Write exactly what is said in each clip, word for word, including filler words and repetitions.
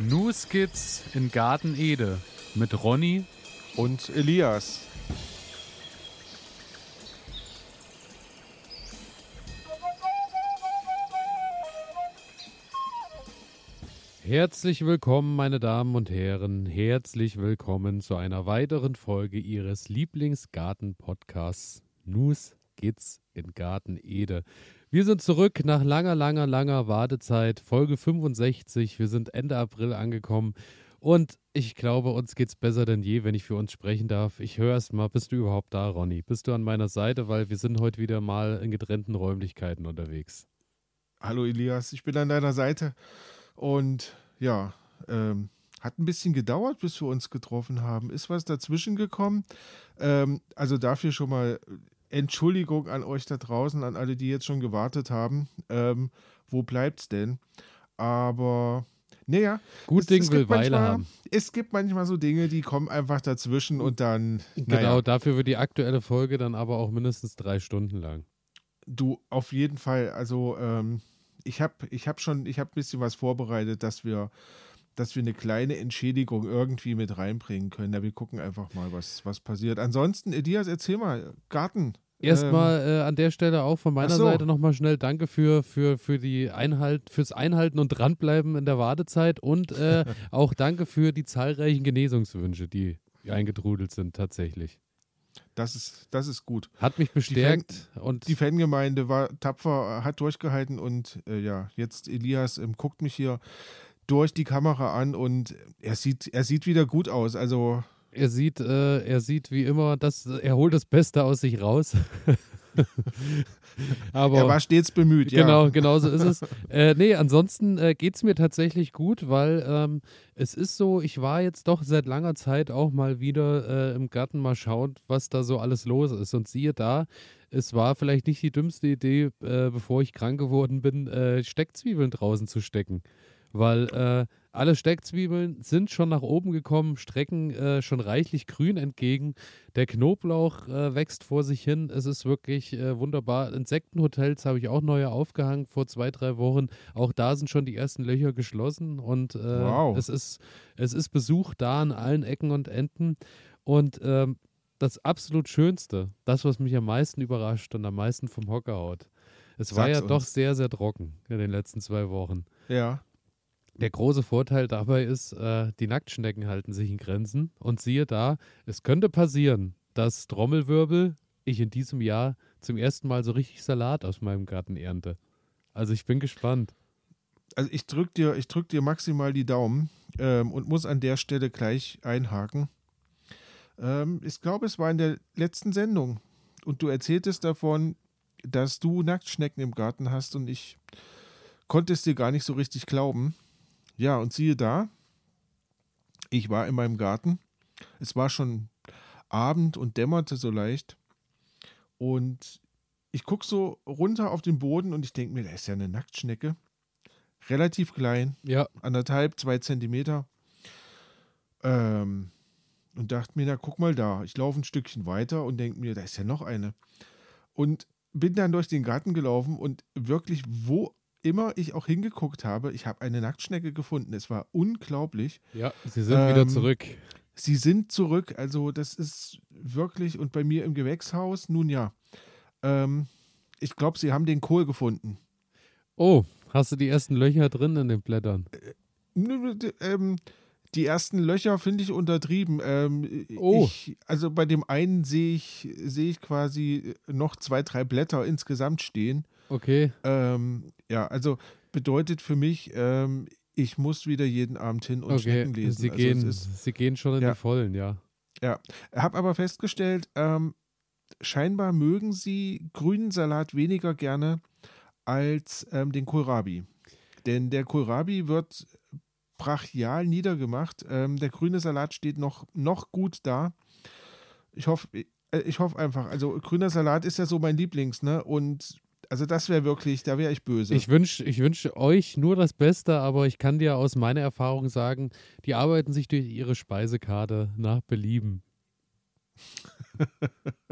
New Skits in Garten Ede mit Ronny und Elias. Herzlich willkommen, meine Damen und Herren. Herzlich willkommen zu einer weiteren Folge Ihres Lieblingsgarten-Podcasts New Skits in Garten Ede. Wir sind zurück nach langer, langer, langer Wartezeit. Folge fünfundsechzig. Wir sind Ende April angekommen. Und ich glaube, uns geht's besser denn je, wenn ich für uns sprechen darf. Ich höre erst mal, bist du überhaupt da, Ronny? Bist du an meiner Seite? Weil wir sind heute wieder mal in getrennten Räumlichkeiten unterwegs. Hallo Elias, ich bin an deiner Seite. Und ja, ähm, hat ein bisschen gedauert, bis wir uns getroffen haben. Ist was dazwischen gekommen? Ähm, also dafür schon mal Entschuldigung an euch da draußen, an alle, die jetzt schon gewartet haben. Ähm, wo bleibt's denn? Aber naja, Gut es, Ding es will gibt Weile manchmal, haben. es gibt manchmal so Dinge, die kommen einfach dazwischen und dann, Genau, naja, dafür wird die aktuelle Folge dann aber auch mindestens drei Stunden lang. du auf jeden Fall, also ähm, ich habe ich hab schon, ich habe ein bisschen was vorbereitet, dass wir, dass wir eine kleine Entschädigung irgendwie mit reinbringen können. Ja, wir gucken einfach mal, was, was passiert. Ansonsten, Elias, erzähl mal, Garten. Ähm, Erstmal äh, an der Stelle auch von ach meiner so, Seite nochmal schnell Danke für, für, für die Einhalt, fürs Einhalten und Dranbleiben in der Wartezeit und äh, auch danke für die zahlreichen Genesungswünsche, die eingetrudelt sind tatsächlich. das ist, das ist gut. Hat mich Die, Fan, bestärkt und die Fangemeinde war tapfer, hat durchgehalten und äh, ja, jetzt Elias ähm, guckt mich hier durch die Kamera an und er sieht, er sieht wieder gut aus. Also er sieht, äh, er sieht wie immer, dass er holt das Beste aus sich raus. Aber er war stets bemüht, genau, ja. genau so ist es. Äh, nee, ansonsten äh, geht es mir tatsächlich gut, weil ähm, es ist so, ich war jetzt doch seit langer Zeit auch mal wieder äh, im Garten mal schauen, was da so alles los ist. Und siehe da, es war vielleicht nicht die dümmste Idee, äh, bevor ich krank geworden bin, äh, Steckzwiebeln draußen zu stecken. Weil äh, alle Steckzwiebeln sind schon nach oben gekommen, strecken äh, schon reichlich grün entgegen. Der Knoblauch äh, wächst vor sich hin. Es ist wirklich äh, wunderbar. Insektenhotels habe ich auch neue aufgehangen vor zwei, drei Wochen. Auch da sind schon die ersten Löcher geschlossen und äh, Wow. es ist, es ist Besuch da an allen Ecken und Enden. Und ähm, das absolut Schönste, das, was mich am meisten überrascht und am meisten vom Hocker haut. Es war Sag's ja doch uns. sehr, sehr trocken in den letzten zwei Wochen. Ja. Der große Vorteil dabei ist, äh, die Nacktschnecken halten sich in Grenzen. Und siehe da, es könnte passieren, dass Trommelwirbel ich in diesem Jahr zum ersten Mal so richtig Salat aus meinem Garten ernte. Also ich bin gespannt. Also ich drück dir, ich drück dir maximal die Daumen ähm, und muss an der Stelle gleich einhaken. Ähm, ich glaube, es war in der letzten Sendung und du erzähltest davon, dass du Nacktschnecken im Garten hast und ich konnte es dir gar nicht so richtig glauben. Ja, und siehe da, ich war in meinem Garten. Es war schon Abend und dämmerte so leicht und ich gucke so runter auf den Boden und ich denke mir, da ist ja eine Nacktschnecke. Relativ klein, Ja, anderthalb, zwei Zentimeter. Ähm, und dachte mir, na guck mal da. Ich laufe ein Stückchen weiter und denke mir, da ist ja noch eine. Und bin dann durch den Garten gelaufen und wirklich, wo immer ich auch hingeguckt habe, ich habe eine Nacktschnecke gefunden. Es war unglaublich. ja, sie sind wieder Ähm, zurück. Sie sind zurück. Also das ist wirklich, und bei mir im Gewächshaus, nun ja, ähm, ich glaube, sie haben den Kohl gefunden. Oh, hast du die ersten Löcher drin in den Blättern? Ähm, die ersten Löcher finde ich untertrieben. Ähm, Oh, ich, also bei dem einen sehe ich, sehe ich quasi noch zwei, drei Blätter insgesamt stehen. okay, Ähm, ja, also bedeutet für mich, ähm, ich muss wieder jeden Abend hin und okay. Schnecken lesen. Sie Also es gehen, ist, sie gehen schon in die ja, Vollen, ja. ja. Habe aber festgestellt, ähm, scheinbar mögen sie grünen Salat weniger gerne als ähm, den Kohlrabi. Denn der Kohlrabi wird brachial niedergemacht. Ähm, der grüne Salat steht noch, noch gut da. Ich hoffe, äh, ich hoffe einfach, also grüner Salat ist ja so mein Lieblings, ne? Und also das wäre wirklich, da wäre ich böse. Ich wünsche ich wünsch euch nur das Beste, aber ich kann dir aus meiner Erfahrung sagen, die arbeiten sich durch ihre Speisekarte nach Belieben.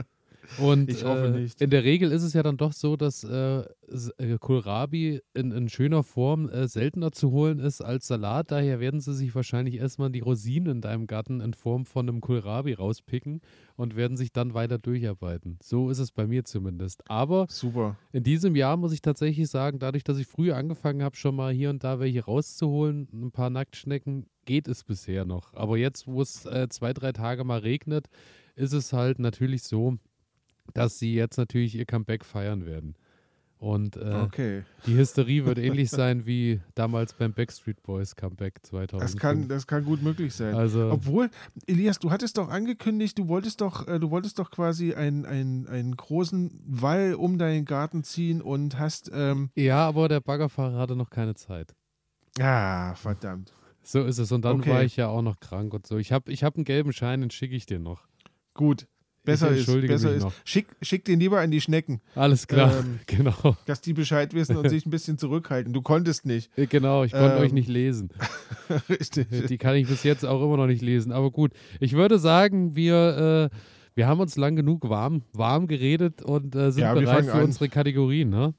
Und Ich hoffe äh, nicht. in der Regel ist es ja dann doch so, dass äh, S- äh, Kohlrabi in, in schöner Form äh, seltener zu holen ist als Salat. Daher werden sie sich wahrscheinlich erstmal die Rosinen in deinem Garten in Form von einem Kohlrabi rauspicken und werden sich dann weiter durcharbeiten. So ist es bei mir zumindest. Aber Super. in diesem Jahr muss ich tatsächlich sagen, dadurch, dass ich früh angefangen habe, schon mal hier und da welche rauszuholen, ein paar Nacktschnecken, geht es bisher noch. Aber jetzt, wo es äh, zwei, drei Tage mal regnet, ist es halt natürlich so, dass sie jetzt natürlich ihr Comeback feiern werden. Und äh, Okay. die Hysterie wird ähnlich sein wie damals beim Backstreet Boys Comeback Das zweitausendfünf. kann, das kann gut möglich sein. Also, Obwohl, Elias, du hattest doch angekündigt, du wolltest doch, äh, du wolltest doch quasi einen, einen, einen großen Wall um deinen Garten ziehen und hast, ähm, ja, aber der Baggerfahrer hatte noch keine Zeit. ah, verdammt. So ist es. Und dann Okay. war ich ja auch noch krank und so. Ich habe ich hab einen gelben Schein, den schicke ich dir noch. Gut. Besser ich ist, entschuldige besser mich ist. noch. Schick, schick den lieber an die Schnecken, Alles klar, Ähm, genau. dass die Bescheid wissen und sich ein bisschen zurückhalten. Du konntest nicht. Äh, Genau, ich konnte Ähm, euch nicht lesen. Richtig. Die kann ich bis jetzt auch immer noch nicht lesen. Aber gut, ich würde sagen, wir, äh, wir haben uns lang genug warm, warm geredet und äh, sind Ja, wir bereit fangen für an. unsere Kategorien, ne?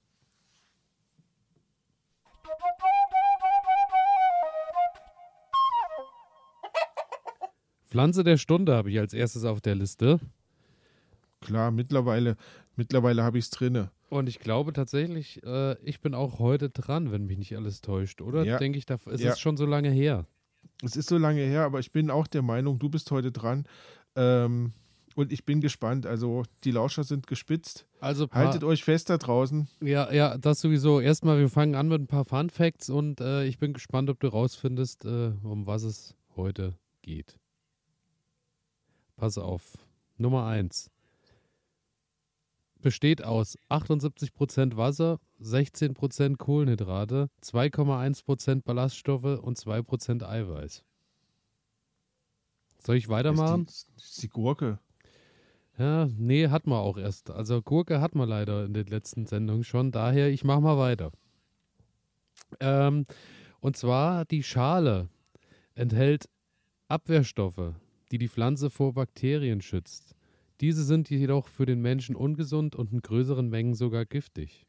Pflanze der Stunde habe ich als erstes auf der Liste. Klar, mittlerweile, mittlerweile habe ich es drinne. Und ich glaube tatsächlich, äh, ich bin auch heute dran, wenn mich nicht alles täuscht, oder? Ja. Denke ich, da, es Ja. ist schon so lange her. Es ist so lange her, aber ich bin auch der Meinung, du bist heute dran. Ähm, und ich bin gespannt. Also die Lauscher sind gespitzt. Also paar, Haltet euch fest da draußen. ja, ja, das sowieso. Erstmal, wir fangen an mit ein paar Fun Facts und äh, ich bin gespannt, ob du rausfindest, äh, um was es heute geht. Pass auf. Nummer eins. Besteht aus achtundsiebzig Prozent Wasser, sechzehn Prozent Kohlenhydrate, zwei Komma eins Prozent Ballaststoffe und zwei Prozent Eiweiß. Soll ich weitermachen? Das ist die, das ist die Gurke. Ja, nee, hat man auch erst. Also Gurke hat man leider in den letzten Sendungen schon. Daher, ich mache mal weiter. Ähm, und zwar die Schale enthält Abwehrstoffe, die die Pflanze vor Bakterien schützt. Diese sind jedoch für den Menschen ungesund und in größeren Mengen sogar giftig.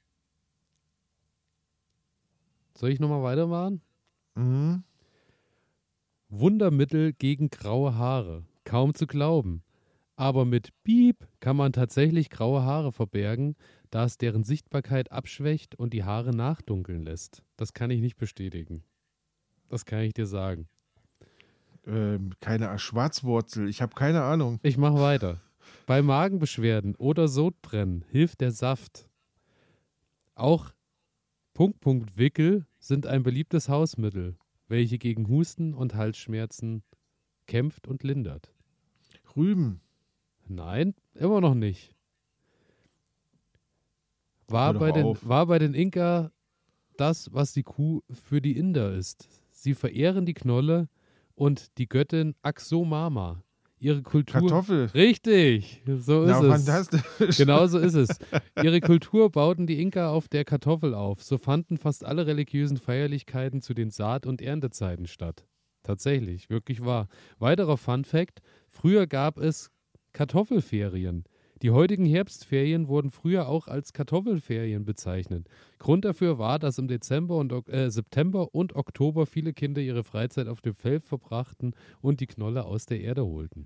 Soll ich nochmal weitermachen? Mhm. Wundermittel gegen graue Haare. Kaum zu glauben. Aber mit Piep kann man tatsächlich graue Haare verbergen, da es deren Sichtbarkeit abschwächt und die Haare nachdunkeln lässt. Das kann ich nicht bestätigen. Das kann ich dir sagen. Ähm, keine Ahnung, Schwarzwurzel. Ich habe keine Ahnung. Ich mache weiter. Bei Magenbeschwerden oder Sodbrennen hilft der Saft. Auch Punkt-Punkt-Wickel sind ein beliebtes Hausmittel, welche gegen Husten und Halsschmerzen kämpft und lindert. Rüben. Nein, immer noch nicht. War Hör doch bei, den, auf. war bei den Inka das, was die Kuh für die Inder ist. Sie verehren die Knolle und die Göttin Axomama. Ihre Kultur. Kartoffel. Richtig, so ist Na, es. fantastisch. Genau so ist es. Ihre Kultur bauten die Inka auf der Kartoffel auf. So fanden fast alle religiösen Feierlichkeiten zu den Saat- und Erntezeiten statt. Tatsächlich, wirklich wahr. Weiterer Fun-Fact: Früher gab es Kartoffelferien. Die heutigen Herbstferien wurden früher auch als Kartoffelferien bezeichnet. Grund dafür war, dass im Dezember und Ok- äh, September und Oktober viele Kinder ihre Freizeit auf dem Feld verbrachten und die Knolle aus der Erde holten.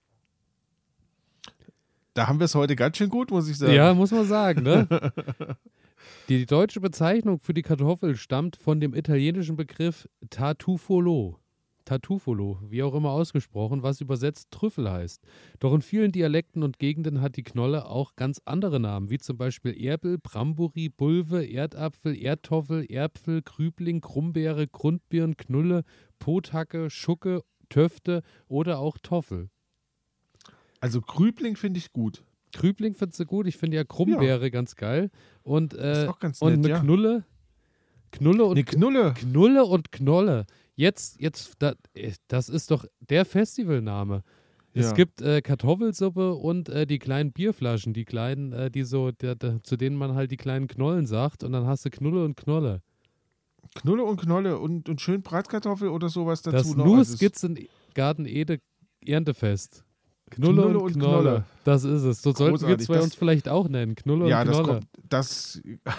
Da haben wir es heute ganz schön gut, muss ich sagen. Ja, muss man sagen, ne? Die, die deutsche Bezeichnung für die Kartoffel stammt von dem italienischen Begriff Tartufolo. Tartufolo, wie auch immer ausgesprochen, was übersetzt Trüffel heißt. Doch in vielen Dialekten und Gegenden hat die Knolle auch ganz andere Namen, wie zum Beispiel Erbel, Bramburi, Bulve, Erdapfel, Erdtoffel, Erbfel, Krübling, Krummbeere, Grundbirn, Knulle, Pothacke, Schucke, Töfte oder auch Toffel. Also Krübling finde ich gut. Krübling findest du gut, ich finde ja Krummbeere ganz geil. Und, äh, Ist auch ganz und nett, eine ja. Knulle, Knulle und Eine Knulle. Knulle und Knolle. Jetzt, jetzt, da, das ist doch der Festivalname. Es Ja. gibt äh, Kartoffelsuppe und äh, die kleinen Bierflaschen, die kleinen, äh, die so, der, der, zu denen man halt die kleinen Knollen sagt. Und dann hast du Knulle und Knolle. Knulle und Knolle und, und schön Bratkartoffel oder sowas dazu Das noch. nur Also es- Skizzen Garten Ede Erntefest. Knulle, Knulle und und Knolle. Knolle. Das ist es. So sollten wir Großartig. zwei Das- uns vielleicht auch nennen. Knulle Ja, und das Knolle. kommt, das,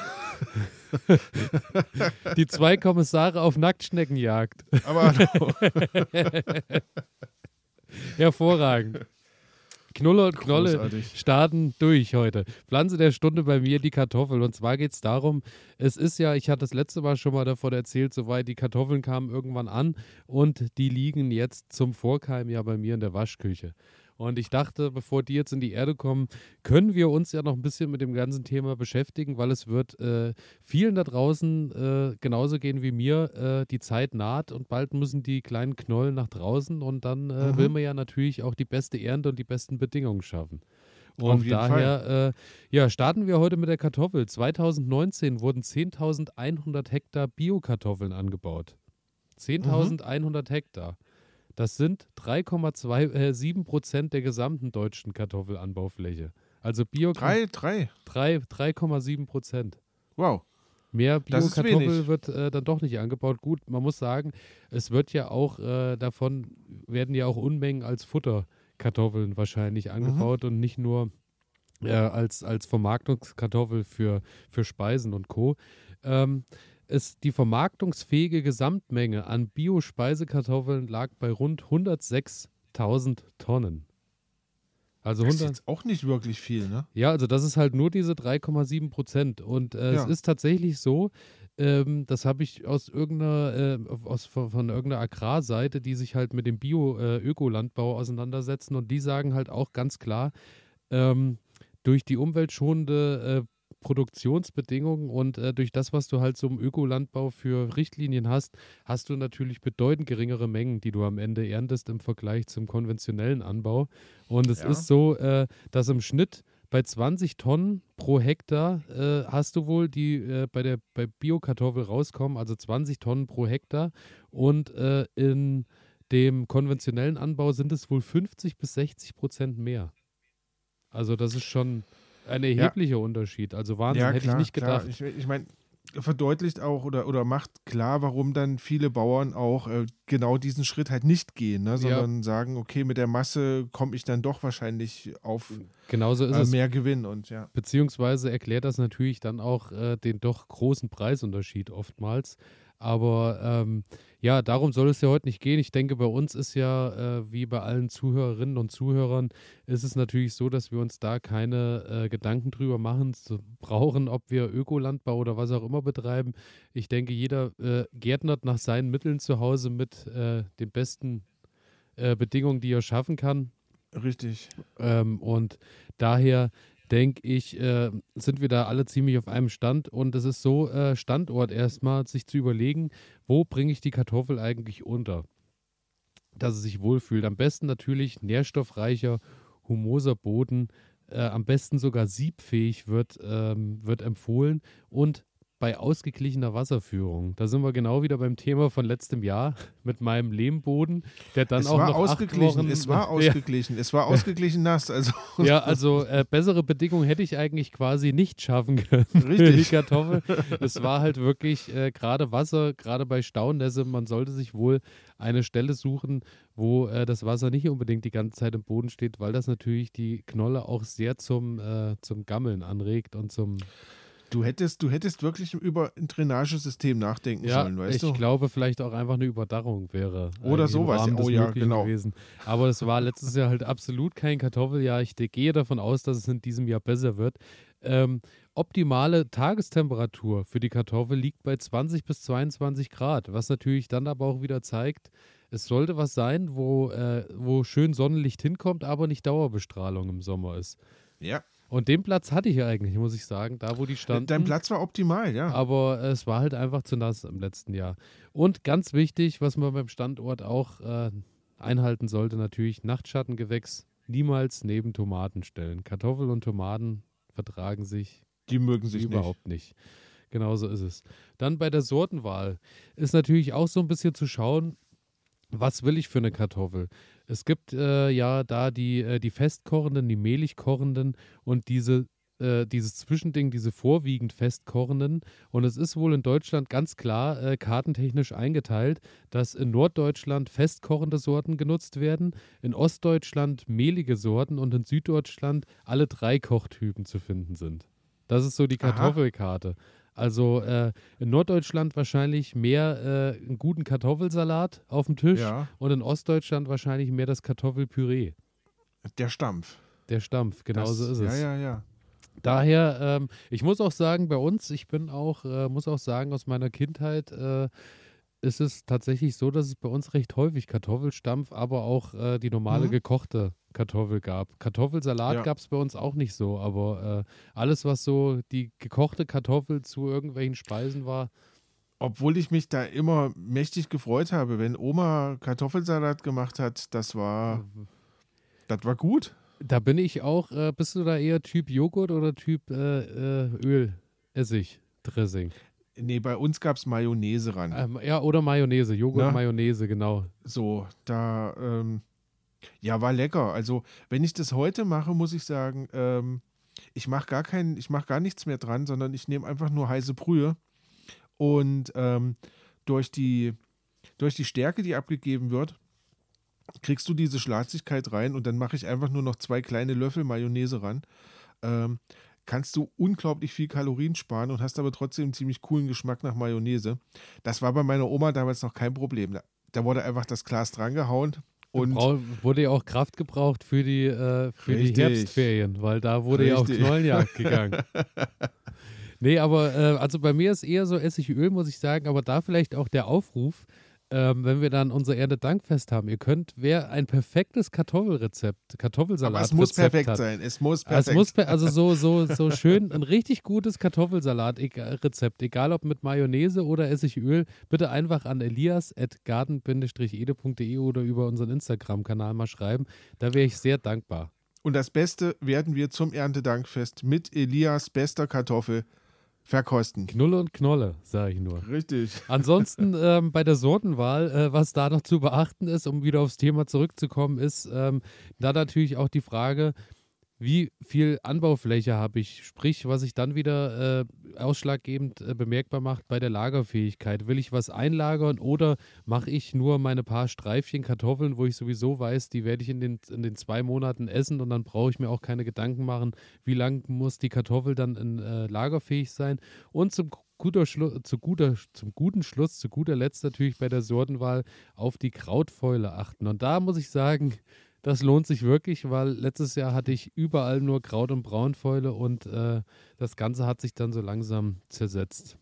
Die zwei Kommissare auf Nacktschneckenjagd. aber Hervorragend. Knulle und Knolle Großartig. starten durch heute. Pflanze der Stunde bei mir die Kartoffel. Und zwar geht es darum, es ist ja, ich hatte das letzte Mal schon mal davon erzählt, soweit die Kartoffeln kamen irgendwann an und die liegen jetzt zum Vorkeim ja bei mir in der Waschküche. Und ich dachte, bevor die jetzt in die Erde kommen, können wir uns ja noch ein bisschen mit dem ganzen Thema beschäftigen, weil es wird äh, vielen da draußen äh, genauso gehen wie mir. Äh, die Zeit naht und bald müssen die kleinen Knollen nach draußen und dann äh, Mhm. will man ja natürlich auch die beste Ernte und die besten Bedingungen schaffen. Auf Und jeden daher äh, ja, starten wir heute mit der Kartoffel. zweitausendneunzehn wurden zehntausendeinhundert Hektar Bio-Kartoffeln angebaut. zehntausendeinhundert Hektar. Das sind drei Komma sieben Prozent der gesamten deutschen Kartoffelanbaufläche. Also Bio drei, drei. drei- drei Komma sieben Prozent. Wow. Mehr Das ist Bio-Kartoffel wenig. wird äh, dann doch nicht angebaut. Gut, man muss sagen, es wird ja auch äh, davon, werden ja auch Unmengen als Futterkartoffeln wahrscheinlich angebaut und nicht nur äh, als, als Vermarktungskartoffel für, für Speisen und Co. Ähm, es, die vermarktungsfähige Gesamtmenge an Bio-Speisekartoffeln lag bei rund hundertsechstausend Tonnen. Also Das ist hundert, jetzt auch nicht wirklich viel, ne? ja, also das ist halt nur diese drei Komma sieben Prozent. Und äh, es Ja. ist tatsächlich so, ähm, das habe ich aus irgendeiner, äh, aus, von, von irgendeiner Agrarseite, die sich halt mit dem Bio-Ökolandbau auseinandersetzen und die sagen halt auch ganz klar, ähm, durch die umweltschonende äh, Produktionsbedingungen und äh, durch das, was du halt so im Ökolandbau für Richtlinien hast, hast du natürlich bedeutend geringere Mengen, die du am Ende erntest im Vergleich zum konventionellen Anbau. Und es Ja. ist so, äh, dass im Schnitt bei zwanzig Tonnen pro Hektar äh, hast du wohl, die äh, bei der bei Biokartoffel rauskommen, also zwanzig Tonnen pro Hektar. Und äh, in dem konventionellen Anbau sind es wohl fünfzig bis sechzig Prozent mehr. Also das ist schon ein erheblicher Unterschied. Also Wahnsinn, Ja, hätte klar, ich nicht klar. gedacht. Ich, ich meine, verdeutlicht auch oder, oder macht klar, warum dann viele Bauern auch äh, genau diesen Schritt halt nicht gehen, ne? Sondern sagen, okay, mit der Masse komme ich dann doch wahrscheinlich auf Genauso ist äh, es. mehr Gewinn und ja. Beziehungsweise erklärt das natürlich dann auch äh, den doch großen Preisunterschied oftmals. Aber ähm, ja, darum soll es ja heute nicht gehen. Ich denke, bei uns ist ja, äh, wie bei allen Zuhörerinnen und Zuhörern, ist es natürlich so, dass wir uns da keine äh, Gedanken drüber machen zu, brauchen, ob wir Ökolandbau oder was auch immer betreiben. Ich denke, jeder äh, gärtnert nach seinen Mitteln zu Hause mit äh, den besten äh, Bedingungen, die er schaffen kann. Richtig. Ähm, und daher denke ich, äh, sind wir da alle ziemlich auf einem Stand. Und es ist so, äh, Standort erstmal, sich zu überlegen, wo bringe ich die Kartoffel eigentlich unter, dass es sich wohlfühlt. Am besten natürlich nährstoffreicher, humoser Boden, äh, am besten sogar siebfähig wird, ähm, wird empfohlen und bei ausgeglichener Wasserführung. Da sind wir genau wieder beim Thema von letztem Jahr mit meinem Lehmboden, der dann es auch war noch acht ausgeglichen, Wochen, es war Ja. ausgeglichen, es war ausgeglichen nass. Also Ja, also äh, bessere Bedingungen hätte ich eigentlich quasi nicht schaffen können für die Richtig. Kartoffel. Es war halt wirklich äh, gerade Wasser, gerade bei Staunässe, man sollte sich wohl eine Stelle suchen, wo äh, das Wasser nicht unbedingt die ganze Zeit im Boden steht, weil das natürlich die Knolle auch sehr zum, äh, zum Gammeln anregt und zum du hättest, du hättest wirklich über ein Drainagesystem nachdenken Ja, sollen, weißt ich du? glaube, vielleicht auch einfach eine Überdachung wäre. Oder eigentlich im sowas. Rahmen Oh des ja, Möglichen genau. Gewesen. Aber es war letztes Jahr halt absolut kein Kartoffeljahr. Ich de- gehe davon aus, dass es in diesem Jahr besser wird. Ähm, optimale Tagestemperatur für die Kartoffel liegt bei zwanzig bis zweiundzwanzig Grad, was natürlich dann aber auch wieder zeigt, es sollte was sein, wo, äh, wo schön Sonnenlicht hinkommt, aber nicht Dauerbestrahlung im Sommer ist. Ja. Und den Platz hatte ich eigentlich, muss ich sagen, da wo die standen. Dein Platz war optimal, ja. Aber es war halt einfach zu nass im letzten Jahr. Und ganz wichtig, was man beim Standort auch äh, einhalten sollte, natürlich Nachtschattengewächs niemals neben Tomaten stellen. Kartoffeln und Tomaten vertragen sich Die mögen sich überhaupt nicht. Genauso ist es. Dann bei der Sortenwahl ist natürlich auch so ein bisschen zu schauen, was will ich für eine Kartoffel? Es gibt äh, ja da die, äh, die festkochenden, die mehlig kochenden und diese äh, dieses Zwischending, diese vorwiegend festkochenden. Und es ist wohl in Deutschland ganz klar äh, kartentechnisch eingeteilt, dass in Norddeutschland festkochende Sorten genutzt werden, in Ostdeutschland mehlige Sorten und in Süddeutschland alle drei Kochtypen zu finden sind. Das ist so die Aha. Kartoffelkarte. Also äh, in Norddeutschland wahrscheinlich mehr äh, einen guten Kartoffelsalat auf dem Tisch Ja, und in Ostdeutschland wahrscheinlich mehr das Kartoffelpüree. der Stampf. Der Stampf, genau so Das, ist ja, es. ja, ja. Daher, ähm, ich muss auch sagen, bei uns, ich bin auch, äh, muss auch sagen, aus meiner Kindheit äh, ist es tatsächlich so, dass es bei uns recht häufig Kartoffelstampf, aber auch äh, die normale Mhm. gekochte Kartoffel gab. Kartoffelsalat Ja. gab es bei uns auch nicht so, aber äh, alles, was so die gekochte Kartoffel zu irgendwelchen Speisen war, Obwohl ich mich da immer mächtig gefreut habe, wenn Oma Kartoffelsalat gemacht hat, das war, äh, das war gut. da bin ich auch, äh, bist du da eher Typ Joghurt oder Typ äh, äh, Öl, Essig, Dressing? Nee, bei uns gab es Mayonnaise ran. Ähm, ja, oder Mayonnaise, Joghurt, Ne? Mayonnaise, genau. So, da, ähm, ja, war lecker. Also, wenn ich das heute mache, muss ich sagen, ähm, ich mache gar kein, ich mache gar nichts mehr dran, sondern ich nehme einfach nur heiße Brühe und ähm, durch die, durch die Stärke, die abgegeben wird, kriegst du diese Schlatzigkeit rein und dann mache ich einfach nur noch zwei kleine Löffel Mayonnaise ran. Ähm, kannst du unglaublich viel Kalorien sparen und hast aber trotzdem einen ziemlich coolen Geschmack nach Mayonnaise. Das war bei meiner Oma damals noch kein Problem. Da, da wurde einfach das Glas drangehauen und Brau wurde ja auch Kraft gebraucht für die, äh, für die richtig, Herbstferien, weil da wurde ja auf richtig. Knollenjagd gegangen. Nee, aber äh, also bei mir ist eher so Essigöl, muss ich sagen, aber da vielleicht auch der Aufruf, ähm, wenn wir dann unser Erntedankfest haben. Ihr könnt, wer ein perfektes Kartoffelrezept, Aber es muss Kartoffelsalatrezept perfekt hat, sein. Es muss es perfekt muss pe- also so, so, so schön ein richtig gutes Kartoffelsalat-Rezept, egal ob mit Mayonnaise oder Essigöl, bitte einfach an elias at garden ede punkt de oder über unseren Instagram-Kanal mal schreiben. Da wäre ich sehr dankbar. Und das Beste werden wir zum Erntedankfest mit Elias bester Kartoffel verkosten. Knulle und Knolle, sage ich nur. Richtig. Ansonsten ähm, bei der Sortenwahl, äh, was da noch zu beachten ist, um wieder aufs Thema zurückzukommen, ist ähm, da natürlich auch die Frage, wie viel Anbaufläche habe ich? Sprich, was sich dann wieder äh, ausschlaggebend äh, bemerkbar macht bei der Lagerfähigkeit. Will ich was einlagern oder mache ich nur meine paar Streifchen Kartoffeln, wo ich sowieso weiß, die werde ich in den, in den zwei Monaten essen und dann brauche ich mir auch keine Gedanken machen, wie lang muss die Kartoffel dann in, äh, lagerfähig sein. Und zum guter Schlu zu guter, zum guten Schluss, zu guter Letzt natürlich bei der Sortenwahl auf die Krautfäule achten. Und da muss ich sagen, das lohnt sich wirklich, weil letztes Jahr hatte ich überall nur Kraut- und Braunfäule und äh, das Ganze hat sich dann so langsam zersetzt.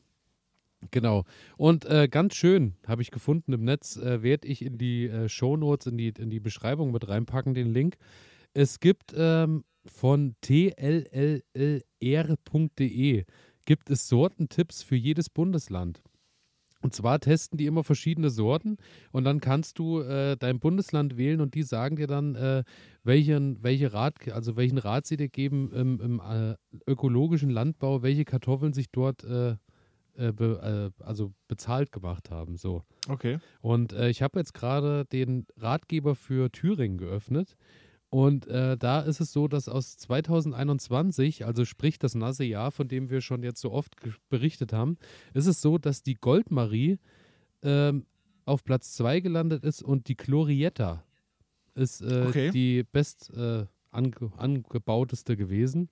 Genau. Und äh, ganz schön habe ich gefunden im Netz, äh, werde ich in die äh, Shownotes, in die, in die Beschreibung mit reinpacken, den Link. Es gibt ähm, von t l l l r punkt de gibt es Sortentipps für jedes Bundesland. Und zwar testen die immer verschiedene Sorten und dann kannst du äh, dein Bundesland wählen und die sagen dir dann, äh, welchen, welche Rat, also welchen Rat sie dir geben im, im äh, ökologischen Landbau, welche Kartoffeln sich dort äh, äh, be, äh, also bezahlt gemacht haben. So. Okay. Und äh, ich habe jetzt gerade den Ratgeber für Thüringen geöffnet. Und äh, da ist es so, dass aus zwanzig einundzwanzig, also sprich das nasse Jahr, von dem wir schon jetzt so oft ge- berichtet haben, ist es so, dass die Goldmarie ähm, auf Platz zwei gelandet ist und die Glorietta ist äh, Okay. die best äh, ange angebauteste gewesen.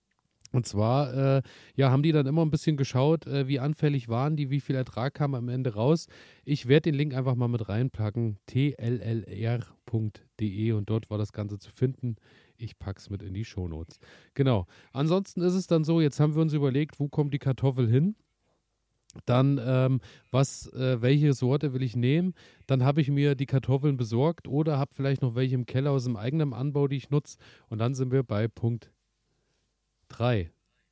Und zwar, äh, ja, haben die dann immer ein bisschen geschaut, äh, wie anfällig waren die, wie viel Ertrag kam am Ende raus. Ich werde den Link einfach mal mit reinpacken, t l l r punkt de und dort war das Ganze zu finden. Ich packe es mit in die Shownotes. Genau. Ansonsten ist es dann so, jetzt haben wir uns überlegt, wo kommt die Kartoffel hin? Dann, ähm, was, äh, welche Sorte will ich nehmen? Dann habe ich mir die Kartoffeln besorgt oder habe vielleicht noch welche im Keller aus dem eigenen Anbau, die ich nutze. Und dann sind wir bei Punkt drei,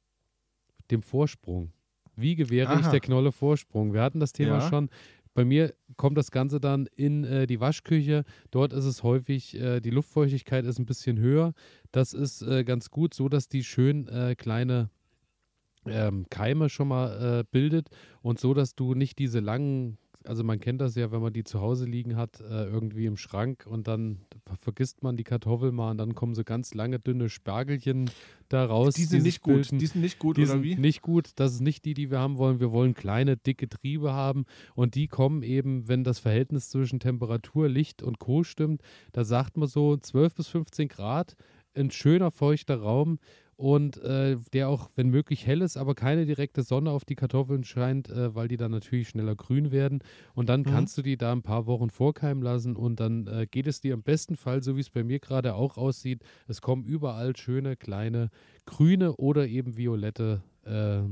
dem Vorsprung. Wie gewähre ich Aha. der Knolle Vorsprung? Wir hatten das Thema Ja. schon. Bei mir kommt das Ganze dann in äh, die Waschküche. Dort ist es häufig, äh, die Luftfeuchtigkeit ist ein bisschen höher. Das ist äh, ganz gut, so dass die schön äh, kleine ähm, Keime schon mal äh, bildet und so, dass du nicht diese langen also man kennt das ja, wenn man die zu Hause liegen hat, äh, irgendwie im Schrank und dann vergisst man die Kartoffel mal und dann kommen so ganz lange, dünne Spargelchen da raus, Die sind nicht gut, die sind nicht gut, die oder sind wie? nicht gut, das ist nicht die, die wir haben wollen. Wir wollen kleine, dicke Triebe haben und die kommen eben, wenn das Verhältnis zwischen Temperatur, Licht und Co. stimmt, da sagt man so zwölf bis fünfzehn Grad, ein schöner, feuchter Raum und äh, der auch, wenn möglich, hell ist, aber keine direkte Sonne auf die Kartoffeln scheint, äh, weil die dann natürlich schneller grün werden. Und dann Mhm. kannst du die da ein paar Wochen vorkeimen lassen und dann äh, geht es dir im besten Fall, so wie es bei mir gerade auch aussieht, es kommen überall schöne, kleine, grüne oder eben violette äh,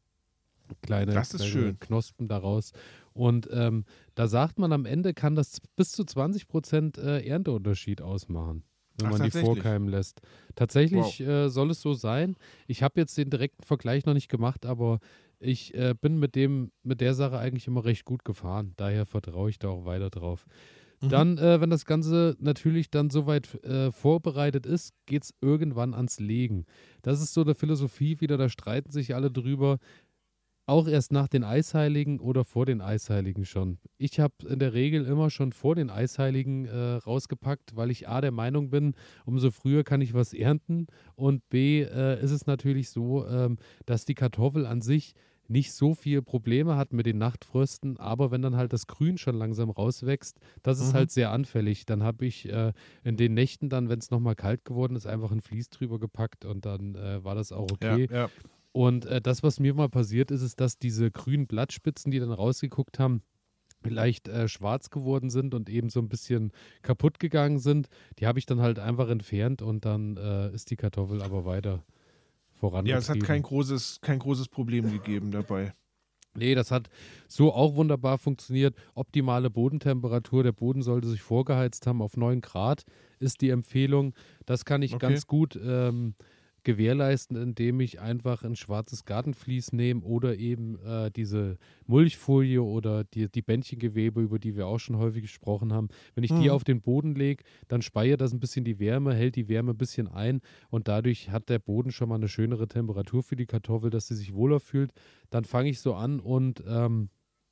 kleine, Das ist kleine schön. Knospen daraus. Und ähm, da sagt man, am Ende kann das bis zu zwanzig Prozent äh, Ernteunterschied ausmachen, wenn Ach, man die tatsächlich? vorkeimen lässt. Tatsächlich äh, soll es so sein. Ich habe jetzt den direkten Vergleich noch nicht gemacht, aber ich äh, bin mit dem, mit der Sache eigentlich immer recht gut gefahren. Daher vertraue ich da auch weiter drauf. Mhm. Dann, äh, wenn das Ganze natürlich dann soweit äh, vorbereitet ist, geht es irgendwann ans Legen. Das ist so eine Philosophie wieder, da streiten sich alle drüber. Auch erst nach den Eisheiligen oder vor den Eisheiligen schon. Ich habe in der Regel immer schon vor den Eisheiligen äh, rausgepackt, weil ich A der Meinung bin, umso früher kann ich was ernten und B äh, ist es natürlich so, ähm, dass die Kartoffel an sich nicht so viele Probleme hat mit den Nachtfrösten, aber wenn dann halt das Grün schon langsam rauswächst, das ist Mhm. halt sehr anfällig. Dann habe ich äh, in den Nächten dann, wenn es nochmal kalt geworden ist, einfach ein Vlies drüber gepackt und dann äh, war das auch okay. Ja, ja. Und äh, das, was mir mal passiert ist, ist, dass diese grünen Blattspitzen, die dann rausgeguckt haben, leicht äh, schwarz geworden sind und eben so ein bisschen kaputt gegangen sind. Die habe ich dann halt einfach entfernt und dann äh, ist die Kartoffel aber weiter vorangetrieben. Ja, es hat kein großes, kein großes Problem gegeben dabei. Nee, das hat so auch wunderbar funktioniert. Optimale Bodentemperatur. Der Boden sollte sich vorgeheizt haben auf neun Grad, ist die Empfehlung. Das kann ich Okay. ganz gut ähm, gewährleisten, indem ich einfach ein schwarzes Gartenvlies nehme oder eben äh, diese Mulchfolie oder die, die Bändchengewebe, über die wir auch schon häufig gesprochen haben. Wenn ich die Mhm. auf den Boden lege, dann speiert das ein bisschen die Wärme, hält die Wärme ein bisschen ein und dadurch hat der Boden schon mal eine schönere Temperatur für die Kartoffel, dass sie sich wohler fühlt. Dann fange ich so an und ähm,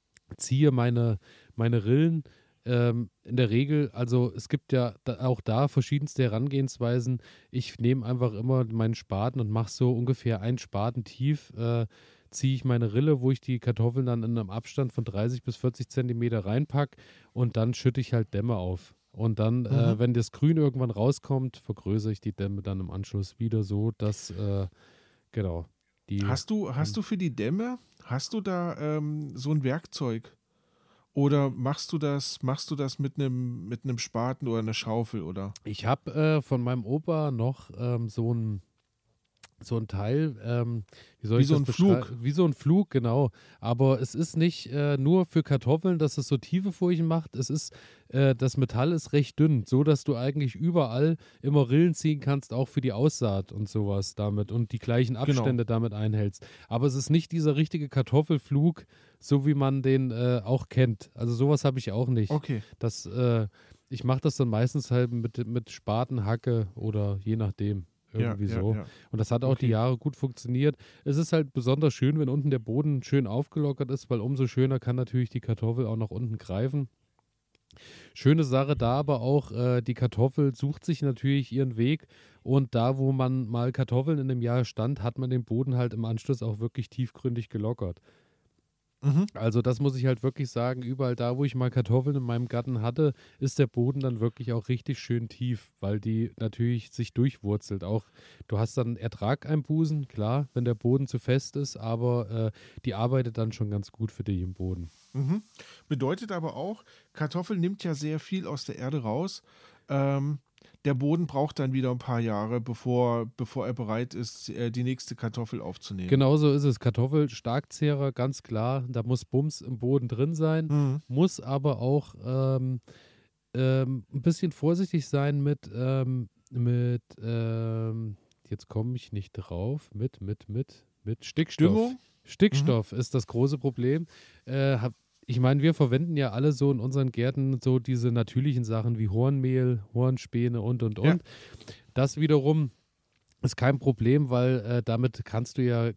ziehe meine, meine Rillen. Ähm, in der Regel, also es gibt ja da, auch da verschiedenste Herangehensweisen. Ich nehme einfach immer meinen Spaten und mache so ungefähr einen Spaten tief, äh, ziehe ich meine Rille, wo ich die Kartoffeln dann in einem Abstand von dreißig bis vierzig Zentimeter reinpacke und dann schütte ich halt Dämme auf. Und dann, äh, Mhm. wenn das Grün irgendwann rauskommt, vergrößere ich die Dämme dann im Anschluss wieder so, dass, äh, genau, die. Hast du, hast du für die Dämme, hast du da ähm, so ein Werkzeug? Oder machst du das, machst du das mit einem mit einem Spaten oder einer Schaufel, oder? Ich habe äh, von meinem Opa noch ähm, so ein so ein Teil, ähm, wie soll Wie ich so das ein beschreiben? Flug. Wie so ein Flug, genau. Aber es ist nicht äh, nur für Kartoffeln, dass es so tiefe Furchen macht. Es ist, äh, das Metall ist recht dünn, so dass du eigentlich überall immer Rillen ziehen kannst, auch für die Aussaat und sowas damit und die gleichen Abstände damit einhältst. Aber es ist nicht dieser richtige Kartoffelflug, so wie man den äh, auch kennt. Also sowas habe ich auch nicht. Okay. Das, äh, ich mache das dann meistens halt mit, mit Spaten, Hacke oder je nachdem. Irgendwie ja, so. Ja, ja. Und das hat auch Okay. die Jahre gut funktioniert. Es ist halt besonders schön, wenn unten der Boden schön aufgelockert ist, weil umso schöner kann natürlich die Kartoffel auch nach unten greifen. Schöne Sache da aber auch, äh, die Kartoffel sucht sich natürlich ihren Weg und da, wo man mal Kartoffeln in einem Jahr stand, hat man den Boden halt im Anschluss auch wirklich tiefgründig gelockert. Mhm. Also das muss ich halt wirklich sagen, überall da, wo ich mal Kartoffeln in meinem Garten hatte, ist der Boden dann wirklich auch richtig schön tief, weil die natürlich sich durchwurzelt. Auch du hast dann Ertrageinbußen, klar, wenn der Boden zu fest ist, aber äh, die arbeitet dann schon ganz gut für dich im Boden. Mhm. Bedeutet aber auch, Kartoffel nimmt ja sehr viel aus der Erde raus. Ähm, der Boden braucht dann wieder ein paar Jahre, bevor, bevor er bereit ist, äh, die nächste Kartoffel aufzunehmen. Genau so ist es. Kartoffel, Starkzehrer, ganz klar. Da muss Bums im Boden drin sein, Mhm. muss aber auch ähm, ähm, ein bisschen vorsichtig sein mit, ähm, mit ähm, jetzt komme ich nicht drauf, mit, mit, mit, mit Stickstoff. Düngung? Stickstoff ist das große Problem. Äh, hab, ich meine, wir verwenden ja alle so in unseren Gärten so diese natürlichen Sachen wie Hornmehl, Hornspäne und, und, Ja. und. Das wiederum ist kein Problem, weil äh, damit kannst du ja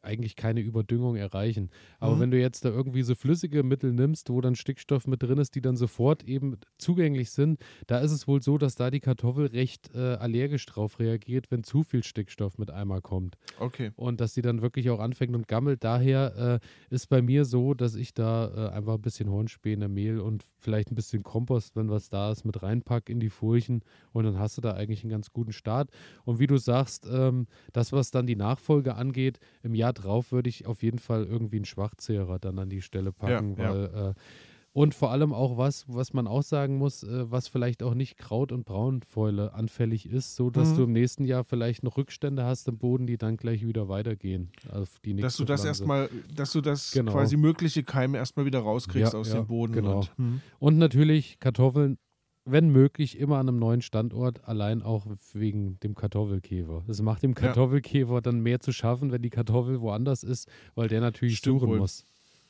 eigentlich keine Überdüngung erreichen. Aber Mhm. wenn du jetzt da irgendwie so flüssige Mittel nimmst, wo dann Stickstoff mit drin ist, die dann sofort eben zugänglich sind, da ist es wohl so, dass da die Kartoffel recht äh, allergisch drauf reagiert, wenn zu viel Stickstoff mit einmal kommt. Okay. Und dass die dann wirklich auch anfängt und gammelt. Daher äh, ist bei mir so, dass ich da äh, einfach ein bisschen Hornspäne, Mehl und vielleicht ein bisschen Kompost, wenn was da ist, mit reinpack in die Furchen und dann hast du da eigentlich einen ganz guten Start. Und wie du sagst, ähm, das, was dann die Nachfolge angeht, im Jahr drauf würde ich auf jeden Fall irgendwie einen Schwachzehrer dann an die Stelle packen, Ja, ja. weil äh, und vor allem auch was, was man auch sagen muss, äh, was vielleicht auch nicht Kraut- und Braunfäule anfällig ist, so dass Mhm. du im nächsten Jahr vielleicht noch Rückstände hast im Boden, die dann gleich wieder weitergehen auf die Dass du nächste das Pflanze. erstmal, dass du das Genau. quasi mögliche Keime erstmal wieder rauskriegst Ja, aus ja, dem Boden. genau. Und, hm. Und natürlich Kartoffeln, wenn möglich, immer an einem neuen Standort, allein auch wegen dem Kartoffelkäfer. Es macht dem Kartoffelkäfer dann mehr zu schaffen, wenn die Kartoffel woanders ist, weil der natürlich Stimmt suchen wohl. muss.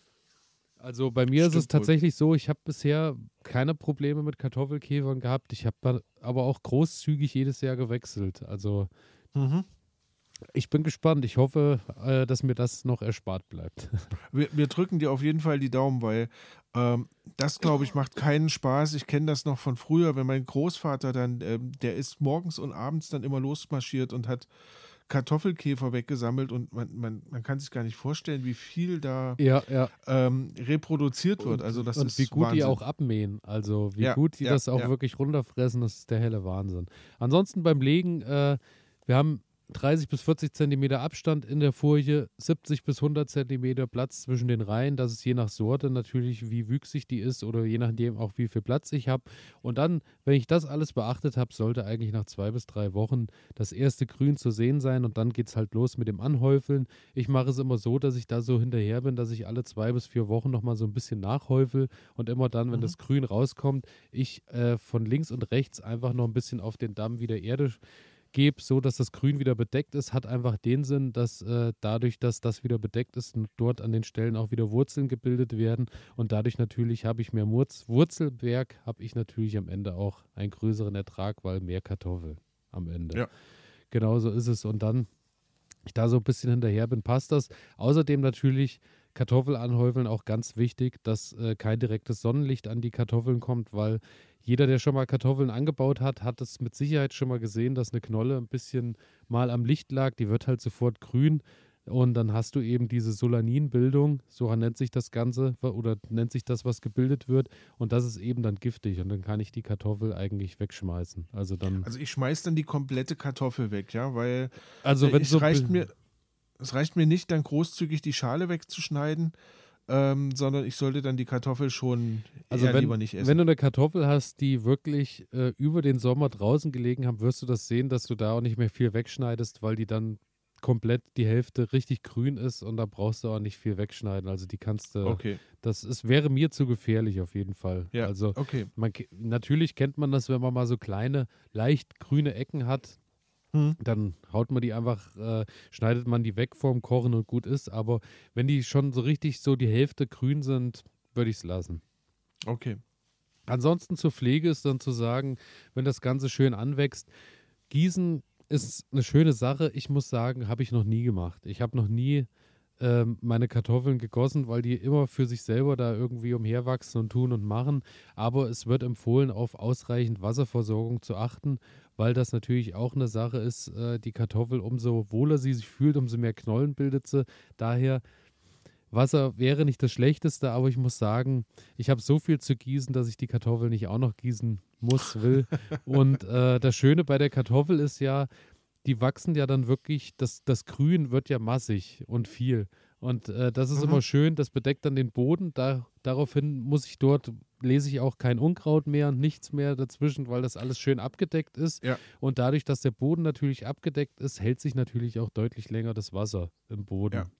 Also bei mir ist es Stimmt wohl. tatsächlich so, ich habe bisher keine Probleme mit Kartoffelkäfern gehabt. Ich habe aber auch großzügig jedes Jahr gewechselt. Also Mhm. ich bin gespannt. Ich hoffe, äh, dass mir das noch erspart bleibt. Wir, wir drücken dir auf jeden Fall die Daumen, weil ähm, das, glaube ich, macht keinen Spaß. Ich kenne das noch von früher, wenn mein Großvater dann, ähm, der ist morgens und abends dann immer losmarschiert und hat Kartoffelkäfer weggesammelt und man, man, man kann sich gar nicht vorstellen, wie viel da Ja, ja. ähm, reproduziert wird. Und, Also das und ist wie gut Wahnsinn. die auch abmähen. Also wie Ja, gut die ja, das auch ja. wirklich runterfressen, das ist der helle Wahnsinn. Ansonsten beim Legen, äh, wir haben dreißig bis vierzig Zentimeter Abstand in der Furche, siebzig bis hundert Zentimeter Platz zwischen den Reihen. Das ist je nach Sorte natürlich, wie wüchsig die ist oder je nachdem auch, wie viel Platz ich habe. Und dann, wenn ich das alles beachtet habe, sollte eigentlich nach zwei bis drei Wochen das erste Grün zu sehen sein und dann geht es halt los mit dem Anhäufeln. Ich mache es immer so, dass ich da so hinterher bin, dass ich alle zwei bis vier Wochen nochmal so ein bisschen nachhäufel und immer dann, wenn Mhm. das Grün rauskommt, ich äh, von links und rechts einfach noch ein bisschen auf den Damm wieder Erde gebe, so dass das Grün wieder bedeckt ist, hat einfach den Sinn, dass äh, dadurch, dass das wieder bedeckt ist, dort an den Stellen auch wieder Wurzeln gebildet werden und dadurch natürlich habe ich mehr Wurz Wurzelwerk, habe ich natürlich am Ende auch einen größeren Ertrag, weil mehr Kartoffel am Ende. Ja. Genau so ist es und dann, ich da so ein bisschen hinterher bin, passt das. Außerdem natürlich Kartoffel anhäufeln auch ganz wichtig, dass äh, kein direktes Sonnenlicht an die Kartoffeln kommt, weil jeder, der schon mal Kartoffeln angebaut hat, hat es mit Sicherheit schon mal gesehen, dass eine Knolle ein bisschen mal am Licht lag. Die wird halt sofort grün und dann hast du eben diese Solaninbildung, so nennt sich das Ganze oder nennt sich das, was gebildet wird und das ist eben dann giftig und dann kann ich die Kartoffel eigentlich wegschmeißen. Also dann, Also ich schmeiß dann die komplette Kartoffel weg, ja, weil also äh, wenn es so reicht mir, es reicht mir nicht, dann großzügig die Schale wegzuschneiden, ähm, sondern ich sollte dann die Kartoffel schon Also eher wenn, lieber nicht essen. wenn du eine Kartoffel hast, die wirklich äh, über den Sommer draußen gelegen haben, wirst du das sehen, dass du da auch nicht mehr viel wegschneidest, weil die dann komplett die Hälfte richtig grün ist und da brauchst du auch nicht viel wegschneiden. Also die kannst du, Okay, das ist, wäre mir zu gefährlich auf jeden Fall. ja, Also okay. man, ke- natürlich kennt man das, wenn man mal so kleine, leicht grüne Ecken hat, Hm. dann haut man die einfach, äh, schneidet man die weg vorm Kochen und gut ist. Aber wenn die schon so richtig so die Hälfte grün sind, würde ich es lassen. Okay. Ansonsten zur Pflege ist dann zu sagen, wenn das Ganze schön anwächst, gießen ist eine schöne Sache. Ich muss sagen, habe ich noch nie gemacht. Ich habe noch nie ähm, meine Kartoffeln gegossen, weil die immer für sich selber da irgendwie umherwachsen und tun und machen. Aber es wird empfohlen, auf ausreichend Wasserversorgung zu achten, weil das natürlich auch eine Sache ist, äh, die Kartoffel, umso wohler sie sich fühlt, umso mehr Knollen bildet sie. Daher Wasser wäre nicht das Schlechteste, aber ich muss sagen, ich habe so viel zu gießen, dass ich die Kartoffel nicht auch noch gießen muss, will. Und äh, das Schöne bei der Kartoffel ist ja, die wachsen ja dann wirklich, das, das Grün wird ja massig und viel. Und äh, das ist Mhm. immer schön, das bedeckt dann den Boden. Da, daraufhin muss ich dort, lese ich auch kein Unkraut mehr und nichts mehr dazwischen, weil das alles schön abgedeckt ist. Ja. Und dadurch, dass der Boden natürlich abgedeckt ist, hält sich natürlich auch deutlich länger das Wasser im Boden. Ja.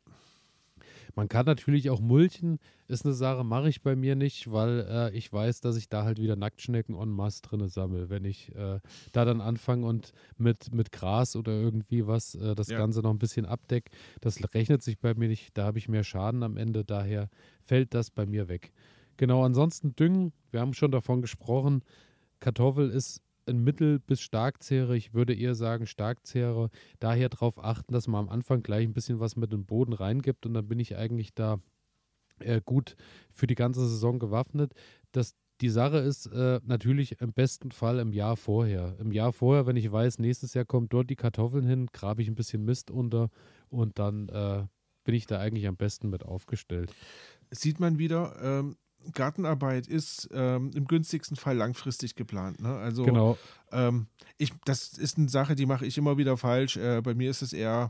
Man kann natürlich auch mulchen, ist eine Sache, mache ich bei mir nicht, weil äh, ich weiß, dass ich da halt wieder Nacktschnecken en masse drinne sammle, wenn ich äh, da dann anfange und mit, mit Gras oder irgendwie was äh, das Ja. Ganze noch ein bisschen abdecke. Das rechnet sich bei mir nicht, da habe ich mehr Schaden am Ende, daher fällt das bei mir weg. Genau, ansonsten Düngen, wir haben schon davon gesprochen, Kartoffel ist ein Mittel- bis Starkzehrer. Ich würde eher sagen Starkzehrer. Daher darauf achten, dass man am Anfang gleich ein bisschen was mit dem Boden reingibt und dann bin ich eigentlich da äh, gut für die ganze Saison gewaffnet. Das, die Sache ist äh, natürlich im besten Fall im Jahr vorher. Im Jahr vorher, wenn ich weiß, nächstes Jahr kommt dort die Kartoffeln hin, grabe ich ein bisschen Mist unter und dann äh, bin ich da eigentlich am besten mit aufgestellt. Sieht man wieder, ähm, Gartenarbeit ist ähm, im günstigsten Fall langfristig geplant. Ne? Also Genau. ähm, ich, das ist eine Sache, die mache ich immer wieder falsch. Äh, bei mir ist es eher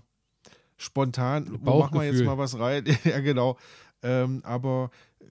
spontan, wo machen wir jetzt Bauchgefühl. mal was rein? Ja, genau. Ähm, aber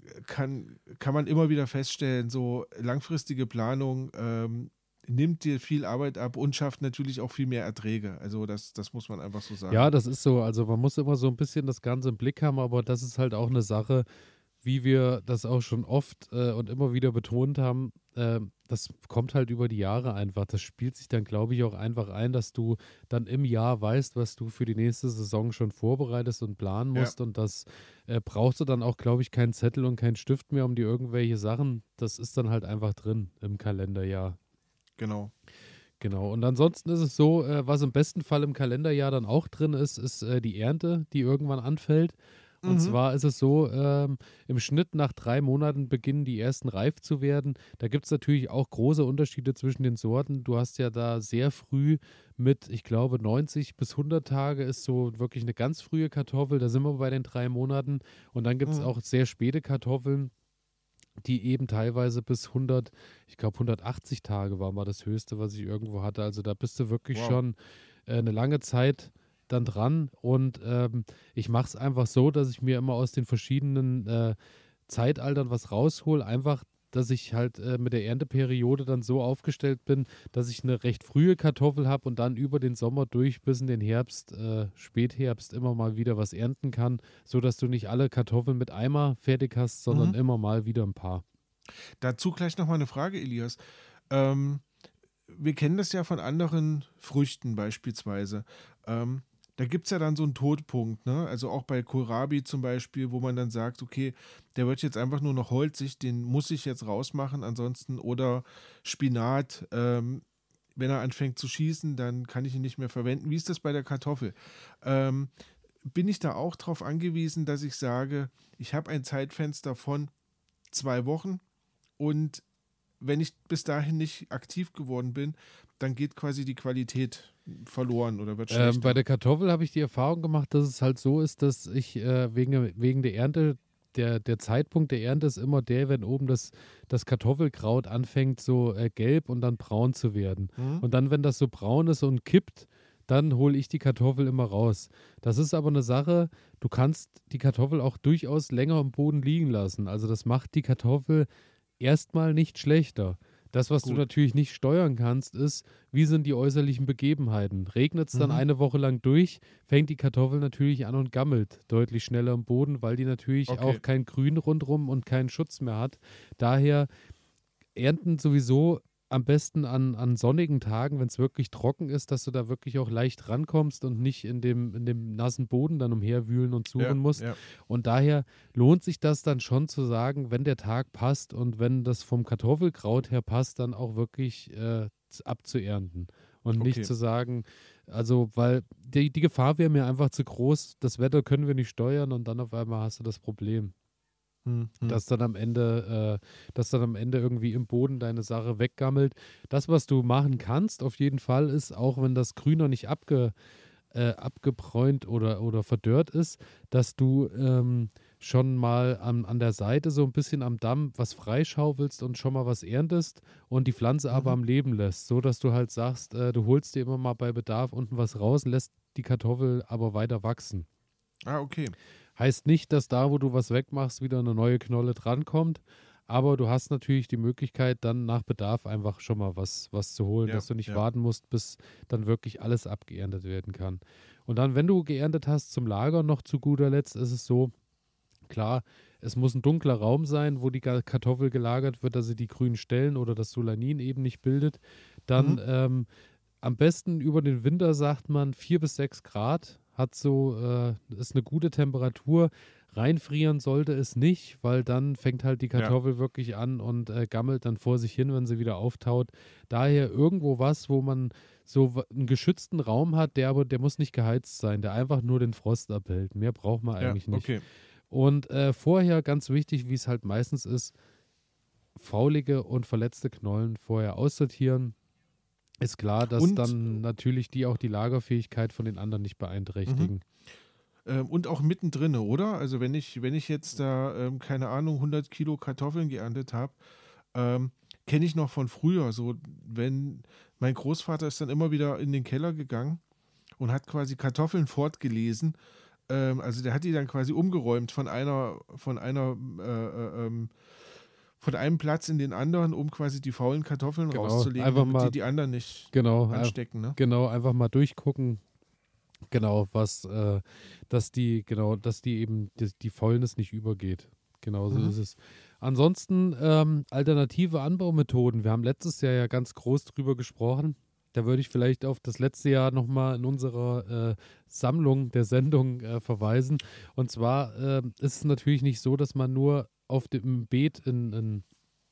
kann, kann man immer wieder feststellen, so langfristige Planung ähm, nimmt dir viel Arbeit ab und schafft natürlich auch viel mehr Erträge. Also das, das muss man einfach so sagen. Ja, das ist so. Also man muss immer so ein bisschen das Ganze im Blick haben, aber das ist halt auch eine Sache, wie wir das auch schon oft äh, und immer wieder betont haben, äh, das kommt halt über die Jahre einfach. Das spielt sich dann, glaube ich, auch einfach ein, dass du dann im Jahr weißt, was du für die nächste Saison schon vorbereitest und planen Ja, musst. Und das äh, brauchst du dann auch, glaube ich, keinen Zettel und keinen Stift mehr, um dir irgendwelche Sachen. Das ist dann halt einfach drin im Kalenderjahr. genau. Genau. Und ansonsten ist es so, äh, was im besten Fall im Kalenderjahr dann auch drin ist, ist äh, die Ernte, die irgendwann anfällt. Und Mhm. zwar ist es so, ähm, im Schnitt nach drei Monaten beginnen die ersten reif zu werden. Da gibt es natürlich auch große Unterschiede zwischen den Sorten. Du hast ja da sehr früh mit, ich glaube, neunzig bis hundert Tage ist so wirklich eine ganz frühe Kartoffel. Da sind wir bei den drei Monaten. Und dann gibt es Mhm. auch sehr späte Kartoffeln, die eben teilweise bis hundert, ich glaube hundertachtzig Tage war mal das Höchste, was ich irgendwo hatte. Also da bist du wirklich Wow. schon äh, eine lange Zeit dann dran und ähm, ich mache es einfach so, dass ich mir immer aus den verschiedenen äh, Zeitaltern was raushole, einfach, dass ich halt äh, mit der Ernteperiode dann so aufgestellt bin, dass ich eine recht frühe Kartoffel habe und dann über den Sommer durch bis in den Herbst, äh, Spätherbst immer mal wieder was ernten kann, so dass du nicht alle Kartoffeln mit Eimer fertig hast, sondern Mhm. immer mal wieder ein paar. Dazu gleich nochmal eine Frage, Elias. Ähm, wir kennen das ja von anderen Früchten beispielsweise. Ähm, da gibt es ja dann so einen Todpunkt, ne? Also auch bei Kohlrabi zum Beispiel, wo man dann sagt, okay, der wird jetzt einfach nur noch holzig, den muss ich jetzt rausmachen, ansonsten oder Spinat, ähm, wenn er anfängt zu schießen, dann kann ich ihn nicht mehr verwenden. Wie ist das bei der Kartoffel? Ähm, bin ich da auch darauf angewiesen, dass ich sage, ich habe ein Zeitfenster von zwei Wochen und wenn ich bis dahin nicht aktiv geworden bin, dann geht quasi die Qualität verloren oder wird Ähm, bei schlechter. der Kartoffel habe ich die Erfahrung gemacht, dass es halt so ist, dass ich äh, wegen, wegen der Ernte, der, der Zeitpunkt der Ernte ist immer der, wenn oben das, das Kartoffelkraut anfängt, so äh, gelb und dann braun zu werden. Mhm. Und dann, wenn das so braun ist und kippt, dann hole ich die Kartoffel immer raus. Das ist aber eine Sache, du kannst die Kartoffel auch durchaus länger im Boden liegen lassen. Also das macht die Kartoffel erstmal nicht schlechter. Das, was du Gut. natürlich nicht steuern kannst, ist, wie sind die äußerlichen Begebenheiten. Regnet es dann Mhm. eine Woche lang durch, fängt die Kartoffel natürlich an und gammelt deutlich schneller im Boden, weil die natürlich Okay. auch kein Grün rundrum und keinen Schutz mehr hat. Daher ernten sowieso am besten an, an sonnigen Tagen, wenn es wirklich trocken ist, dass du da wirklich auch leicht rankommst und nicht in dem, in dem nassen Boden dann umherwühlen und Ja, suchen musst. ja. Und daher lohnt sich das dann schon zu sagen, wenn der Tag passt und wenn das vom Kartoffelkraut her passt, dann auch wirklich äh, z- abzuernten. Und nicht Okay. zu sagen, also, weil die, die Gefahr wäre mir einfach zu groß, das Wetter können wir nicht steuern und dann auf einmal hast du das Problem Mhm. dass dann am Ende, äh, dass dann am Ende irgendwie im Boden deine Sache weggammelt. Das, was du machen kannst, auf jeden Fall, ist, auch wenn das Grün noch nicht abge, äh, abgebräunt oder, oder verdörrt ist, dass du ähm, schon mal an, an der Seite so ein bisschen am Damm was freischaufelst und schon mal was erntest und die Pflanze aber Mhm. am Leben lässt, so dass du halt sagst, äh, du holst dir immer mal bei Bedarf unten was raus, lässt die Kartoffel aber weiter wachsen. Ah, okay. Heißt nicht, dass da, wo du was wegmachst, wieder eine neue Knolle drankommt. Aber du hast natürlich die Möglichkeit, dann nach Bedarf einfach schon mal was, was zu holen, Ja, dass du nicht ja. warten musst, bis dann wirklich alles abgeerntet werden kann. Und dann, wenn du geerntet hast, zum Lager noch zu guter Letzt, ist es so, klar, es muss ein dunkler Raum sein, wo die Ga- Kartoffel gelagert wird, dass sie die grünen Stellen oder das Solanin eben nicht bildet. Mhm. Dann ähm, am besten über den Winter sagt man vier bis sechs Grad hat so, äh, ist eine gute Temperatur. Reinfrieren sollte es nicht, weil dann fängt halt die Ja. Kartoffel wirklich an und äh, gammelt dann vor sich hin, wenn sie wieder auftaut. Daher irgendwo was, wo man so w- einen geschützten Raum hat, der aber, der muss nicht geheizt sein, der einfach nur den Frost abhält. Mehr braucht man Ja, eigentlich nicht. okay. Und äh, vorher, ganz wichtig, wie es halt meistens ist, faulige und verletzte Knollen vorher aussortieren. Ist klar, dass Und, dann natürlich die auch die Lagerfähigkeit von den anderen nicht mhm. beeinträchtigen. Ähm, und auch mittendrin, oder? Also wenn ich, wenn ich jetzt da, ähm, keine Ahnung, hundert Kilo Kartoffeln geerntet habe, ähm, kenne ich noch von früher, so wenn mein Großvater ist dann immer wieder in den Keller gegangen und hat quasi Kartoffeln fortgelesen. Ähm, also der hat die dann quasi umgeräumt von einer, von einer, äh, äh, ähm, von einem Platz in den anderen, um quasi die faulen Kartoffeln Genau, rauszulegen, einfach damit mal, die die anderen nicht genau, ein- anstecken, ne? genau, einfach mal durchgucken. Genau, was, äh, dass die, genau, dass die eben die, die Fäulnis nicht übergeht. Genau so Mhm. ist es. Ansonsten ähm, alternative Anbaumethoden. Wir haben letztes Jahr ja ganz groß drüber gesprochen. Da würde ich vielleicht auf das letzte Jahr nochmal in unserer äh, Sammlung der Sendung äh, verweisen. Und zwar äh, ist es natürlich nicht so, dass man nur auf dem Beet in, in,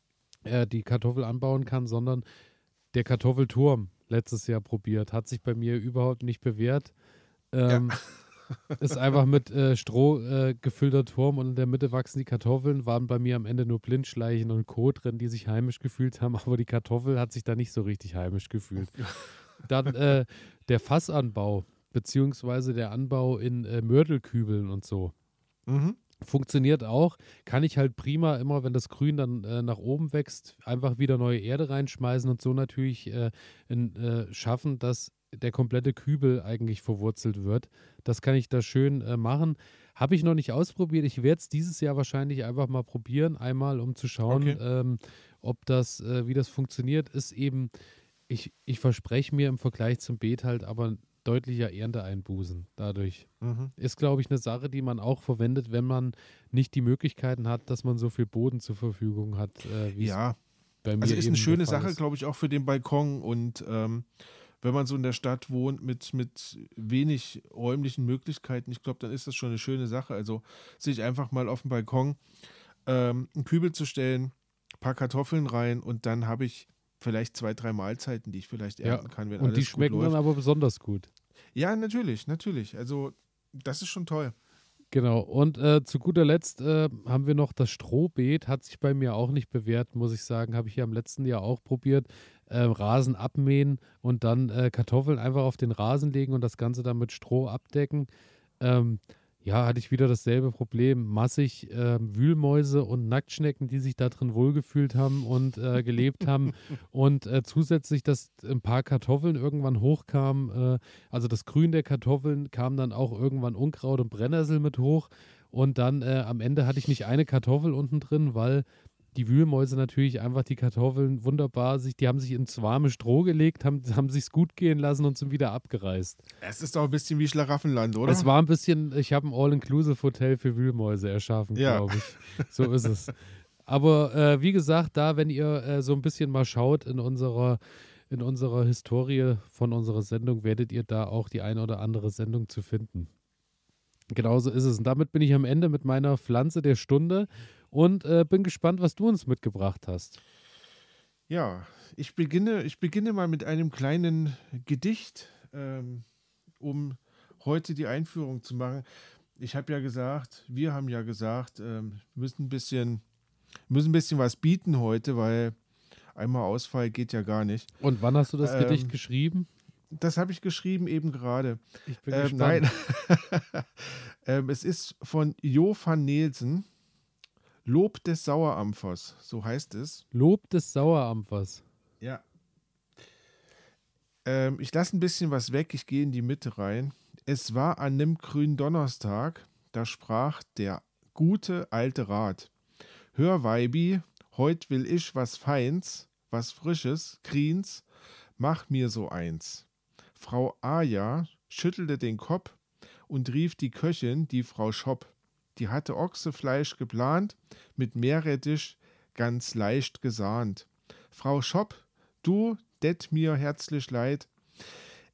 äh, die Kartoffel anbauen kann, sondern der Kartoffelturm letztes Jahr probiert. Hat sich bei mir überhaupt nicht bewährt. Ja. Ähm, ist einfach mit äh, Stroh äh, gefüllter Turm und in der Mitte wachsen die Kartoffeln. Waren bei mir am Ende nur Blindschleichen und Co. drin, die sich heimisch gefühlt haben, aber die Kartoffel hat sich da nicht so richtig heimisch gefühlt. Dann äh, der Fassanbau, beziehungsweise der Anbau in äh, Mörtelkübeln und so. Mhm. Funktioniert auch, kann ich halt prima immer, wenn das Grün dann äh, nach oben wächst, einfach wieder neue Erde reinschmeißen und so natürlich äh, in, äh, schaffen, dass der komplette Kübel eigentlich verwurzelt wird. Das kann ich da schön äh, machen. Habe ich noch nicht ausprobiert. Ich werde es dieses Jahr wahrscheinlich einfach mal probieren, einmal, um zu schauen, Okay. ähm, ob das, äh, wie das funktioniert. Ist eben, ich, ich verspreche mir im Vergleich zum Beet halt aber deutlicher Ernteeinbußen dadurch. Mhm. Ist, glaube ich, eine Sache, die man auch verwendet, wenn man nicht die Möglichkeiten hat, dass man so viel Boden zur Verfügung hat, äh, wie es Ja, bei mir also ist eben eine schöne der Fall Sache, ist. glaube ich, auch für den Balkon. Und ähm, wenn man so in der Stadt wohnt mit, mit wenig räumlichen Möglichkeiten, ich glaube, dann ist das schon eine schöne Sache. Also sich einfach mal auf dem Balkon ähm, einen Kübel zu stellen, ein paar Kartoffeln rein und dann habe ich vielleicht zwei, drei Mahlzeiten, die ich vielleicht Ja, ernten kann, wenn und die alles gut schmecken dann läuft. aber besonders gut. Ja, natürlich, natürlich. Also das ist schon toll. Genau. Und äh, zu guter Letzt äh, haben wir noch das Strohbeet. Hat sich bei mir auch nicht bewährt, muss ich sagen. Habe ich ja im letzten Jahr auch probiert. Äh, Rasen abmähen und dann äh, Kartoffeln einfach auf den Rasen legen und das Ganze dann mit Stroh abdecken. Ähm, ja, hatte ich wieder dasselbe Problem. Massig ähm, Wühlmäuse und Nacktschnecken, die sich da drin wohlgefühlt haben und äh, gelebt haben. Und äh, zusätzlich, dass ein paar Kartoffeln irgendwann hochkamen. Äh, also das Grün der Kartoffeln kam dann auch irgendwann Unkraut und Brennnessel mit hoch. Und dann äh, am Ende hatte ich nicht eine Kartoffel unten drin, weil die Wühlmäuse natürlich einfach die Kartoffeln wunderbar sich, die haben sich ins warme Stroh gelegt, haben, haben sich's gut gehen lassen und sind wieder abgereist. Es ist doch ein bisschen wie Schlaraffenland, oder? Es war ein bisschen, ich habe ein All-Inclusive-Hotel für Wühlmäuse erschaffen, Ja. glaube ich. So ist es. Aber äh, wie gesagt, da, wenn ihr äh, so ein bisschen mal schaut in unserer, in unserer Historie von unserer Sendung, werdet ihr da auch die eine oder andere Sendung zu finden. Genauso ist es. Und damit bin ich am Ende mit meiner Pflanze der Stunde und äh, bin gespannt, was du uns mitgebracht hast. Ja, ich beginne, ich beginne mal mit einem kleinen Gedicht, ähm, um heute die Einführung zu machen. Ich habe ja gesagt, wir haben ja gesagt, ähm, wir müssen ein bisschen, müssen ein bisschen was bieten heute, weil einmal Ausfall geht ja gar nicht. Und wann hast du das Ähm, Gedicht geschrieben? Das habe ich geschrieben eben gerade. Ich bin Ähm, gespannt. nein, ähm, es ist von Jo van Neelsen, Lob des Sauerampfers, so heißt es. Lob des Sauerampfers. Ja. Ähm, ich lasse ein bisschen was weg, ich gehe in die Mitte rein. Es war an nem grünen Donnerstag, da sprach der gute alte Rat. Hör, Weibi, heut will ich was Feins, was Frisches, Grins, mach mir so eins. Frau Aja schüttelte den Kopf und rief die Köchin, die Frau Schopp. Die hatte Ochsefleisch geplant, mit Meerrettich ganz leicht gesahnt. Frau Schopp, du, det mir herzlich leid,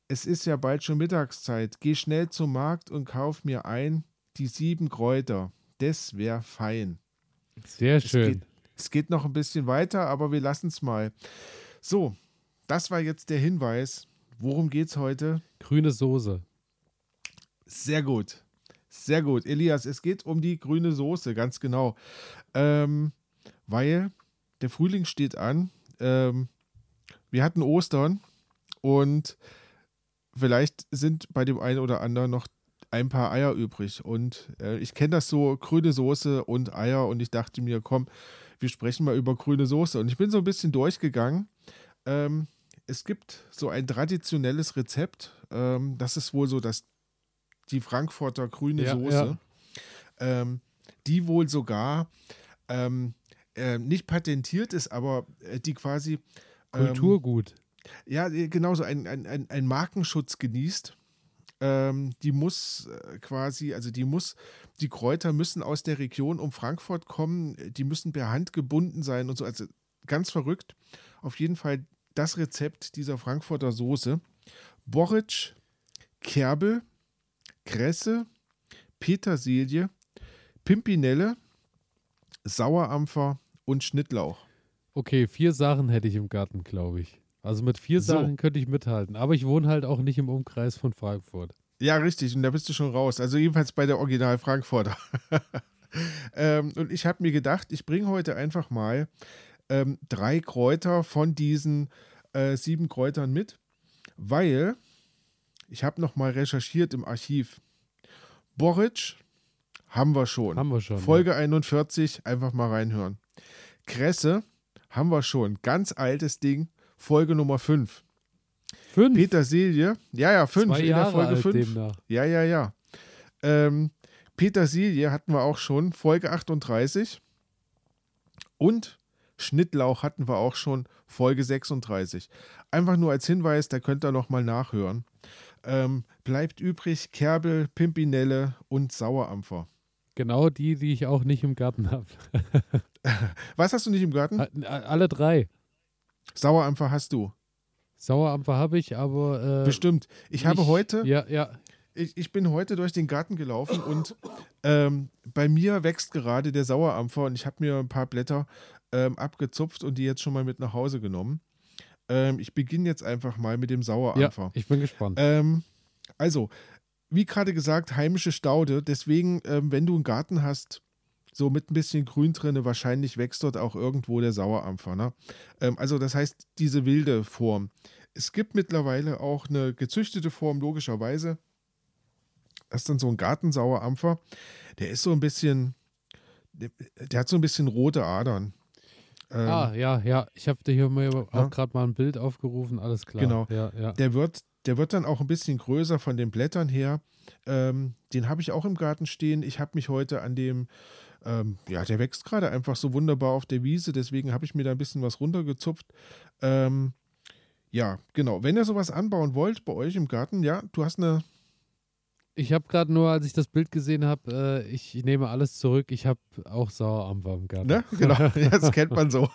es ist ja bald schon Mittagszeit. Geh schnell zum Markt und kauf mir ein die sieben Kräuter. Das wäre fein. Sehr Es schön. geht, es geht noch ein bisschen weiter, aber wir lassen es mal. So, das war jetzt der Hinweis. Worum geht's heute? Grüne Soße. Sehr gut. Sehr gut. Elias, es geht um die grüne Soße, ganz genau. Ähm, weil der Frühling steht an. Ähm, wir hatten Ostern und vielleicht sind bei dem einen oder anderen noch ein paar Eier übrig. Und äh, ich kenne das so, grüne Soße und Eier. Und ich dachte mir, komm, wir sprechen mal über grüne Soße. Und ich bin so ein bisschen durchgegangen. Ähm, es gibt so ein traditionelles Rezept. Ähm, das ist wohl so das, die Frankfurter grüne Ja, Soße. ja. Ähm, die wohl sogar ähm, äh, nicht patentiert ist, aber äh, die quasi ähm, Kulturgut. ja, genauso ein, ein, ein, ein Markenschutz genießt. Ähm, die muss äh, quasi, also die muss, die Kräuter müssen aus der Region um Frankfurt kommen, die müssen per Hand gebunden sein und so, also ganz verrückt. Auf jeden Fall das Rezept dieser Frankfurter Soße. Borretsch, Kerbel, Kresse, Petersilie, Pimpinelle, Sauerampfer und Schnittlauch. Okay, vier Sachen hätte ich im Garten, glaube ich. Also mit vier So. Sachen könnte ich mithalten. Aber ich wohne halt auch nicht im Umkreis von Frankfurt. Ja, richtig. Und da bist du schon raus. Also jedenfalls bei der Original Frankfurter. ähm, und ich habe mir gedacht, ich bringe heute einfach mal ähm, drei Kräuter von diesen äh, sieben Kräutern mit, weil ich habe noch mal recherchiert im Archiv. Borretsch haben wir schon. Haben wir schon. Folge ja. einundvierzig, einfach mal reinhören. Kresse haben wir schon. Ganz altes Ding. Folge Nummer fünf. Fünf? Petersilie, ja, ja, fünf Zwei in Jahre der Folge alt fünf. Demnach. Ja, ja, ja. Ähm, Petersilie hatten wir auch schon, Folge achtunddreißig. Und Schnittlauch hatten wir auch schon, Folge sechsunddreißig. Einfach nur als Hinweis, da könnt ihr nochmal nachhören. Ähm, bleibt übrig Kerbel, Pimpinelle und Sauerampfer. Genau die, die ich auch nicht im Garten habe. Was hast du nicht im Garten? Alle drei. Sauerampfer hast du. Sauerampfer habe ich, aber. Äh, Bestimmt. Ich nicht, habe heute. Ja, ja. Ich, ich bin heute durch den Garten gelaufen und ähm, bei mir wächst gerade der Sauerampfer und ich habe mir ein paar Blätter ähm, abgezupft und die jetzt schon mal mit nach Hause genommen. Ähm, ich beginne jetzt einfach mal mit dem Sauerampfer. Ja, ich bin gespannt. Ähm, also, wie gerade gesagt, heimische Staude. Deswegen, ähm, wenn du einen Garten hast, so mit ein bisschen Grün drin, wahrscheinlich wächst dort auch irgendwo der Sauerampfer. Ne? Ähm, also das heißt, diese wilde Form. Es gibt mittlerweile auch eine gezüchtete Form, logischerweise. Das ist dann so ein Gartensauerampfer. Der ist so ein bisschen, der, der hat so ein bisschen rote Adern. Ähm, ah, ja, ja. Ich habe dir hier mal auch ja? gerade mal ein Bild aufgerufen, alles klar. Genau. Ja, ja. Der wird, der wird dann auch ein bisschen größer von den Blättern her. Ähm, den habe ich auch im Garten stehen. Ich habe mich heute an dem, ähm, ja, der wächst gerade einfach so wunderbar auf der Wiese, deswegen habe ich mir da ein bisschen was runtergezupft. Ähm, ja, genau. Wenn ihr sowas anbauen wollt bei euch im Garten, ja, du hast eine. Ich habe gerade nur, als ich das Bild gesehen habe, äh, ich, ich nehme alles zurück, ich habe auch Sauerampfer im Garten. Ne? Genau, ja, das kennt man so.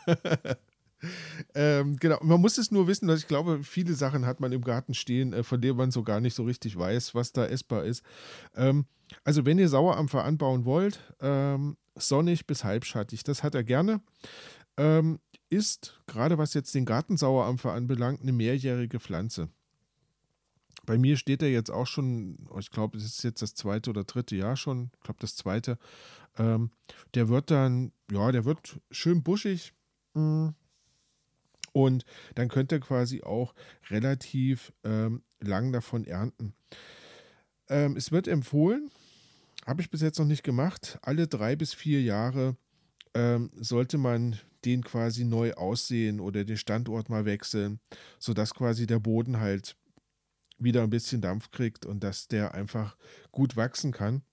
ähm, genau, man muss es nur wissen, dass ich glaube, viele Sachen hat man im Garten stehen, äh, von denen man so gar nicht so richtig weiß, was da essbar ist. Ähm, also wenn ihr Sauerampfer anbauen wollt, ähm, sonnig bis halbschattig, das hat er gerne. Ähm, ist, gerade was jetzt den Gartensauerampfer anbelangt, eine mehrjährige Pflanze. Bei mir steht er jetzt auch schon, ich glaube, es ist jetzt das zweite oder dritte Jahr schon, ich glaube das zweite. Ähm, der wird dann, ja, der wird schön buschig. Mh. Und dann könnt ihr quasi auch relativ ähm, lang davon ernten. Ähm, es wird empfohlen, habe ich bis jetzt noch nicht gemacht, alle drei bis vier Jahre ähm, sollte man den quasi neu aussehen oder den Standort mal wechseln, sodass quasi der Boden halt wieder ein bisschen Dampf kriegt und dass der einfach gut wachsen kann.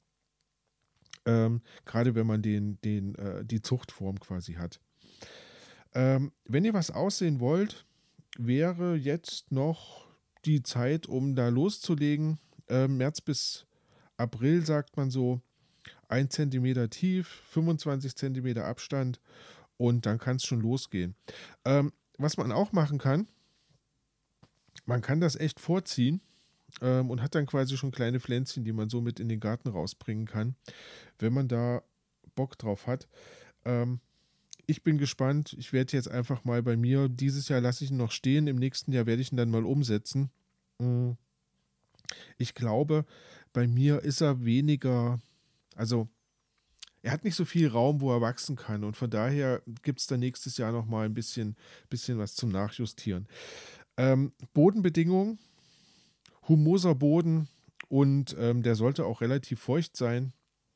Ähm, gerade wenn man den, den, äh, die Zuchtform quasi hat. Ähm, wenn ihr was aussehen wollt, wäre jetzt noch die Zeit, um da loszulegen. Ähm, März bis April sagt man so, ein Zentimeter tief, fünfundzwanzig Zentimeter Abstand und dann kann es schon losgehen. Ähm, was man auch machen kann, man kann das echt vorziehen. ähm, und hat dann quasi schon kleine Pflänzchen, die man so mit in den Garten rausbringen kann, wenn man da Bock drauf hat. Ähm, ich bin gespannt. Ich werde jetzt einfach mal bei mir, dieses Jahr lasse ich ihn noch stehen, im nächsten Jahr werde ich ihn dann mal umsetzen. Mm, Ich glaube, bei mir ist er weniger, also er hat nicht so viel Raum, wo er wachsen kann und von daher gibt es dann nächstes Jahr noch mal ein bisschen, bisschen was zum Nachjustieren. Ähm, Bodenbedingungen, humoser Boden und ähm, der sollte auch relativ feucht sein,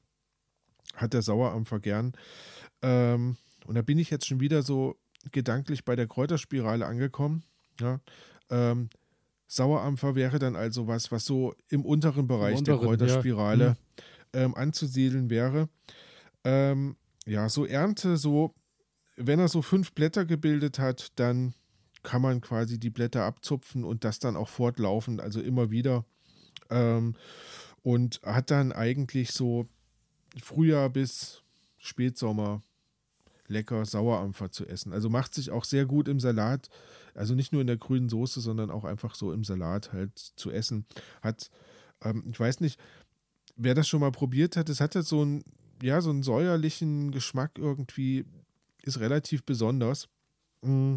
hat der Sauerampfer gern. Ähm, und da bin ich jetzt schon wieder so gedanklich bei der Kräuterspirale angekommen. Ja. Ähm, Sauerampfer wäre dann also was, was so im unteren Im Bereich der unteren, ja. Hm. Kräuterspirale ähm, anzusiedeln wäre. Ähm, ja, so Ernte, so, wenn er so fünf Blätter gebildet hat, dann kann man quasi die Blätter abzupfen und das dann auch fortlaufend, also immer wieder. Ähm, und hat dann eigentlich so Frühjahr bis Spätsommer lecker Sauerampfer zu essen. Also macht sich auch sehr gut im Salat, also nicht nur in der grünen Soße, sondern auch einfach so im Salat halt zu essen. Hat, ähm, ich weiß nicht, wer das schon mal probiert hat, es hat halt so einen, ja, so einen säuerlichen Geschmack irgendwie, ist relativ besonders. Mm,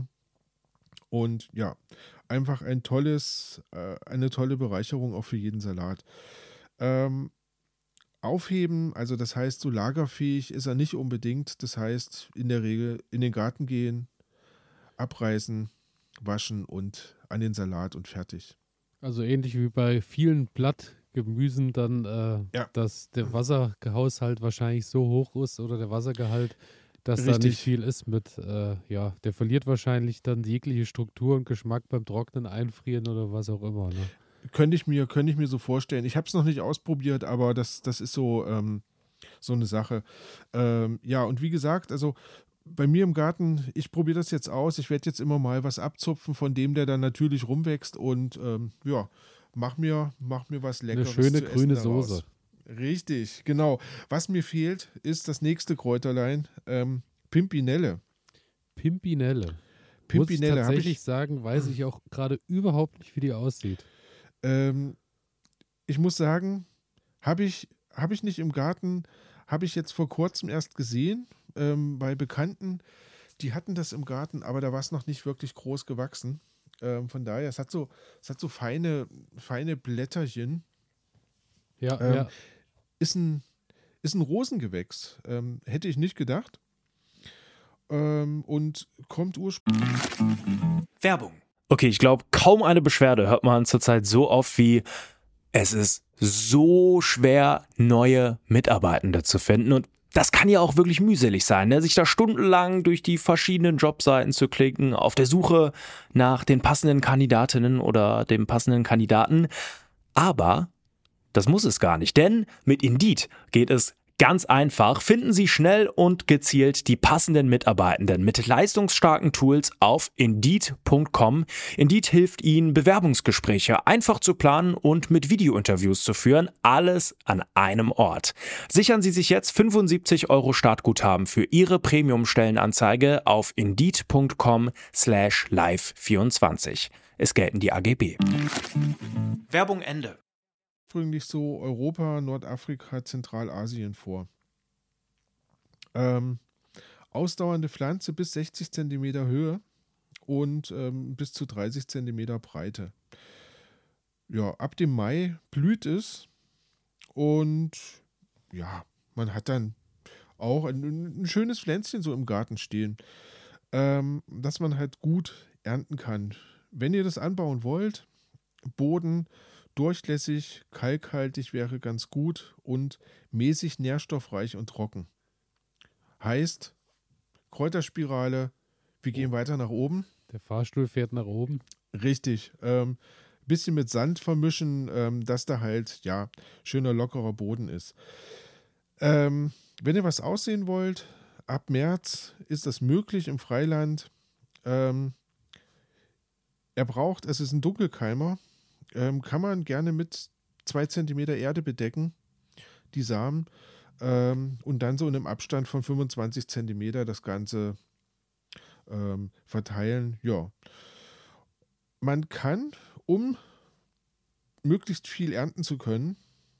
Und ja, einfach ein tolles, äh, eine tolle Bereicherung auch für jeden Salat. Ähm, Aufheben, also das heißt, so lagerfähig ist er nicht unbedingt. Das heißt, in der Regel in den Garten gehen, abreißen, waschen und an den Salat und fertig. Also ähnlich wie bei vielen Blattgemüsen dann, äh, Ja, dass der Wasserhaushalt wahrscheinlich so hoch ist oder der Wassergehalt, dass da nicht richtig. viel ist mit, äh, ja, der verliert wahrscheinlich dann jegliche Struktur und Geschmack beim Trocknen, Einfrieren oder was auch immer, ne? Könnte ich mir, könnte ich mir so vorstellen. Ich habe es noch nicht ausprobiert, aber das, das ist so, ähm, so eine Sache. Ähm, ja, und wie gesagt, also bei mir im Garten, ich probiere das jetzt aus. Ich werde jetzt immer mal was abzupfen von dem, der dann natürlich rumwächst und ähm, ja, mach mir, mach mir was Eine Leckeres schöne zu essen grüne Soße. daraus. Richtig, genau. Was mir fehlt, ist das nächste Kräuterlein, ähm, Pimpinelle. Pimpinelle. Muss ich Pimpinelle habe tatsächlich ich, sagen, weiß ich auch gerade überhaupt nicht, wie die aussieht. ähm, ich muss sagen, habe ich, habe ich nicht im Garten, habe ich jetzt vor kurzem erst gesehen, ähm, bei Bekannten. Die hatten das im Garten, aber da war es noch nicht wirklich groß gewachsen. Ähm, von daher, es hat so, es hat so feine, feine Blätterchen. Ja, Ähm, ja. ist ein, ist ein Rosengewächs. Ähm, hätte ich nicht gedacht. Ähm, und kommt ursprünglich. Werbung. Okay, ich glaube, kaum eine Beschwerde hört man zurzeit so oft wie: Es ist so schwer, neue Mitarbeitende zu finden. Und das kann ja auch wirklich mühselig sein, ne? Sich da stundenlang durch die verschiedenen Jobseiten zu klicken, auf der Suche nach den passenden Kandidatinnen oder dem passenden Kandidaten. Aber das muss es gar nicht, denn mit Indeed geht es ganz einfach. Finden Sie schnell und gezielt die passenden Mitarbeitenden mit leistungsstarken Tools auf Indeed Punkt com. Indeed hilft Ihnen, Bewerbungsgespräche einfach zu planen und mit Videointerviews zu führen. Alles an einem Ort. Sichern Sie sich jetzt fünfundsiebzig Euro Startguthaben für Ihre Premium-Stellenanzeige auf Indeed Punkt com slash live vierundzwanzig. Es gelten die A G B. Werbung Ende. ursprünglich so Europa, Nordafrika, Zentralasien vor. Ähm, ausdauernde Pflanze bis sechzig Zentimeter Höhe und ähm, bis zu dreißig Zentimeter Breite. Ja, ab dem Mai blüht es und ja, man hat dann auch ein, ein schönes Pflänzchen so im Garten stehen, ähm, das man halt gut ernten kann. Wenn ihr das anbauen wollt, Boden durchlässig, kalkhaltig wäre ganz gut und mäßig nährstoffreich und trocken. Heißt, Kräuterspirale, wir Oh, gehen weiter nach oben. der Fahrstuhl fährt nach oben. Richtig. Ähm, bisschen mit Sand vermischen, ähm, dass da halt, ja, schöner, lockerer Boden ist. Ähm, wenn ihr was aussehen wollt, ab März ist das möglich im Freiland. Ähm, er braucht, es ist ein Dunkelkeimer, ähm, kann man gerne mit zwei Zentimeter Erde bedecken, die Samen, ähm, und dann so in einem Abstand von fünfundzwanzig Zentimeter das Ganze ähm, verteilen. Ja, man kann, um möglichst viel ernten zu können,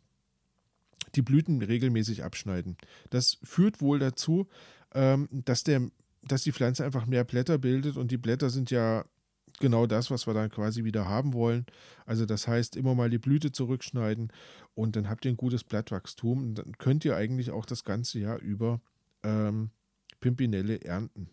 die Blüten regelmäßig abschneiden. Das führt wohl dazu, ähm, dass, der, dass die Pflanze einfach mehr Blätter bildet und die Blätter sind ja genau das, was wir dann quasi wieder haben wollen. Also das heißt, immer mal die Blüte zurückschneiden und dann habt ihr ein gutes Blattwachstum und dann könnt ihr eigentlich auch das ganze Jahr über ähm, Pimpinelle ernten.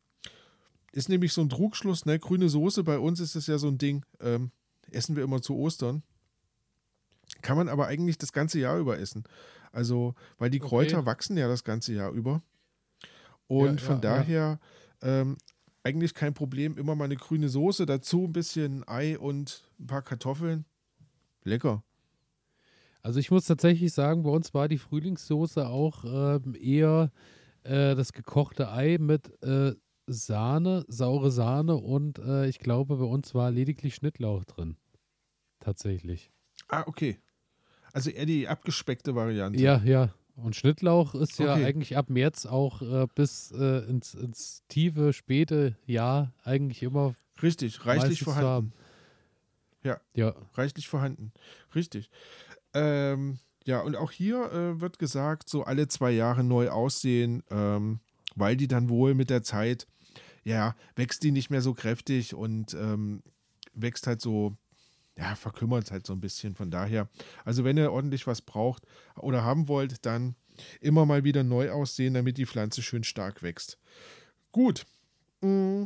Ist nämlich so ein Trugschluss, ne? Grüne Soße, bei uns ist das ja so ein Ding, ähm, essen wir immer zu Ostern. Kann man aber eigentlich das ganze Jahr über essen. Also, weil die Kräuter Okay. wachsen ja das ganze Jahr über. Und Ja, von ja, daher ähm, eigentlich kein Problem. Immer mal eine grüne Soße, dazu ein bisschen Ei und ein paar Kartoffeln. Lecker. Also ich muss tatsächlich sagen, bei uns war die Frühlingssoße auch ähm, eher äh, das gekochte Ei mit äh, Sahne, saure Sahne und äh, ich glaube, bei uns war lediglich Schnittlauch drin. Tatsächlich. Ah, okay. Also eher die abgespeckte Variante. Ja, ja. Und Schnittlauch ist ja Okay. eigentlich ab März auch äh, bis äh, ins, ins tiefe, späte Jahr eigentlich immer Richtig, reichlich meistens zu vorhanden. haben. Ja, Ja, reichlich vorhanden. Richtig. Ähm, ja, und auch hier äh, wird gesagt, so alle zwei Jahre neu aussehen, ähm, weil die dann wohl mit der Zeit, ja, wächst die nicht mehr so kräftig und ähm, wächst halt so, ja, verkümmert halt so ein bisschen. Von daher, also wenn ihr ordentlich was braucht oder haben wollt, dann immer mal wieder neu aussehen, damit die Pflanze schön stark wächst. Gut. Mm.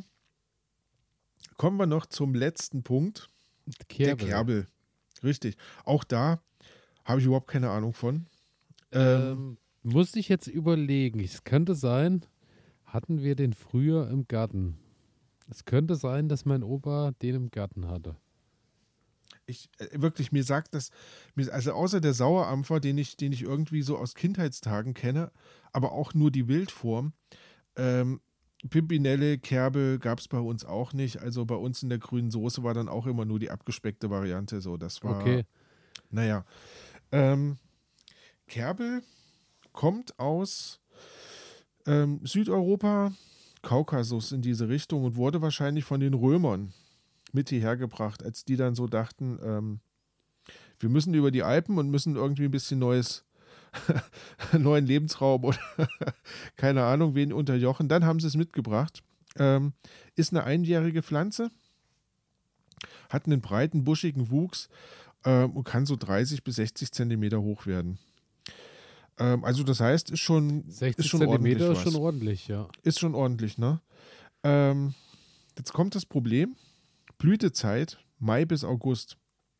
Kommen wir noch zum letzten Punkt. Der Kerbel. Kerbel. Richtig. Auch da habe ich überhaupt keine Ahnung von. Ähm, Ähm, muss ich jetzt überlegen. Es könnte sein, hatten wir den früher im Garten. Es könnte sein, dass mein Opa den im Garten hatte. ich äh, wirklich, mir sagt das, mir, also außer der Sauerampfer, den ich, den ich irgendwie so aus Kindheitstagen kenne, aber auch nur die Wildform, ähm, Pimpinelle, Kerbel gab es bei uns auch nicht. Also bei uns in der grünen Soße war dann auch immer nur die abgespeckte Variante. So, das war, Okay. naja. Ähm, Kerbel kommt aus ähm, Südeuropa, Kaukasus in diese Richtung und wurde wahrscheinlich von den Römern mit hierher gebracht, als die dann so dachten, ähm, wir müssen über die Alpen und müssen irgendwie ein bisschen neues, neuen Lebensraum oder keine Ahnung, wen unterjochen. Dann haben sie es mitgebracht. Ähm, ist eine einjährige Pflanze, hat einen breiten, buschigen Wuchs ähm, und kann so dreißig bis sechzig Zentimeter hoch werden. Ähm, also das heißt, ist schon, ist sechzig schon ordentlich Zentimeter ist was. schon ordentlich, ja. Ist schon ordentlich, ne? Ähm, jetzt kommt das Problem. Blütezeit Mai bis August.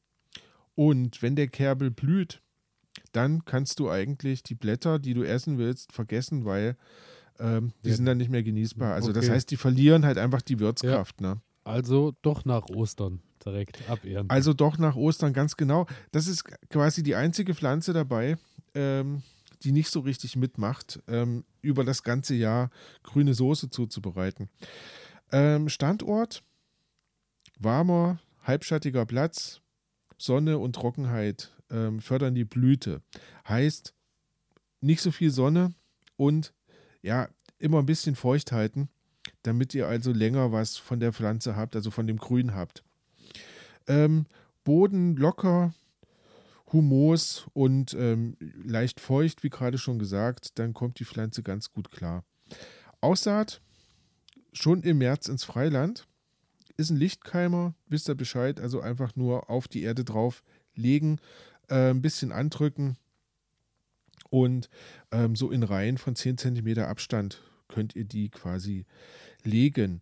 Und wenn der Kerbel blüht, dann kannst du eigentlich die Blätter, die du essen willst, vergessen, weil ähm, die Ja. sind dann nicht mehr genießbar. Also das Okay. heißt, die verlieren halt einfach die Würzkraft. Ne? Also doch nach Ostern direkt abernten. Also doch nach Ostern, ganz genau. Das ist quasi die einzige Pflanze dabei, ähm, die nicht so richtig mitmacht, ähm, über das ganze Jahr grüne Soße zuzubereiten. Ähm, Standort, warmer, halbschattiger Platz, Sonne und Trockenheit ähm, fördern die Blüte. Heißt, nicht so viel Sonne und ja, immer ein bisschen feucht halten, damit ihr also länger was von der Pflanze habt, also von dem Grün habt. Ähm, Boden locker, Humus und ähm, leicht feucht, wie gerade schon gesagt, dann kommt die Pflanze ganz gut klar. Aussaat schon im März ins Freiland. Ist ein Lichtkeimer, wisst ihr Bescheid, also einfach nur auf die Erde drauf legen, äh, ein bisschen andrücken und ähm, so in Reihen von zehn Zentimeter Abstand könnt ihr die quasi legen.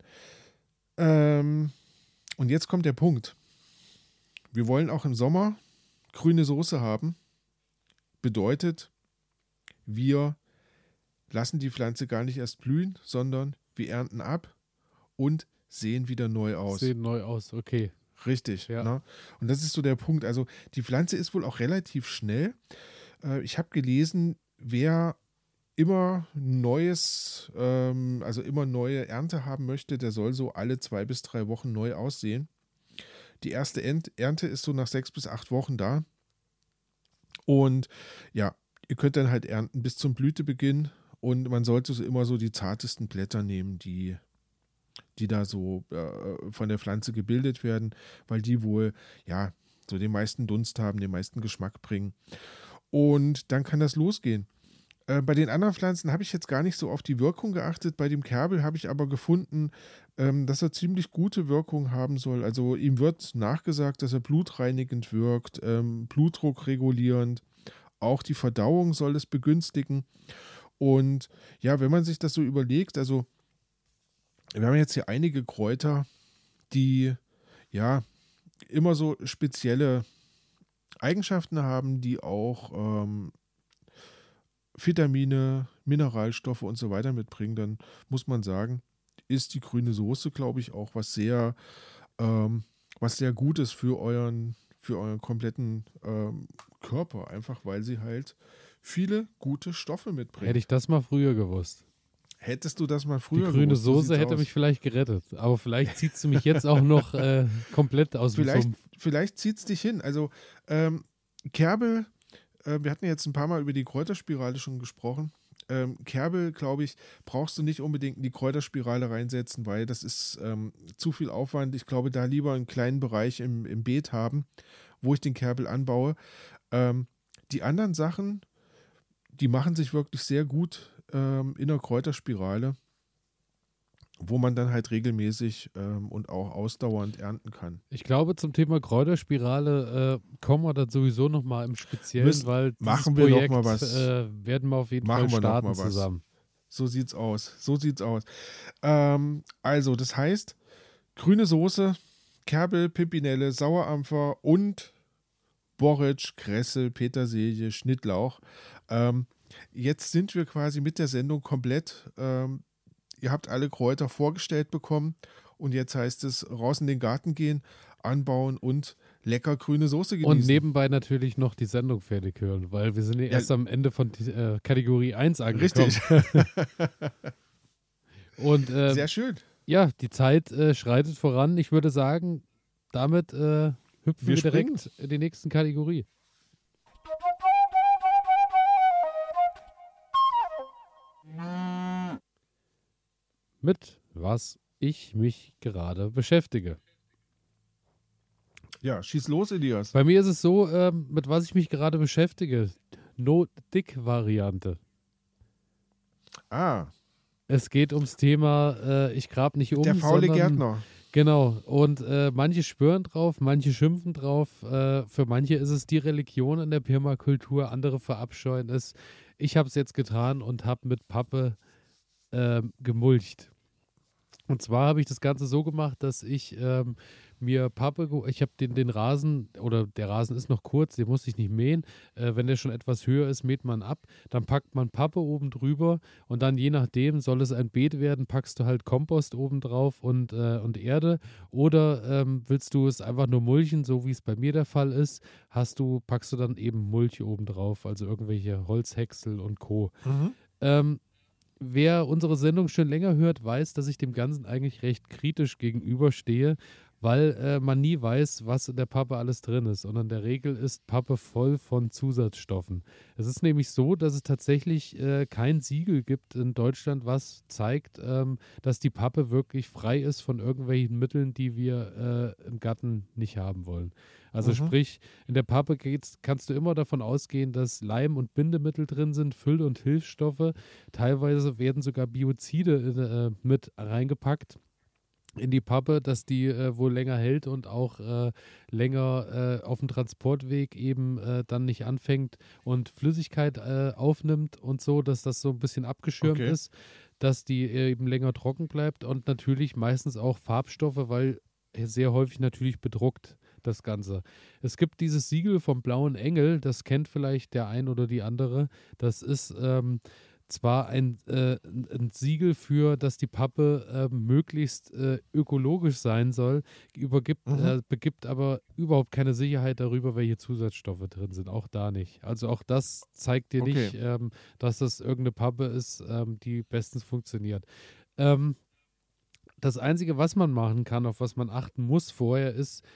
Ähm, und jetzt kommt der Punkt. Wir wollen auch im Sommer grüne Soße haben. Bedeutet, wir lassen die Pflanze gar nicht erst blühen, sondern wir ernten ab und sehen wieder neu aus. Sehen neu aus, okay. Richtig. Ja. Ne? Und das ist so der Punkt. Also die Pflanze ist wohl auch relativ schnell. Äh, ich habe gelesen, wer immer neues, ähm, also immer neue Ernte haben möchte, der soll so alle zwei bis drei Wochen neu aussehen. Die erste Ent- Ernte ist so nach sechs bis acht Wochen da. Und ja, ihr könnt dann halt ernten bis zum Blütebeginn und man sollte so immer so die zartesten Blätter nehmen, die die da so äh, von der Pflanze gebildet werden, weil die wohl, ja, so den meisten Dunst haben, den meisten Geschmack bringen. Und dann kann das losgehen. Äh, bei den anderen Pflanzen habe ich jetzt gar nicht so auf die Wirkung geachtet. Bei dem Kerbel habe ich aber gefunden, ähm, dass er ziemlich gute Wirkung haben soll. Also ihm wird nachgesagt, dass er blutreinigend wirkt, ähm, Blutdruck regulierend. Auch die Verdauung soll es begünstigen. Und ja, wenn man sich das so überlegt, also wir haben jetzt hier einige Kräuter, die ja immer so spezielle Eigenschaften haben, die auch ähm, Vitamine, Mineralstoffe und so weiter mitbringen, dann muss man sagen, ist die grüne Soße, glaube ich, auch was sehr, ähm, was sehr Gutes für euren, für euren kompletten ähm, Körper, einfach weil sie halt viele gute Stoffe mitbringt. Hätte ich das mal früher gewusst. Hättest du das mal früher Die grüne gewusst, so Soße sieht's hätte aus. mich vielleicht gerettet. Aber vielleicht ziehst du mich jetzt auch noch äh, komplett aus dem Vielleicht, Sumpf. vielleicht zieht es dich hin. Also ähm, Kerbel, äh, wir hatten jetzt ein paar Mal über die Kräuterspirale schon gesprochen. Ähm, Kerbel, glaube ich, brauchst du nicht unbedingt in die Kräuterspirale reinsetzen, weil das ist ähm, zu viel Aufwand. Ich glaube, da lieber einen kleinen Bereich im, im Beet haben, wo ich den Kerbel anbaue. Ähm, die anderen Sachen, die machen sich wirklich sehr gut ähm, in der Kräuterspirale, wo man dann halt regelmäßig ähm, und auch ausdauernd ernten kann. Ich glaube, zum Thema Kräuterspirale äh, kommen wir dann sowieso nochmal im Speziellen, Müssen- weil dieses machen wir noch Projekt mal was. Äh, werden wir auf jeden Machen Fall wir noch starten mal was. zusammen. So sieht's aus. So sieht's aus. Ähm, also, das heißt, grüne Soße, Kerbel, Pimpinelle, Sauerampfer und Borretsch, Kresse, Petersilie, Schnittlauch. Ähm, jetzt sind wir quasi mit der Sendung komplett. Ähm, ihr habt alle Kräuter vorgestellt bekommen und jetzt heißt es, raus in den Garten gehen, anbauen und lecker grüne Soße genießen. Und nebenbei natürlich noch die Sendung fertig hören, weil wir sind ja erst am Ende von die, äh, Kategorie eins angekommen. Richtig. Und äh, Sehr schön. ja, die Zeit äh, schreitet voran. Ich würde sagen, damit äh, hüpfen wir, Wir direkt springen. in die nächsten Kategorie. Mit was ich mich gerade beschäftige. Ja, schieß los, Elias. Bei mir ist es so, ähm, mit was ich mich gerade beschäftige. No-Dick-Variante. Ah, Es geht ums Thema, äh, ich grab nicht um, der faule sondern, Gärtner. Genau, und äh, manche schwören drauf, manche schimpfen drauf. Äh, für manche ist es die Religion in der Permakultur, andere verabscheuen es. Ich habe es jetzt getan und habe mit Pappe ähm, gemulcht. Und zwar habe ich das Ganze so gemacht, dass ich ähm, mir Pappe, ge- ich habe den, den Rasen, oder der Rasen ist noch kurz, den muss ich nicht mähen. Äh, wenn der schon etwas höher ist, mäht man ab. Dann packt man Pappe oben drüber und dann je nachdem, soll es ein Beet werden, packst du halt Kompost oben drauf und, äh, und Erde. Oder ähm, willst du es einfach nur mulchen, so wie es bei mir der Fall ist, hast du, packst du dann eben Mulch oben drauf, also irgendwelche Holzhäcksel und Co. Mhm. Ähm, Wer unsere Sendung schon länger hört, weiß, dass ich dem Ganzen eigentlich recht kritisch gegenüberstehe, weil äh, man nie weiß, was in der Pappe alles drin ist. Und in der Regel ist Pappe voll von Zusatzstoffen. Es ist nämlich so, dass es tatsächlich äh, kein Siegel gibt in Deutschland, was zeigt, ähm, dass die Pappe wirklich frei ist von irgendwelchen Mitteln, die wir äh, im Garten nicht haben wollen. Also Mhm. sprich, in der Pappe geht's, kannst du immer davon ausgehen, dass Leim- und Bindemittel drin sind, Füll- und Hilfsstoffe. Teilweise werden sogar Biozide äh, mit reingepackt in die Pappe, dass die äh, wohl länger hält und auch äh, länger äh, auf dem Transportweg eben äh, dann nicht anfängt und Flüssigkeit äh, aufnimmt und so, dass das so ein bisschen abgeschirmt Okay. ist, dass die äh, eben länger trocken bleibt und natürlich meistens auch Farbstoffe, weil sehr häufig natürlich bedruckt das Ganze. Es gibt dieses Siegel vom Blauen Engel, das kennt vielleicht der ein oder die andere. Das ist ähm, zwar ein, äh, ein ein Siegel für, dass die Pappe äh, möglichst äh, ökologisch sein soll, übergibt, Mhm. äh, begibt aber überhaupt keine Sicherheit darüber, welche Zusatzstoffe drin sind. Auch da nicht. Also auch das zeigt dir Okay. nicht, ähm, dass das irgendeine Pappe ist, ähm, die bestens funktioniert. Ähm, das Einzige, was man machen kann, auf was man achten muss vorher, ist,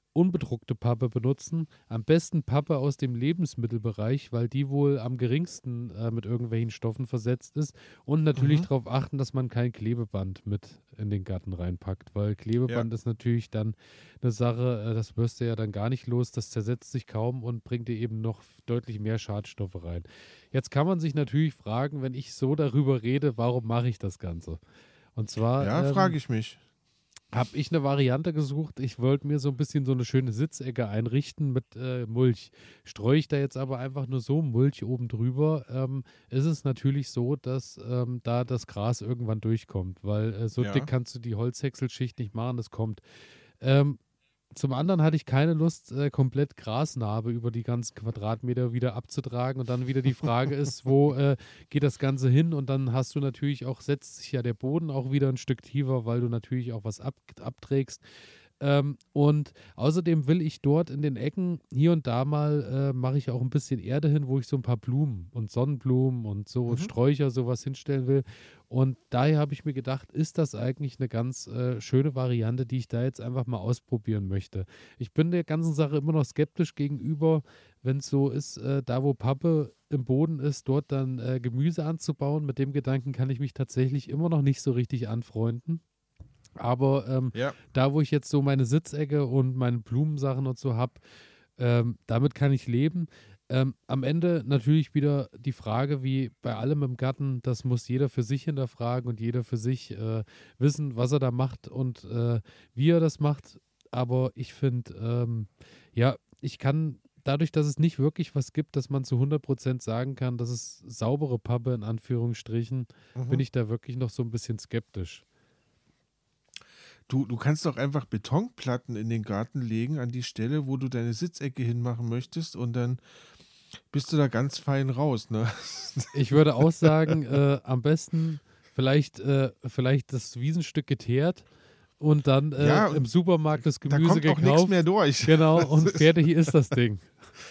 unbedruckte Pappe benutzen. Am besten Pappe aus dem Lebensmittelbereich, weil die wohl am geringsten äh, mit irgendwelchen Stoffen versetzt ist. Und natürlich Mhm. darauf achten, dass man kein Klebeband mit in den Garten reinpackt, weil Klebeband ist natürlich dann eine Sache, äh, das wirst du ja dann gar nicht los. Das zersetzt sich kaum und bringt dir eben noch deutlich mehr Schadstoffe rein. Jetzt kann man sich natürlich fragen, wenn ich so darüber rede, warum mache ich das Ganze? Und zwar Ja, ähm, frage ich mich. habe ich eine Variante gesucht. Ich wollte mir so ein bisschen so eine schöne Sitzecke einrichten mit äh, Mulch. Streue ich da jetzt aber einfach nur so Mulch oben drüber, ähm, ist es natürlich so, dass ähm, da das Gras irgendwann durchkommt, weil äh, so Ja. dick kannst du die Holzhäckselschicht nicht machen, das kommt. Ähm, Zum anderen hatte ich keine Lust, äh, komplett Grasnarbe über die ganzen Quadratmeter wieder abzutragen. Und dann wieder die Frage ist, wo äh, geht das Ganze hin? Und dann hast du natürlich auch, setzt sich ja der Boden auch wieder ein Stück tiefer, weil du natürlich auch was ab, abträgst. Ähm, und außerdem will ich dort in den Ecken hier und da mal, äh, mache ich auch ein bisschen Erde hin, wo ich so ein paar Blumen und Sonnenblumen und so Mhm. Sträucher, sowas hinstellen will. Und daher habe ich mir gedacht, ist das eigentlich eine ganz äh, schöne Variante, die ich da jetzt einfach mal ausprobieren möchte. Ich bin der ganzen Sache immer noch skeptisch gegenüber, wenn es so ist, äh, da wo Pappe im Boden ist, dort dann äh, Gemüse anzubauen. Mit dem Gedanken kann ich mich tatsächlich immer noch nicht so richtig anfreunden. Aber ähm, Ja. da, wo ich jetzt so meine Sitzecke und meine Blumensachen und so habe, ähm, damit kann ich leben. Ähm, am Ende natürlich wieder die Frage, wie bei allem im Garten, das muss jeder für sich hinterfragen und jeder für sich äh, wissen, was er da macht und äh, wie er das macht. Aber ich finde, ähm, ja, ich kann dadurch, dass es nicht wirklich was gibt, dass man zu hundert Prozent sagen kann, das ist saubere Pappe in Anführungsstrichen, Mhm. bin ich da wirklich noch so ein bisschen skeptisch. Du, du kannst doch einfach Betonplatten in den Garten legen an die Stelle, wo du deine Sitzecke hinmachen möchtest und dann bist du da ganz fein raus, ne? Ich würde auch sagen, äh, am besten vielleicht, äh, vielleicht das Wiesenstück geteert und dann äh, Ja, und im Supermarkt das Da Gemüse kommt auch nichts gekauft. mehr durch. Genau, und fertig ist das Ding.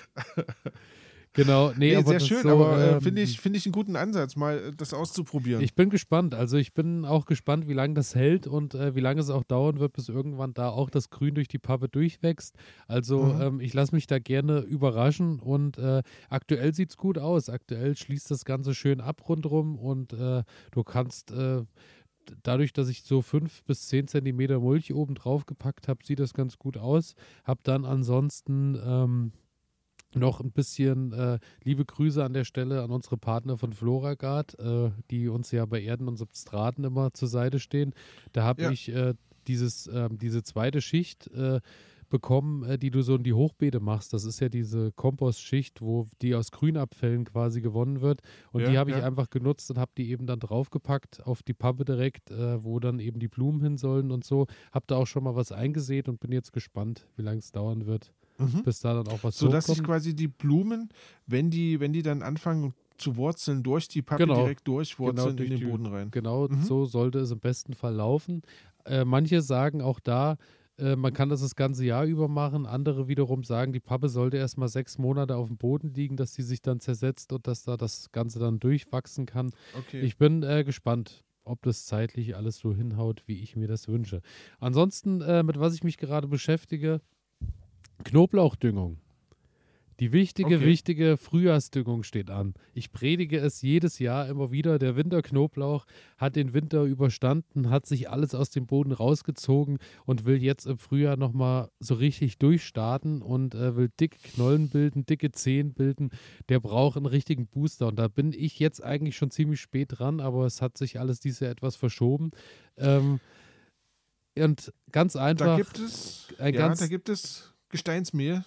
Genau, nee, Nee, aber sehr das schön, so, aber äh, ähm, finde ich, find ich einen guten Ansatz, mal äh, das auszuprobieren. ich bin gespannt. Also ich bin auch gespannt, wie lange das hält und äh, wie lange es auch dauern wird, bis irgendwann da auch das Grün durch die Pappe durchwächst. Also Mhm. ähm, ich lasse mich da gerne überraschen und äh, aktuell sieht es gut aus. Aktuell schließt das Ganze schön ab rundrum und äh, du kannst äh, dadurch, dass ich so fünf bis zehn Zentimeter Mulch oben drauf gepackt habe, sieht das ganz gut aus. Hab dann ansonsten ähm, noch ein bisschen äh, liebe Grüße an der Stelle an unsere Partner von Floragard, äh, die uns ja bei Erden und Substraten immer zur Seite stehen. Da habe Ja. ich äh, dieses, ähm, diese zweite Schicht äh, bekommen, äh, die du so in die Hochbeete machst. Das ist ja diese Kompostschicht, wo die aus Grünabfällen quasi gewonnen wird. Und Ja, die habe ich ja. einfach genutzt und habe die eben dann draufgepackt auf die Pappe direkt, äh, wo dann eben die Blumen hin sollen und so. Habe da auch schon mal was eingesät und bin jetzt gespannt, wie lange es dauern wird, Mhm. bis da dann auch was Sodass sich hochkommt. quasi die Blumen, wenn die, wenn die dann anfangen zu wurzeln, durch die Pappe Genau. direkt durchwurzeln durch in den die- Boden rein. Genau, Mhm. so sollte es im besten Fall laufen. Äh, manche sagen auch da, äh, man kann das das ganze Jahr über machen. Andere wiederum sagen, die Pappe sollte erst mal sechs Monate auf dem Boden liegen, dass sie sich dann zersetzt und dass da das Ganze dann durchwachsen kann. Okay. Ich bin äh, gespannt, ob das zeitlich alles so hinhaut, wie ich mir das wünsche. Ansonsten, äh, mit was ich mich gerade beschäftige, Knoblauchdüngung. Die wichtige, Okay. wichtige Frühjahrsdüngung steht an. Ich predige es jedes Jahr immer wieder. Der Winterknoblauch hat den Winter überstanden, hat sich alles aus dem Boden rausgezogen und will jetzt im Frühjahr nochmal so richtig durchstarten und äh, will dicke Knollen bilden, dicke Zehen bilden. Der braucht einen richtigen Booster. Und da bin ich jetzt eigentlich schon ziemlich spät dran, aber es hat sich alles dieses Jahr etwas verschoben. Ähm, und ganz Da einfach, gibt es, ein ja, ganz- da gibt es Gesteinsmehl.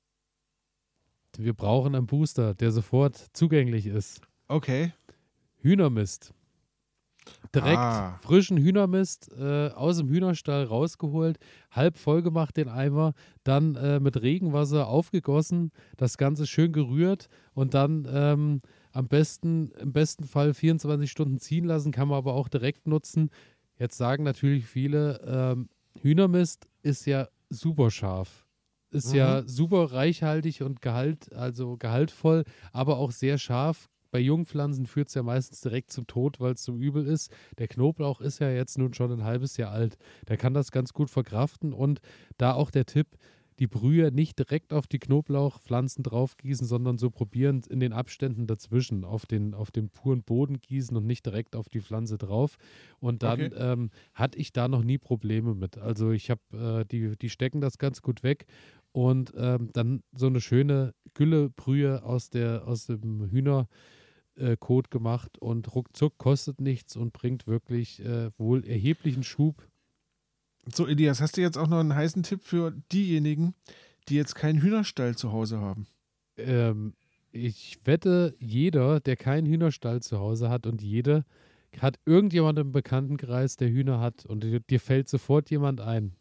wir brauchen einen Booster, der sofort zugänglich ist. Okay. Hühnermist. Direkt Ah. frischen Hühnermist äh, aus dem Hühnerstall rausgeholt, halb voll gemacht den Eimer, dann äh, mit Regenwasser aufgegossen, das Ganze schön gerührt und dann ähm, am besten, im besten Fall vierundzwanzig Stunden ziehen lassen, kann man aber auch direkt nutzen. Jetzt sagen natürlich viele, ähm, Hühnermist ist ja super scharf. Ist Mhm. ja super reichhaltig und Gehalt, also gehaltvoll, aber auch sehr scharf. Bei Jungpflanzen führt es ja meistens direkt zum Tod, weil es so übel ist. Der Knoblauch ist ja jetzt nun schon ein halbes Jahr alt. Der kann das ganz gut verkraften und da auch der Tipp, die Brühe nicht direkt auf die Knoblauchpflanzen draufgießen, sondern so probieren in den Abständen dazwischen auf den, auf den puren Boden gießen und nicht direkt auf die Pflanze drauf. Und dann Okay. ähm, hatte ich da noch nie Probleme mit. Also ich habe, äh, die, die stecken das ganz gut weg und ähm, dann so eine schöne Güllebrühe aus, der, aus dem Hühnerkot gemacht und ruckzuck kostet nichts und bringt wirklich äh, wohl erheblichen Schub. So, Elias, hast du jetzt auch noch einen heißen Tipp für diejenigen, die jetzt keinen Hühnerstall zu Hause haben? Ähm, ich wette, jeder, der keinen Hühnerstall zu Hause hat und jede, hat irgendjemand im Bekanntenkreis, der Hühner hat und dir, dir fällt sofort jemand ein.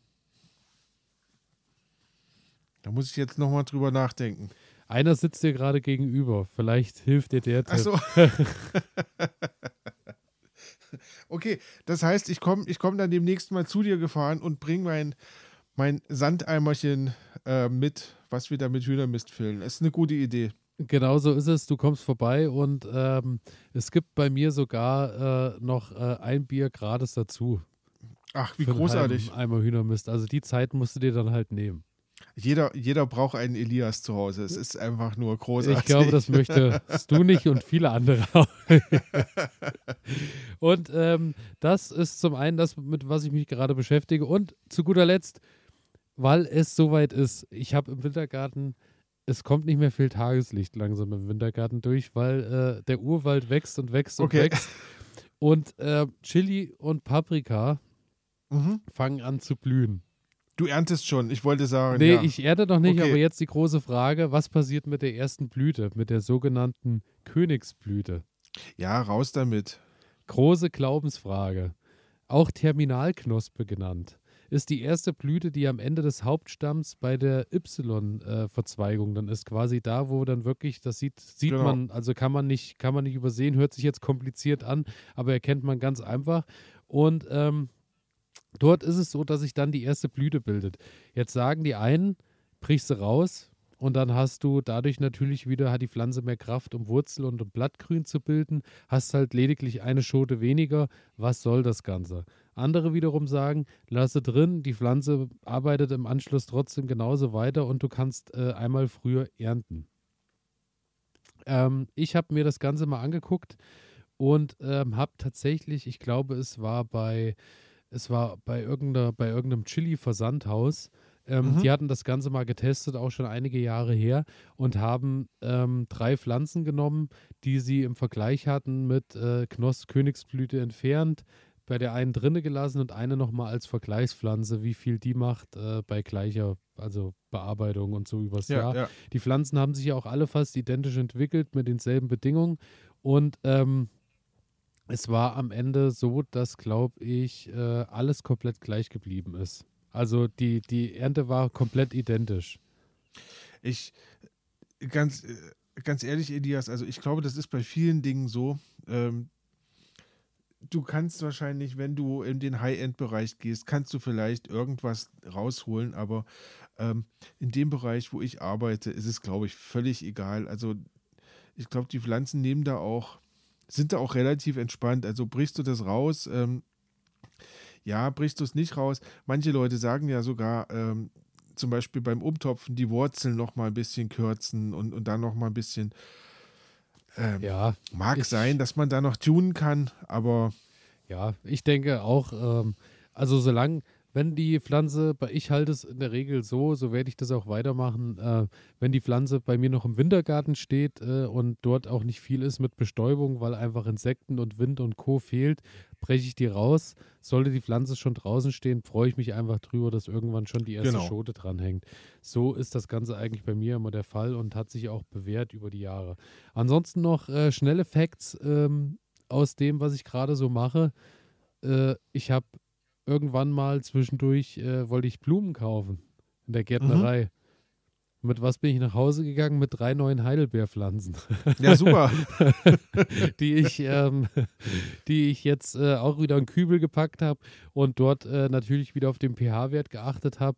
Da muss ich jetzt nochmal drüber nachdenken. Einer sitzt dir gerade gegenüber. Vielleicht hilft dir der Tipp. Ach so. Okay, das heißt, ich komme ich komm dann demnächst mal zu dir gefahren und bringe mein, mein Sandeimerchen äh, mit, was wir da mit Hühnermist füllen. Das ist eine gute Idee. Genau so ist es. Du kommst vorbei und ähm, es gibt bei mir sogar äh, noch äh, ein Bier gratis dazu. Ach, wie Für einen großartig. halben Eimer Hühnermist. Also die Zeit musst du dir dann halt nehmen. Jeder, jeder braucht einen Elias zu Hause. Es ist einfach nur großartig. Ich glaube, das möchtest du nicht und viele andere auch. Und ähm, das ist zum einen das, mit was ich mich gerade beschäftige. Und zu guter Letzt, weil es soweit ist, ich habe im Wintergarten, es kommt nicht mehr viel Tageslicht langsam im Wintergarten durch, weil äh, der Urwald wächst und wächst und Okay. wächst. Und äh, Chili und Paprika Mhm. fangen an zu blühen. Du erntest schon, ich wollte sagen. Nee, ja. ich erde noch nicht, Okay. aber jetzt die große Frage, was passiert mit der ersten Blüte, mit der sogenannten Königsblüte? Ja, raus damit. Große Glaubensfrage. Auch Terminalknospe genannt, ist die erste Blüte, die am Ende des Hauptstamms bei der Y-Verzweigung dann ist, quasi da, wo dann wirklich, das sieht, sieht Genau. man, also kann man nicht, kann man nicht übersehen, hört sich jetzt kompliziert an, aber erkennt man ganz einfach. Und ähm, dort ist es so, dass sich dann die erste Blüte bildet. Jetzt sagen die einen, brichst du raus und dann hast du dadurch natürlich wieder, hat die Pflanze mehr Kraft, um Wurzel und um Blattgrün zu bilden, hast halt lediglich eine Schote weniger. Was soll das Ganze? Andere wiederum sagen, lasse drin, die Pflanze arbeitet im Anschluss trotzdem genauso weiter und du kannst äh, einmal früher ernten. Ähm, ich habe mir das Ganze mal angeguckt und ähm, habe tatsächlich, ich glaube, es war bei Es war bei, irgendeiner, bei irgendeinem Chili-Versandhaus. Ähm, Mhm. Die hatten das Ganze mal getestet, auch schon einige Jahre her, und haben ähm, drei Pflanzen genommen, die sie im Vergleich hatten mit äh, Knoss Königsblüte entfernt, bei der einen drinne gelassen und eine nochmal als Vergleichspflanze, wie viel die macht äh, bei gleicher, also Bearbeitung und so übers Ja, Jahr. ja. Die Pflanzen haben sich ja auch alle fast identisch entwickelt mit denselben Bedingungen und ähm, es war am Ende so, dass, glaube ich, äh, alles komplett gleich geblieben ist. Also die, die Ernte war komplett identisch. Ich, ganz, äh, ganz ehrlich, Elias, also ich glaube, das ist bei vielen Dingen so. Ähm, du kannst wahrscheinlich, wenn du in den High-End-Bereich gehst, kannst du vielleicht irgendwas rausholen, aber ähm, in dem Bereich, wo ich arbeite, ist es, glaube ich, völlig egal. Also ich glaube, die Pflanzen nehmen da auch, sind da auch relativ entspannt. Also brichst du das raus, ähm, ja, brichst du es nicht raus. Manche Leute sagen ja sogar, ähm, zum Beispiel beim Umtopfen die Wurzeln noch mal ein bisschen kürzen und, und dann noch mal ein bisschen, ähm, Ja, mag ich- sein, dass man da noch tunen kann, aber ja, ich denke auch, ähm, also solange, wenn die Pflanze, bei ich halte es in der Regel so, so werde ich das auch weitermachen, äh, wenn die Pflanze bei mir noch im Wintergarten steht äh, und dort auch nicht viel ist mit Bestäubung, weil einfach Insekten und Wind und Co. fehlt, breche ich die raus. Sollte die Pflanze schon draußen stehen, freue ich mich einfach drüber, dass irgendwann schon die erste Genau. Schote dranhängt. So ist das Ganze eigentlich bei mir immer der Fall und hat sich auch bewährt über die Jahre. Ansonsten noch äh, schnelle Facts ähm, aus dem, was ich gerade so mache. Äh, ich habe irgendwann mal zwischendurch, äh, wollte ich Blumen kaufen in der Gärtnerei. Mit was bin ich nach Hause gegangen? Mit drei neuen Heidelbeerpflanzen, ja, super. die ich, ähm, die ich jetzt äh, auch wieder in den Kübel gepackt habe und dort äh, natürlich wieder auf den pH-Wert geachtet habe.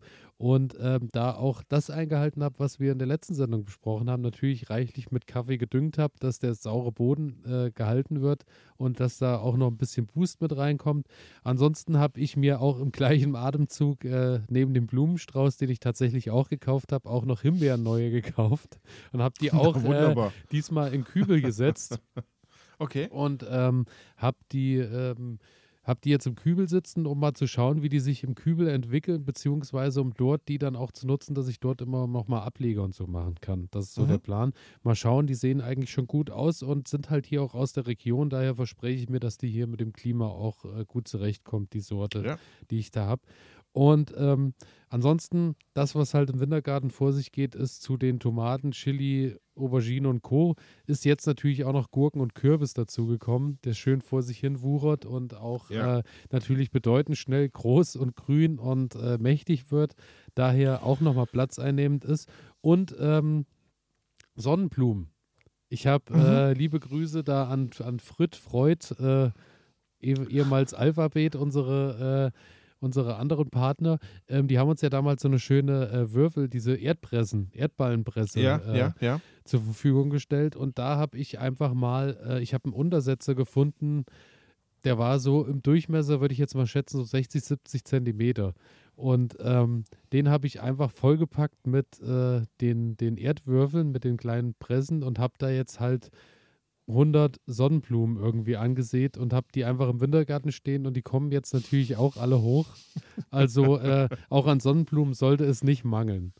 und ähm, da auch das eingehalten habe, was wir in der letzten Sendung besprochen haben, natürlich reichlich mit Kaffee gedüngt habe, dass der saure Boden äh, gehalten wird und dass da auch noch ein bisschen Boost mit reinkommt. Ansonsten habe ich mir auch im gleichen Atemzug äh, neben dem Blumenstrauß, den ich tatsächlich auch gekauft habe, auch noch Himbeeren neue gekauft und habe die auch äh, Wunderbar. diesmal in Kübel gesetzt. Okay. Und ähm, habe die, ähm, hab die jetzt im Kübel sitzen, um mal zu schauen, wie die sich im Kübel entwickeln, beziehungsweise um dort die dann auch zu nutzen, dass ich dort immer nochmal Ableger und so machen kann. Das ist so Mhm. der Plan. Mal schauen, die sehen eigentlich schon gut aus und sind halt hier auch aus der Region. Daher verspreche ich mir, dass die hier mit dem Klima auch äh, gut zurechtkommt, die Sorte, Ja. die ich da habe. Und ähm, ansonsten, das, was halt im Wintergarten vor sich geht, ist zu den Tomaten, Chili, Aubergine und Co. ist jetzt natürlich auch noch Gurken und Kürbis dazugekommen, der schön vor sich hin wuchert und auch Ja. äh, natürlich bedeutend schnell groß und grün und äh, mächtig wird, daher auch nochmal platzeinnehmend ist. Und ähm, Sonnenblumen. Ich habe Mhm. äh, liebe Grüße da an, an Frit Freud, äh, eh- ehemals Alphabet, unsere äh, unsere anderen Partner, ähm, die haben uns ja damals so eine schöne äh, Würfel, diese Erdpressen, Erdballenpresse Ja, äh, ja, ja. zur Verfügung gestellt. Und da habe ich einfach mal, äh, ich habe einen Untersetzer gefunden, der war so im Durchmesser, würde ich jetzt mal schätzen, so sechzig, siebzig Zentimeter. Und ähm, den habe ich einfach vollgepackt mit äh, den, den Erdwürfeln, mit den kleinen Pressen und habe da jetzt halt hundert Sonnenblumen irgendwie angesät und habe die einfach im Wintergarten stehen und die kommen jetzt natürlich auch alle hoch. Also äh, auch an Sonnenblumen sollte es nicht mangeln.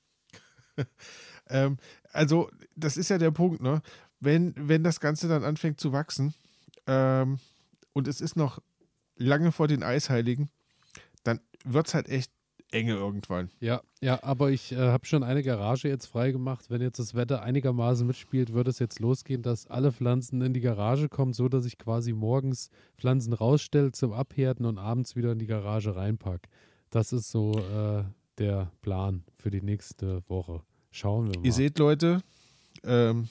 Ähm, also, das ist ja der Punkt, ne? Wenn, wenn das Ganze dann anfängt zu wachsen ähm, und es ist noch lange vor den Eisheiligen, dann wird es halt echt enge irgendwann. Ja, ja, aber ich äh, habe schon eine Garage jetzt freigemacht. Wenn jetzt das Wetter einigermaßen mitspielt, wird es jetzt losgehen, dass alle Pflanzen in die Garage kommen, so dass ich quasi morgens Pflanzen rausstelle zum Abhärten und abends wieder in die Garage reinpacke. Das ist so äh, der Plan für die nächste Woche. Schauen wir mal. Ihr seht, Leute, ähm,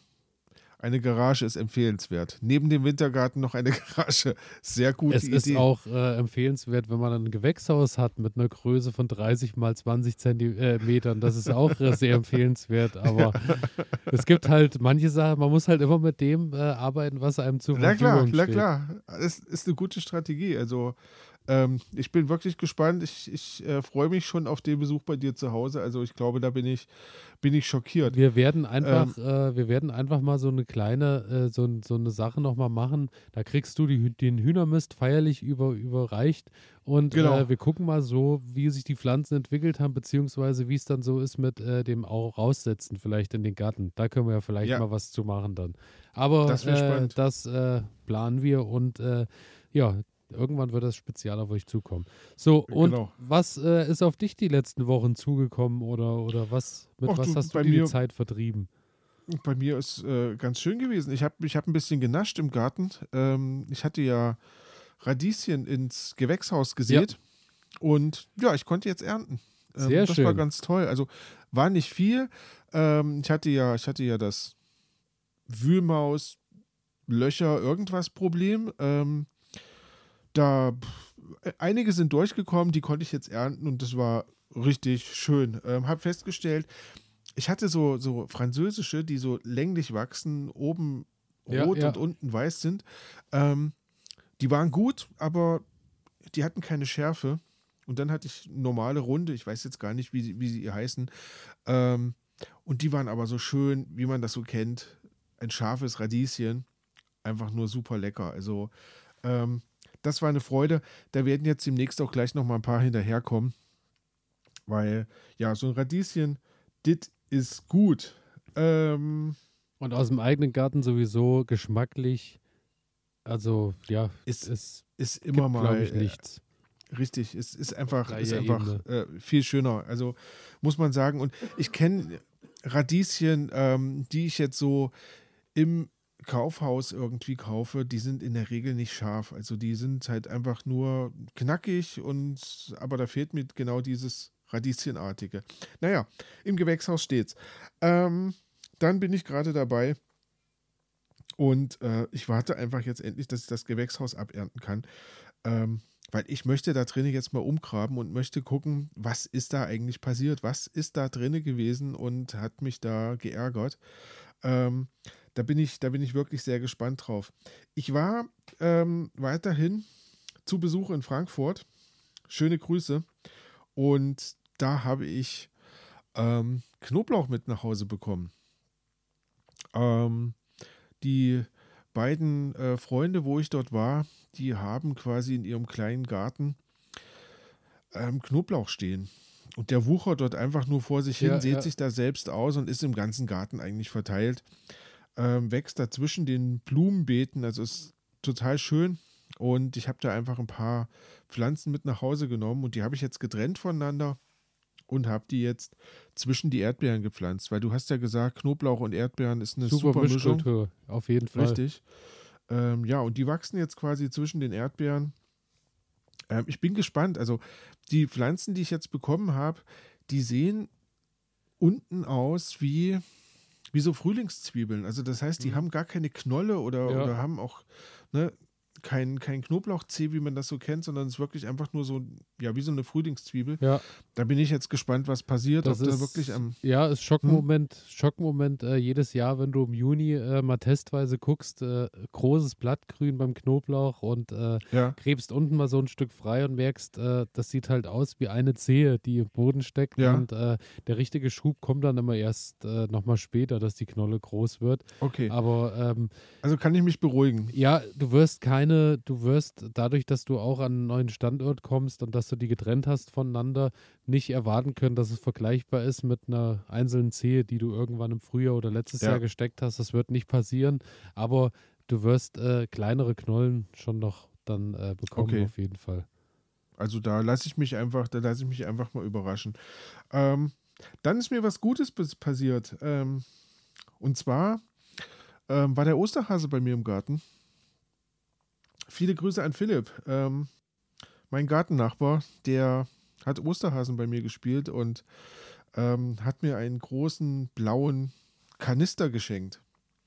eine Garage ist empfehlenswert. Neben dem Wintergarten noch eine Garage. Sehr gute Es Idee. ist auch äh, empfehlenswert, wenn man ein Gewächshaus hat mit einer Größe von dreißig mal zwanzig Zentimetern. Das ist auch äh, sehr empfehlenswert. Aber es gibt halt manche Sachen, man muss halt immer mit dem äh, arbeiten, was einem zur Na Verfügung klar, na steht. klar. Es ist eine gute Strategie. Also, ähm, ich bin wirklich gespannt. Ich, ich äh, freue mich schon auf den Besuch bei dir zu Hause. Also, ich glaube, da bin ich, bin ich schockiert. Wir werden einfach, äh, wir werden einfach mal so eine kleine, äh, so, so eine Sache nochmal machen. Da kriegst du die, Hü- den Hühnermist feierlich über, überreicht und Genau. äh, wir gucken mal so, wie sich die Pflanzen entwickelt haben, beziehungsweise wie es dann so ist mit äh, dem auch raussetzen vielleicht in den Garten. Da können wir ja vielleicht Ja. mal was zu machen dann. Aber Das wär äh, spannend. das äh, planen wir und äh, ja, irgendwann wird das Spezial auf euch zukommen. So, und Genau. was äh, ist auf dich die letzten Wochen zugekommen oder, oder was, mit Ach was du, hast du bei dir die mir- Zeit vertrieben? Bei mir ist äh, ganz schön gewesen. Ich habe ich hab ein bisschen genascht im Garten. Ähm, ich hatte ja Radieschen ins Gewächshaus gesät. Und ja, ich konnte jetzt ernten. Ähm, Sehr das war schön. ganz toll. Also war nicht viel. Ähm, ich hatte ja, ich hatte ja das Wühlmaus, Löcher, irgendwas Problem. Ähm, da pff, einige sind durchgekommen, die konnte ich jetzt ernten und das war richtig schön. Ähm, habe festgestellt, ich hatte so, so französische, die so länglich wachsen, oben Ja, rot ja. und unten weiß sind. Ähm, die waren gut, aber die hatten keine Schärfe. Und dann hatte ich normale Runde, ich weiß jetzt gar nicht, wie, sie- wie sie heißen. Ähm, und die waren aber so schön, wie man das so kennt. Ein scharfes Radieschen. Einfach nur super lecker. Also, ähm, das war eine Freude. Da werden jetzt demnächst auch gleich noch mal ein paar hinterherkommen. Weil, ja, so ein Radieschen, dit ist gut. Ähm, Und aus dem eigenen Garten sowieso geschmacklich, also ja, Ist- es ist gibt, immer mal glaube ich, äh, nichts. richtig. Es ist einfach, ist gleicher einfach äh, viel schöner. Also muss man sagen. Und ich kenne Radieschen, ähm, die ich jetzt so im Kaufhaus irgendwie kaufe, die sind in der Regel nicht scharf. Also die sind halt einfach nur knackig und aber da fehlt mir genau dieses Radieschenartige. Naja, im Gewächshaus steht's. Ähm, dann bin ich gerade dabei und äh, ich warte einfach jetzt endlich, dass ich das Gewächshaus abernten kann. Ähm, weil ich möchte da drinnen jetzt mal umgraben und möchte gucken, was ist da eigentlich passiert, was ist da drinnen gewesen und hat mich da geärgert. Ähm, da bin ich, da bin ich wirklich sehr gespannt drauf. Ich war ähm, weiterhin zu Besuch in Frankfurt. Schöne Grüße. Und da habe ich ähm, Knoblauch mit nach Hause bekommen. Ähm, die beiden äh, Freunde, wo ich dort war, die haben quasi in ihrem kleinen Garten ähm, Knoblauch stehen. Und der wuchert dort einfach nur vor sich hin, Ja, sät ja. sich da selbst aus und ist im ganzen Garten eigentlich verteilt. Ähm, wächst da zwischen den Blumenbeeten, also ist total schön. Und ich habe da einfach ein paar Pflanzen mit nach Hause genommen und die habe ich jetzt getrennt voneinander und habe die jetzt zwischen die Erdbeeren gepflanzt, weil du hast ja gesagt, Knoblauch und Erdbeeren ist eine super, Super Mischung. Mischkultur, auf jeden Fall. Richtig. Ähm, ja, und die wachsen jetzt quasi zwischen den Erdbeeren. Ähm, ich bin gespannt. Also die Pflanzen, die ich jetzt bekommen habe, die sehen unten aus wie, wie so Frühlingszwiebeln. Also das heißt, die Mhm. haben gar keine Knolle oder, Ja. oder haben auch ne, kein, kein Knoblauchzeh, wie man das so kennt, sondern es ist wirklich einfach nur so, ja, wie so eine Frühlingszwiebel. Ja, Da bin ich jetzt gespannt, was passiert, das ob da ist wirklich am. ja, ist Schockmoment, Schockmoment äh, jedes Jahr, wenn du im Juni äh, mal testweise guckst, äh, großes Blattgrün beim Knoblauch und äh, Ja, gräbst unten mal so ein Stück frei und merkst, äh, das sieht halt aus wie eine Zehe, die im Boden steckt Ja. und äh, der richtige Schub kommt dann immer erst äh, nochmal später, dass die Knolle groß wird. okay. Aber ähm, Also kann ich mich beruhigen. ja, du wirst keine, du wirst dadurch, dass du auch an einen neuen Standort kommst und dass du die getrennt hast voneinander, nicht erwarten können, dass es vergleichbar ist mit einer einzelnen Zehe, die du irgendwann im Frühjahr oder letztes Ja. Jahr gesteckt hast. Das wird nicht passieren, aber du wirst äh, kleinere Knollen schon noch dann äh, bekommen, Okay. auf jeden Fall. Also da lasse ich mich einfach, da lasse ich mich einfach mal überraschen. Ähm, dann ist mir was Gutes bis- passiert. Ähm, und zwar ähm, war der Osterhase bei mir im Garten. Viele Grüße an Philipp. Ähm, mein Gartennachbar, der hat Osterhasen bei mir gespielt und ähm, hat mir einen großen blauen Kanister geschenkt.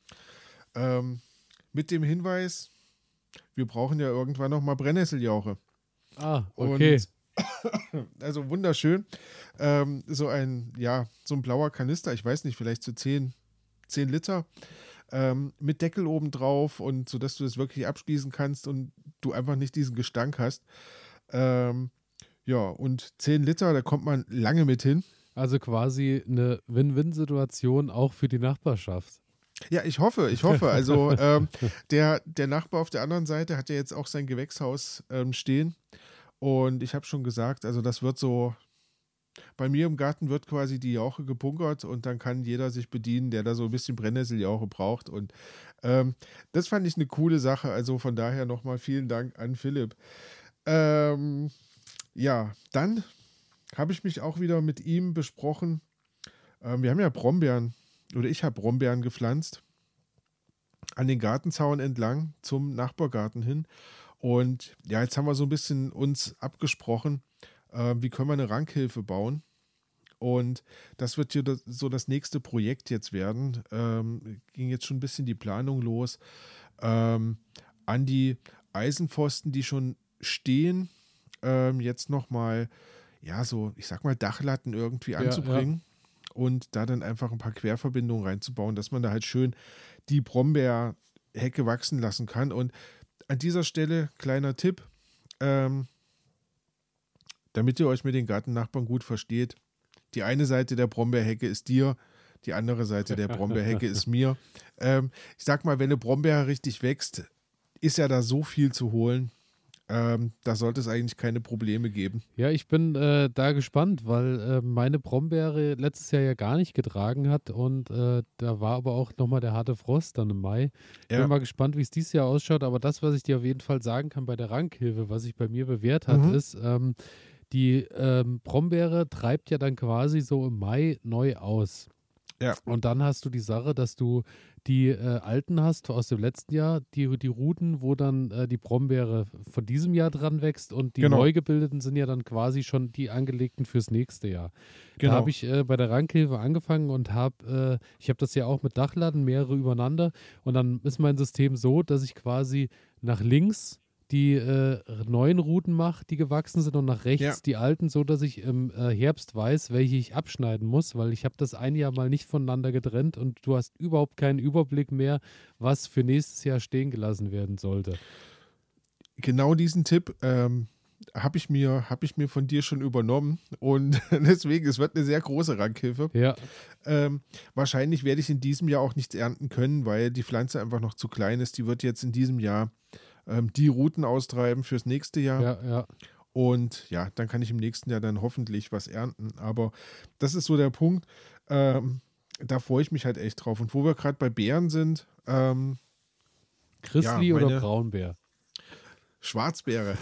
Ähm, mit dem Hinweis, wir brauchen ja irgendwann noch mal Brennnesseljauche. Ah, okay. Und also wunderschön. Ähm, so ein, ja, so ein blauer Kanister, ich weiß nicht, vielleicht so zehn, zehn Liter, ähm, mit Deckel oben drauf und so, dass du das wirklich abschließen kannst und du einfach nicht diesen Gestank hast. Ähm, ja, und zehn Liter, da kommt man lange mit hin. Also quasi eine Win-Win-Situation auch für die Nachbarschaft. Ja, ich hoffe, ich hoffe. Also ähm, der, der Nachbar auf der anderen Seite hat ja jetzt auch sein Gewächshaus ähm, stehen. Und ich habe schon gesagt, also das wird so, bei mir im Garten wird quasi die Jauche gebunkert und dann kann jeder sich bedienen, der da so ein bisschen Brennnesseljauche braucht. Und ähm, das fand ich eine coole Sache. Also von daher nochmal vielen Dank an Philipp. Ähm, ja, dann habe ich mich auch wieder mit ihm besprochen. Ähm, wir haben ja Brombeeren, oder ich habe Brombeeren gepflanzt an den Gartenzaun entlang zum Nachbargarten hin. Und ja, jetzt haben wir so ein bisschen uns abgesprochen, äh, wie können wir eine Rankhilfe bauen. Und das wird hier das, so das nächste Projekt jetzt werden. Ähm, ging jetzt schon ein bisschen die Planung los. Ähm, an die Eisenpfosten, die schon stehen, ähm, jetzt nochmal, ja, so, ich sag mal, Dachlatten irgendwie Ja, anzubringen. Und da dann einfach ein paar Querverbindungen reinzubauen, dass man da halt schön die Brombeerhecke wachsen lassen kann. Und an dieser Stelle kleiner Tipp, ähm, damit ihr euch mit den Gartennachbarn gut versteht. Die eine Seite der Brombeerhecke ist dir, die andere Seite der Brombeerhecke ist mir. Ähm, ich sag mal, wenn eine Brombeere richtig wächst, ist ja da so viel zu holen. Ähm, da sollte es eigentlich keine Probleme geben. Ja, ich bin äh, da gespannt, weil äh, meine Brombeere letztes Jahr ja gar nicht getragen hat und äh, da war aber auch nochmal der harte Frost dann im Mai. Ich Ja. bin mal gespannt, wie es dieses Jahr ausschaut, aber das, was ich dir auf jeden Fall sagen kann bei der Rankhilfe, was sich bei mir bewährt hat, Mhm. ist, ähm, die ähm, Brombeere treibt ja dann quasi so im Mai neu aus. Ja. Und dann hast du die Sache, dass du die äh, alten hast aus dem letzten Jahr, die, die Ruten, wo dann äh, die Brombeere von diesem Jahr dran wächst und die Genau. neu gebildeten sind ja dann quasi schon die angelegten fürs nächste Jahr. Genau. Da habe ich äh, bei der Rankhilfe angefangen und habe, äh, ich habe das ja auch mit Dachlatten, mehrere übereinander und dann ist mein System so, dass ich quasi nach links die äh, neuen Routen mache, die gewachsen sind und nach rechts Ja. die alten, so dass ich im äh, Herbst weiß, welche ich abschneiden muss, weil ich habe das ein Jahr mal nicht voneinander getrennt und du hast überhaupt keinen Überblick mehr, was für nächstes Jahr stehen gelassen werden sollte. Genau diesen Tipp ähm, habe ich, mir- hab ich mir von dir schon übernommen und deswegen, es wird eine sehr große Rankhilfe. Ja, Ähm, wahrscheinlich werde ich in diesem Jahr auch nichts ernten können, weil die Pflanze einfach noch zu klein ist. Die wird jetzt in diesem Jahr ähm, die Routen austreiben fürs nächste Jahr. ja, ja. Und ja, dann kann ich im nächsten Jahr dann hoffentlich was ernten. Aber das ist so der Punkt. Ähm, da freue ich mich halt echt drauf. Und wo wir gerade bei Beeren sind, ähm, Christli Ja, oder meine- Braunbär? Schwarzbeere.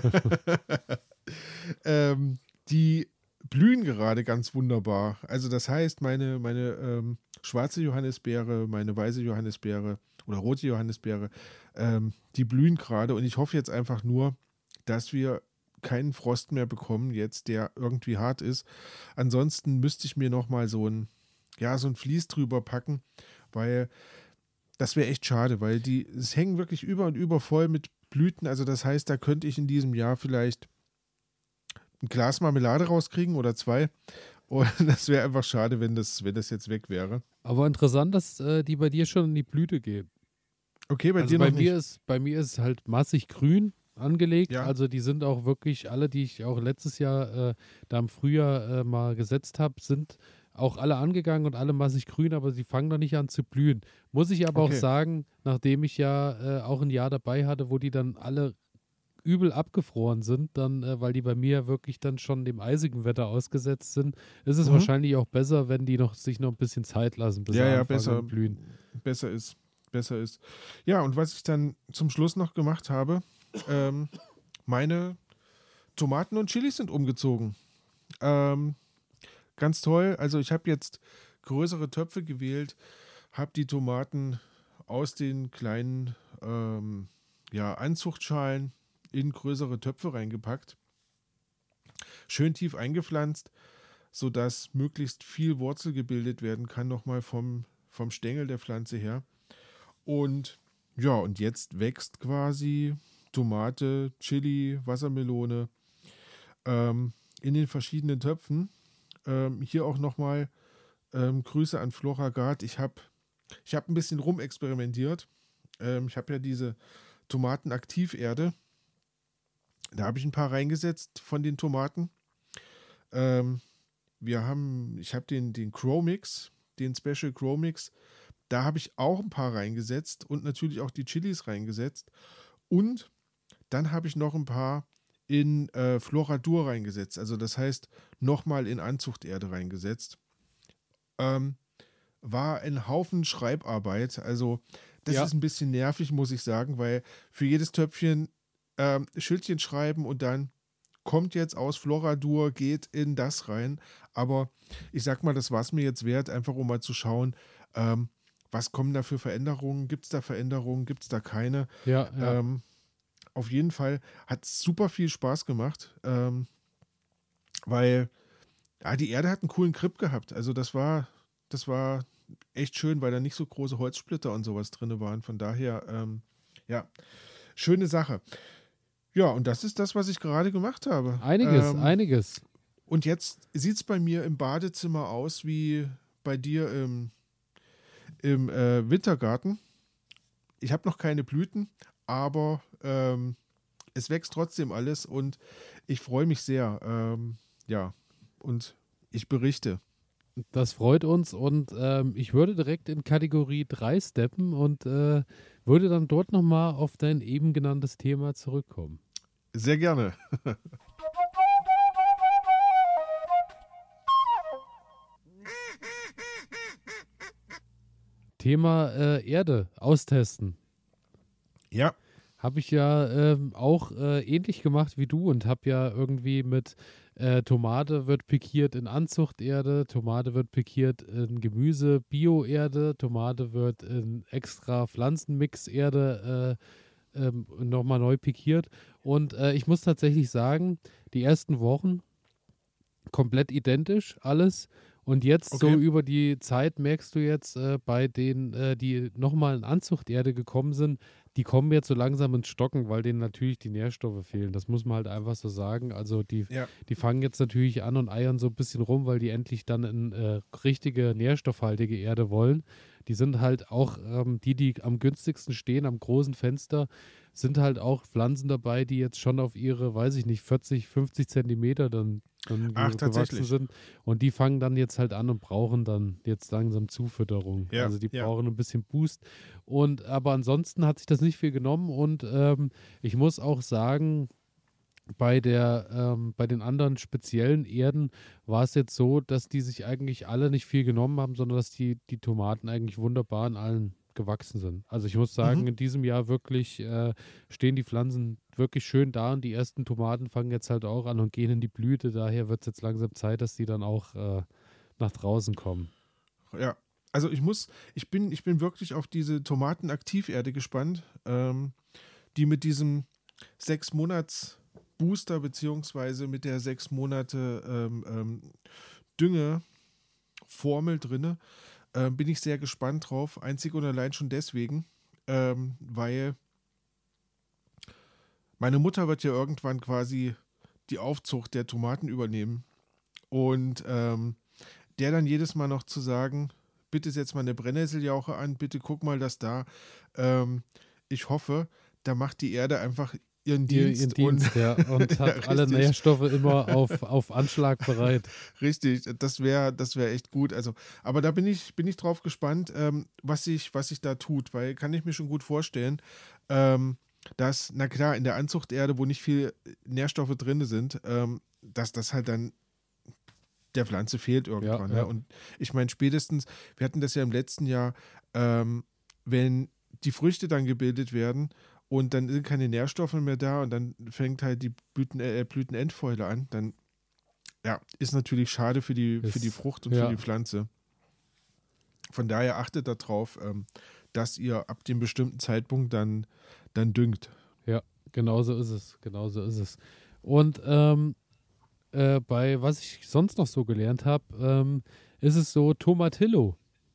ähm, die blühen gerade ganz wunderbar. Also das heißt, meine, meine ähm, schwarze Johannisbeere, meine weiße Johannisbeere oder rote Johannisbeere, ähm, die blühen gerade und ich hoffe jetzt einfach nur, dass wir keinen Frost mehr bekommen jetzt, der irgendwie hart ist. Ansonsten müsste ich mir nochmal so ein, ja, so ein Vlies drüber packen, weil das wäre echt schade, weil die, es hängen wirklich über und über voll mit Blüten. Also das heißt, da könnte ich in diesem Jahr vielleicht ein Glas Marmelade rauskriegen oder zwei. Und das wäre einfach schade, wenn das, wenn das jetzt weg wäre. Aber interessant, dass äh, die bei dir schon in die Blüte gehen. Okay, bei Also dir bei noch mir nicht. ist bei mir ist halt massig grün angelegt. Ja. Also die sind auch wirklich alle, die ich auch letztes Jahr äh, da im Frühjahr äh, mal gesetzt habe, sind auch alle angegangen und alle massig grün, aber sie fangen noch nicht an zu blühen. Muss ich aber Okay. auch sagen, nachdem ich ja äh, auch ein Jahr dabei hatte, wo die dann alle übel abgefroren sind, dann, äh, weil die bei mir wirklich dann schon dem eisigen Wetter ausgesetzt sind, ist es Mhm. wahrscheinlich auch besser, wenn die noch sich noch ein bisschen Zeit lassen, bis Ja, sie ja, anfangen besser. zu blühen. Besser ist. Besser ist. Ja, und was ich dann zum Schluss noch gemacht habe, ähm, meine Tomaten und Chilis sind umgezogen. Ähm, ganz toll. Also ich habe jetzt größere Töpfe gewählt, habe die Tomaten aus den kleinen ähm, ja, Anzuchtschalen in größere Töpfe reingepackt. Schön tief eingepflanzt, sodass möglichst viel Wurzel gebildet werden kann, nochmal vom, vom Stängel der Pflanze her. Und ja, und jetzt wächst quasi Tomate, Chili, Wassermelone ähm, in den verschiedenen Töpfen. Ähm, hier auch nochmal ähm, Grüße an Flora Gard. Ich habe ich hab ein bisschen rumexperimentiert. Ähm, ich habe ja diese Tomatenaktiverde. Da habe ich ein paar reingesetzt von den Tomaten. Ähm, wir haben, ich habe den, den Chromix, den Special Chromix. Da habe ich auch ein paar reingesetzt und natürlich auch die Chilis reingesetzt. Und dann habe ich noch ein paar in äh, Floradur reingesetzt. Also das heißt, nochmal in Anzuchterde reingesetzt. Ähm, war ein Haufen Schreibarbeit. Also das Ja. ist ein bisschen nervig, muss ich sagen, weil für jedes Töpfchen ähm, Schildchen schreiben und dann kommt jetzt aus Floradur, geht in das rein. Aber ich sag mal, das war es mir jetzt wert, einfach um mal zu schauen, ähm, was kommen da für Veränderungen? Gibt es da Veränderungen? Gibt es da keine? Ja, ja. Ähm, auf jeden Fall hat es super viel Spaß gemacht, ähm, weil ja, die Erde hat einen coolen Grip gehabt. Also das war, das war echt schön, weil da nicht so große Holzsplitter und sowas drin waren. Von daher, ähm, ja, schöne Sache. Ja, und das ist das, was ich gerade gemacht habe. Einiges, Ähm, einiges. Und jetzt sieht es bei mir im Badezimmer aus wie bei dir im, im äh, Wintergarten. Ich habe noch keine Blüten, aber ähm, es wächst trotzdem alles und ich freue mich sehr. Ähm, ja, und ich berichte. Das freut uns und ähm, ich würde direkt in Kategorie drei steppen und äh, würde dann dort nochmal auf dein eben genanntes Thema zurückkommen. Sehr gerne. Thema äh, Erde austesten. Ja, Habe ich ja ähm, auch äh, ähnlich gemacht wie du und habe ja irgendwie mit äh, Tomate wird pikiert in Anzuchterde, Tomate wird pikiert in Gemüse, Bioerde, Tomate wird in extra Pflanzenmixerde äh, ähm, nochmal neu pikiert. Und äh, ich muss tatsächlich sagen, die ersten Wochen komplett identisch alles. Und jetzt Okay. so über die Zeit merkst du jetzt äh, bei denen, äh, die nochmal in Anzuchterde gekommen sind, die kommen jetzt so langsam ins Stocken, weil denen natürlich die Nährstoffe fehlen. Das muss man halt einfach so sagen. Also die, Ja. die fangen jetzt natürlich an und eiern so ein bisschen rum, weil die endlich dann in äh, richtige nährstoffhaltige Erde wollen. Die sind halt auch, ähm, die, die am günstigsten stehen, am großen Fenster, sind halt auch Pflanzen dabei, die jetzt schon auf ihre, weiß ich nicht, vierzig, fünfzig Zentimeter dann, dann Ach, ge- gewachsen tatsächlich. sind. Und die fangen dann jetzt halt an und brauchen dann jetzt langsam Zufütterung. Ja, Also die ja. brauchen ein bisschen Boost. Und aber ansonsten hat sich das nicht viel genommen. Und ähm, ich muss auch sagen, bei der, ähm, bei den anderen speziellen Erden war es jetzt so, dass die sich eigentlich alle nicht viel genommen haben, sondern dass die, die Tomaten eigentlich wunderbar in allen gewachsen sind. Also ich muss sagen, Mhm. in diesem Jahr wirklich äh, stehen die Pflanzen wirklich schön da und die ersten Tomaten fangen jetzt halt auch an und gehen in die Blüte. Daher wird es jetzt langsam Zeit, dass die dann auch äh, nach draußen kommen. Ja, also ich muss, ich bin, ich bin wirklich auf diese Tomatenaktiverde gespannt, ähm, die mit diesem sechs Monats Booster beziehungsweise mit der sechs Monate ähm, ähm, Düngeformel drinne, ähm, bin ich sehr gespannt drauf. Einzig und allein schon deswegen, ähm, weil meine Mutter wird ja irgendwann quasi die Aufzucht der Tomaten übernehmen und ähm, der dann jedes Mal noch zu sagen, bitte setz mal eine Brennnesseljauche an, bitte guck mal, dass da, ähm, ich hoffe, da macht die Erde einfach ihren Ihr, Dienst, ihren Dienst, und ja, und ja, hat alle richtig. Nährstoffe immer auf, auf Anschlag bereit. Richtig, das wäre das wär echt gut. Also, aber da bin ich, bin ich drauf gespannt, ähm, was sich was sich da tut, weil kann ich mir schon gut vorstellen, ähm, dass, na klar, in der Anzuchterde, wo nicht viel Nährstoffe drin sind, ähm, dass das halt dann der Pflanze fehlt irgendwann. Ja, ja. Ne? Und ich meine, spätestens, wir hatten das ja im letzten Jahr, ähm, wenn die Früchte dann gebildet werden und dann sind keine Nährstoffe mehr da und dann fängt halt die Blüten, äh, Blütenendfäule an, dann ja, ist natürlich schade für die, für die Ist- Frucht und ja. für die Pflanze. Von daher achtet darauf, ähm, dass ihr ab dem bestimmten Zeitpunkt dann, dann düngt. Ja, genau so ist es. Genau so ist es. Und ähm, äh, bei was ich sonst noch so gelernt habe, ähm, ist es so Tomatillo.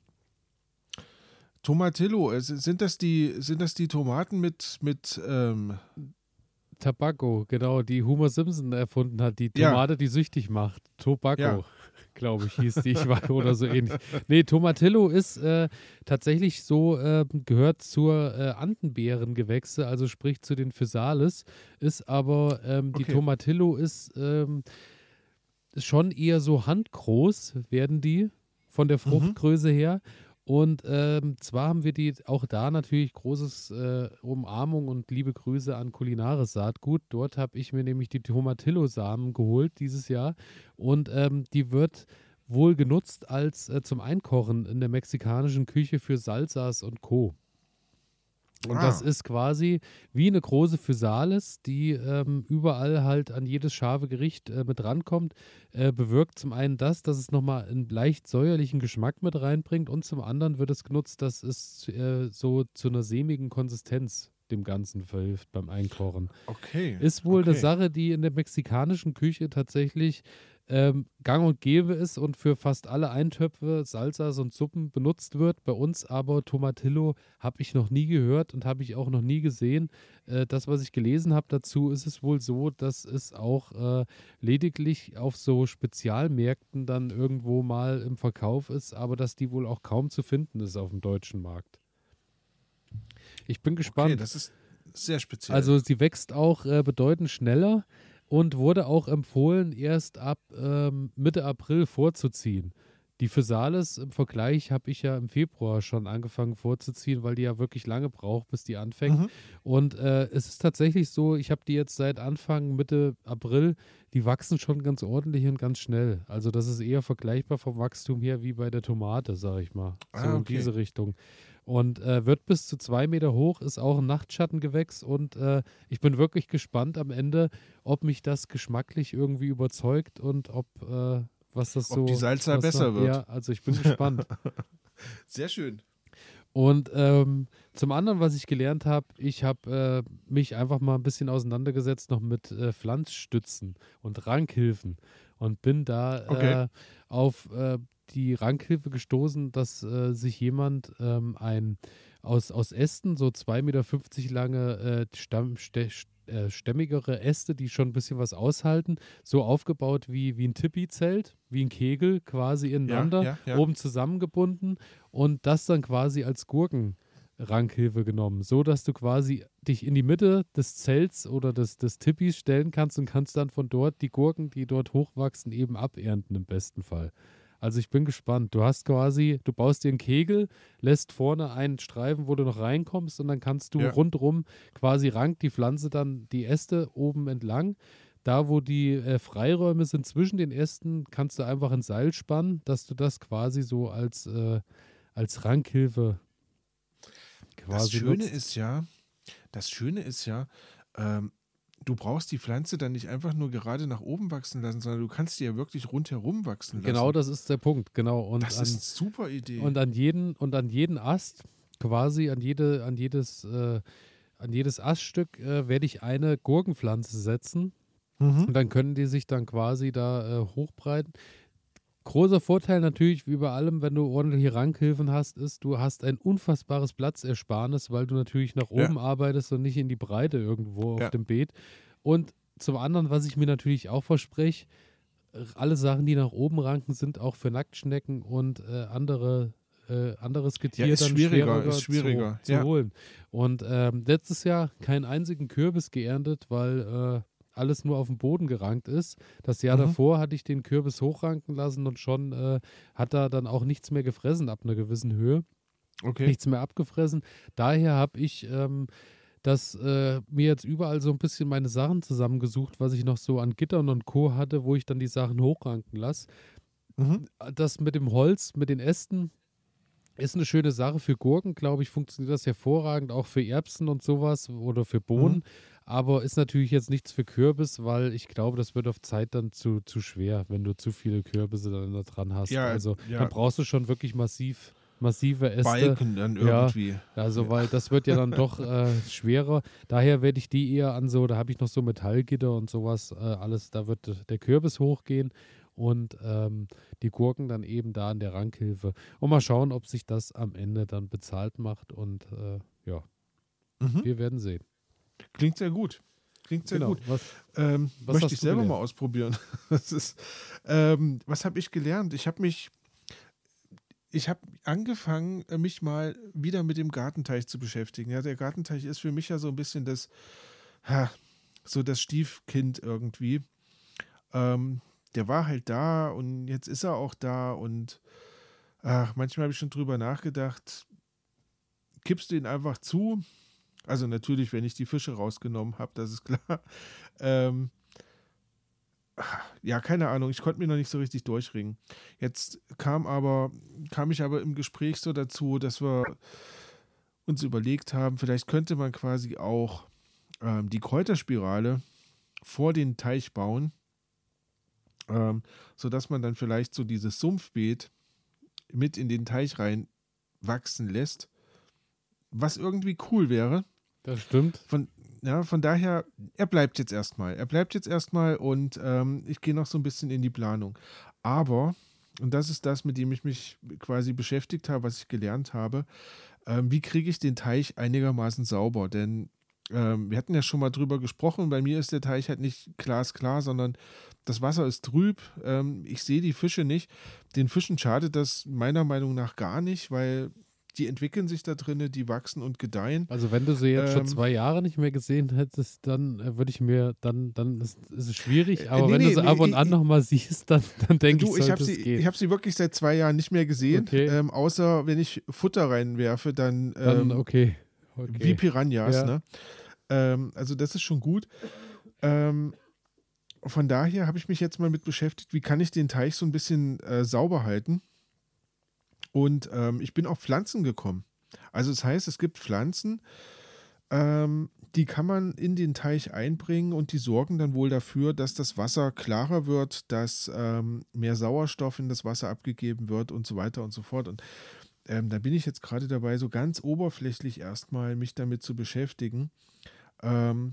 Tomatillo, es- sind das die, sind das die Tomaten mit, mit ähm, Tabacco, genau, die Homer Simpson erfunden hat, die Ja. Tomate, die süchtig macht. Tobacco, Ja. glaube ich, hieß die, ich weiß, oder so ähnlich. Nee, Tomatillo ist äh, tatsächlich so, äh, gehört zur äh, Andenbeerengewächse, also sprich zu den Physalis, ist aber, ähm, die Okay. Tomatillo ist ähm, schon eher so handgroß, werden die von der Fruchtgröße her. Und ähm, zwar haben wir die auch da natürlich großes äh, Umarmung und liebe Grüße an Kulinares Saatgut. Dort habe ich mir nämlich die Tomatillo-Samen geholt dieses Jahr. Und ähm, die wird wohl genutzt als äh, zum Einkochen in der mexikanischen Küche für Salsas und Co. Und Ah. das ist quasi wie eine große Physalis, die ähm, überall halt an jedes scharfe Gericht äh, mit rankommt. Äh, bewirkt zum einen das, dass es nochmal einen leicht säuerlichen Geschmack mit reinbringt und zum anderen wird es genutzt, dass es äh, so zu einer sämigen Konsistenz dem Ganzen verhilft beim Einkochen. Okay. Ist wohl okay. eine Sache, die in der mexikanischen Küche tatsächlich ähm, gang und gäbe ist und für fast alle Eintöpfe, Salsas und Suppen benutzt wird. Bei uns aber Tomatillo habe ich noch nie gehört und habe ich auch noch nie gesehen. Äh, das, was ich gelesen habe dazu, ist es wohl so, dass es auch äh, lediglich auf so Spezialmärkten dann irgendwo mal im Verkauf ist, aber dass die wohl auch kaum zu finden ist auf dem deutschen Markt. Ich bin gespannt. Okay, das ist sehr speziell. Also sie wächst auch äh, bedeutend schneller und wurde auch empfohlen, erst ab ähm, Mitte April vorzuziehen. Die Physalis im Vergleich habe ich ja im Februar schon angefangen vorzuziehen, weil die ja wirklich lange braucht, bis die anfängt. Mhm. Und äh, es ist tatsächlich so, ich habe die jetzt seit Anfang, Mitte April, die wachsen schon ganz ordentlich und ganz schnell. Also das ist eher vergleichbar vom Wachstum her wie bei der Tomate, sage ich mal. So Ah, in okay. diese Richtung. Und äh, wird bis zu zwei Meter hoch, ist auch ein Nachtschattengewächs und äh, ich bin wirklich gespannt am Ende, ob mich das geschmacklich irgendwie überzeugt und ob äh, was das Ob so. die Salsa was besser da, wird. Ja, also ich bin gespannt. Sehr schön. Und ähm, zum anderen, was ich gelernt habe, ich habe äh, mich einfach mal ein bisschen auseinandergesetzt noch mit äh, Pflanzstützen und Rankhilfen und bin da Okay. äh, auf äh, die Rankhilfe gestoßen, dass äh, sich jemand ähm, ein aus, aus Ästen, so zwei Meter fünfzig lange äh, Stamm, stä, äh, stämmigere Äste, die schon ein bisschen was aushalten, so aufgebaut wie, wie ein Tipi-Zelt, wie ein Kegel quasi ineinander, ja, ja. oben zusammengebunden und das dann quasi als Gurkenrankhilfe genommen, so dass du quasi dich in die Mitte des Zelts oder des, des Tipis stellen kannst und kannst dann von dort die Gurken, die dort hochwachsen, eben abernten im besten Fall. Also ich bin gespannt. Du hast quasi, du baust dir einen Kegel, lässt vorne einen Streifen, wo du noch reinkommst und dann kannst du Ja. rundrum quasi rankt die Pflanze dann die Äste oben entlang. Da, wo die äh, Freiräume sind zwischen den Ästen, kannst du einfach ein Seil spannen, dass du das quasi so als, äh, als Rankhilfe Das quasi Schöne nutzt. ist ja, das Schöne ist ja, ähm, du brauchst die Pflanze dann nicht einfach nur gerade nach oben wachsen lassen, sondern du kannst die ja wirklich rundherum wachsen lassen. Genau, das ist der Punkt, genau. Und das an, ist eine super Idee. Und an jeden, und an jeden Ast, quasi an jede, an jedes, äh, an jedes Aststück äh, werde ich eine Gurkenpflanze setzen. mhm. Und dann können die sich dann quasi da äh, hochbreiten. Großer Vorteil natürlich, wie bei allem, wenn du ordentliche Rankhilfen hast, ist, du hast ein unfassbares Platzersparnis, weil du natürlich nach Ja. oben arbeitest und nicht in die Breite irgendwo Ja. auf dem Beet. Und zum anderen, was ich mir natürlich auch verspreche, alle Sachen, die nach oben ranken, sind auch für Nacktschnecken und äh, andere, äh, anderes Getier Ja, ist dann schwieriger, schwieriger ist schwieriger, zu, zu ja. holen. Und ähm, letztes Jahr keinen einzigen Kürbis geerntet, weil äh, alles nur auf dem Boden gerankt ist. Das Jahr Mhm. davor hatte ich den Kürbis hochranken lassen und schon äh, hat er dann auch nichts mehr gefressen ab einer gewissen Höhe. Okay. Nichts mehr abgefressen. Daher habe ich ähm, das äh, mir jetzt überall so ein bisschen meine Sachen zusammengesucht, was ich noch so an Gittern und Co. hatte, wo ich dann die Sachen hochranken lasse. Mhm. Das mit dem Holz, mit den Ästen, ist eine schöne Sache. Für Gurken, glaube ich, funktioniert das hervorragend, auch für Erbsen und sowas oder für Bohnen. Mhm. Aber ist natürlich jetzt nichts für Kürbis, weil ich glaube, das wird auf Zeit dann zu, zu schwer, wenn du zu viele Kürbisse dann da dran hast. Ja, also ja. dann brauchst du schon wirklich massiv, massive Äste. Balken dann Ja. irgendwie. Also, Ja. weil das wird ja dann doch äh, schwerer. Daher werde ich die eher an so, da habe ich noch so Metallgitter und sowas, äh, alles, da wird der Kürbis hochgehen und ähm, die Gurken dann eben da an der Rankhilfe. Und mal schauen, ob sich das am Ende dann bezahlt macht und äh, ja, Mhm. wir werden sehen. Klingt sehr gut. Klingt sehr Genau. gut. Was, Ähm, Was möchte hast ich du selber gelernt? mal ausprobieren. Das ist, ähm, was habe ich gelernt? Ich habe mich, ich habe angefangen, äh, mich mal wieder mit dem Gartenteich zu beschäftigen. Ja, der Gartenteich ist für mich ja so ein bisschen das, ha, so das Stiefkind irgendwie. Ähm, der war halt da und jetzt ist er auch da und ach, manchmal habe ich schon drüber nachgedacht, kippst du ihn einfach zu? Also natürlich, wenn ich die Fische rausgenommen habe, das ist klar. Ähm, ja, keine Ahnung, ich konnte mir noch nicht so richtig durchringen. Jetzt kam aber, kam ich aber im Gespräch so dazu, dass wir uns überlegt haben, vielleicht könnte man quasi auch ähm, die Kräuterspirale vor den Teich bauen, ähm, sodass man dann vielleicht so dieses Sumpfbeet mit in den Teich rein wachsen lässt, was irgendwie cool wäre. das stimmt. Von, ja, von daher, er bleibt jetzt erstmal. Er bleibt jetzt erstmal und ähm, ich gehe noch so ein bisschen in die Planung. Aber, und das ist das, mit dem ich mich quasi beschäftigt habe, was ich gelernt habe, ähm, wie kriege ich den Teich einigermaßen sauber? Denn ähm, wir hatten ja schon mal drüber gesprochen, bei mir ist der Teich halt nicht glasklar, sondern das Wasser ist trüb, ähm, ich sehe die Fische nicht. Den Fischen schadet das meiner Meinung nach gar nicht, weil die entwickeln sich da drinnen, die wachsen und gedeihen. Also wenn du sie jetzt schon Ähm, zwei Jahre nicht mehr gesehen hättest, dann äh, würde ich mir, dann, dann ist, ist es schwierig, aber nee, wenn nee, du sie nee, ab und ich- an nochmal siehst, dann, dann denke ich, Du, ich sollte habe es sie, gehen. ich hab sie wirklich seit zwei Jahren nicht mehr gesehen. Okay. Ähm, außer wenn ich Futter reinwerfe, dann, dann ähm, okay. okay. wie Piranhas. Ja. Ne? Ähm, also das ist schon gut. Ähm, von daher habe ich mich jetzt mal mit beschäftigt, wie kann ich den Teich so ein bisschen äh, sauber halten. Und ähm, ich bin auf Pflanzen gekommen. Also das heißt, es gibt Pflanzen, ähm, die kann man in den Teich einbringen und die sorgen dann wohl dafür, dass das Wasser klarer wird, dass ähm, mehr Sauerstoff in das Wasser abgegeben wird und so weiter und so fort. Und ähm, da bin ich jetzt gerade dabei, so ganz oberflächlich erstmal mich damit zu beschäftigen. Ähm,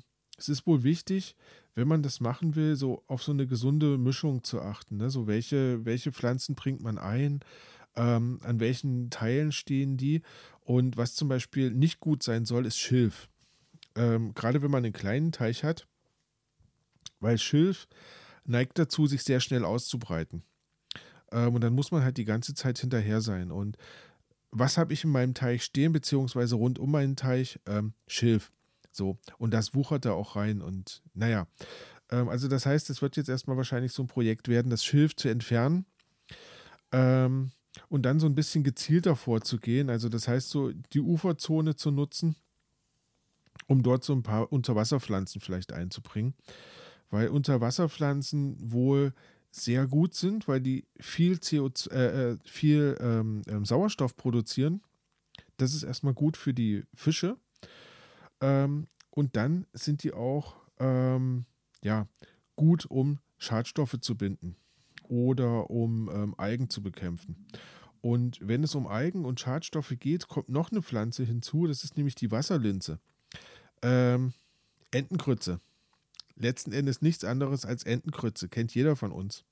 es ist wohl wichtig, wenn man das machen will, so auf so eine gesunde Mischung zu achten. Ne? So welche, welche Pflanzen bringt man ein, ähm, an welchen Teilen stehen die. Und was zum Beispiel nicht gut sein soll, ist Schilf. Ähm, gerade wenn man einen kleinen Teich hat, weil Schilf neigt dazu, sich sehr schnell auszubreiten. Ähm, und dann muss man halt die ganze Zeit hinterher sein. Und was habe ich in meinem Teich stehen, beziehungsweise rund um meinen Teich? Ähm, Schilf. So. Und das wuchert da auch rein. Und naja, ähm, also das heißt, es wird jetzt erstmal wahrscheinlich so ein Projekt werden, das Schilf zu entfernen. Ähm, und dann so ein bisschen gezielter vorzugehen. Also das heißt, so die Uferzone zu nutzen, um dort so ein paar Unterwasserpflanzen vielleicht einzubringen. Weil Unterwasserpflanzen wohl sehr gut sind, weil die viel, C O zwei, äh, viel ähm, ähm, Sauerstoff produzieren. Das ist erstmal gut für die Fische. Ähm, und dann sind die auch ähm, ja, gut, um Schadstoffe zu binden oder um ähm, Algen zu bekämpfen. Und wenn es um Algen und Schadstoffe geht, kommt noch eine Pflanze hinzu, das ist nämlich die Wasserlinse. Ähm, Entengrütze. Letzten Endes nichts anderes als Entengrütze. Kennt jeder von uns.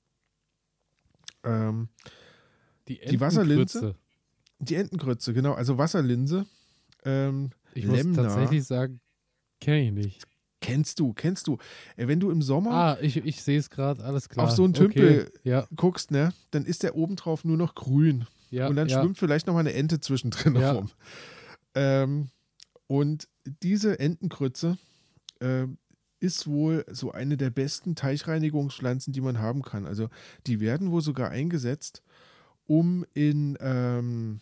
Ähm, Die, die Wasserlinse. Die Entengrütze, genau. Also Wasserlinse. Ähm, ich muss Lemna. tatsächlich sagen, kenne ich nicht. Kennst du, kennst du. Äh, Wenn du im Sommer Ah, ich, ich sehe es gerade, alles klar. auf so einen Tümpel okay. ja. guckst, ne, dann ist der obendrauf nur noch grün. Ja, und dann ja. schwimmt vielleicht noch mal eine Ente zwischendrin Ja. rum. Ähm, und diese Entengrütze äh, ist wohl so eine der besten Teichreinigungspflanzen, die man haben kann. Also die werden wohl sogar eingesetzt, um in, ähm,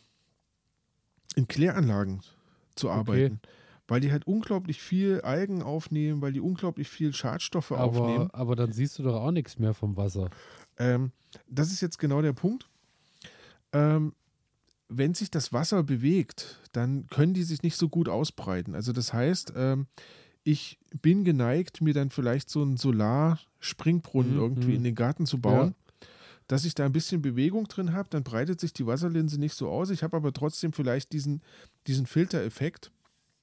in Kläranlagen zu arbeiten. Weil die halt unglaublich viel Algen aufnehmen, weil die unglaublich viel Schadstoffe aufnehmen. Aber, aber dann siehst du doch auch nichts mehr vom Wasser. Ähm, das ist jetzt genau der Punkt. Ähm, wenn sich das Wasser bewegt, dann können die sich nicht so gut ausbreiten. Also das heißt, ähm, ich bin geneigt, mir dann vielleicht so einen Solarspringbrunnen Mhm, irgendwie mhm. in den Garten zu bauen, dass ich da ein bisschen Bewegung drin habe, dann breitet sich die Wasserlinse nicht so aus. Ich habe aber trotzdem vielleicht diesen, diesen Filtereffekt.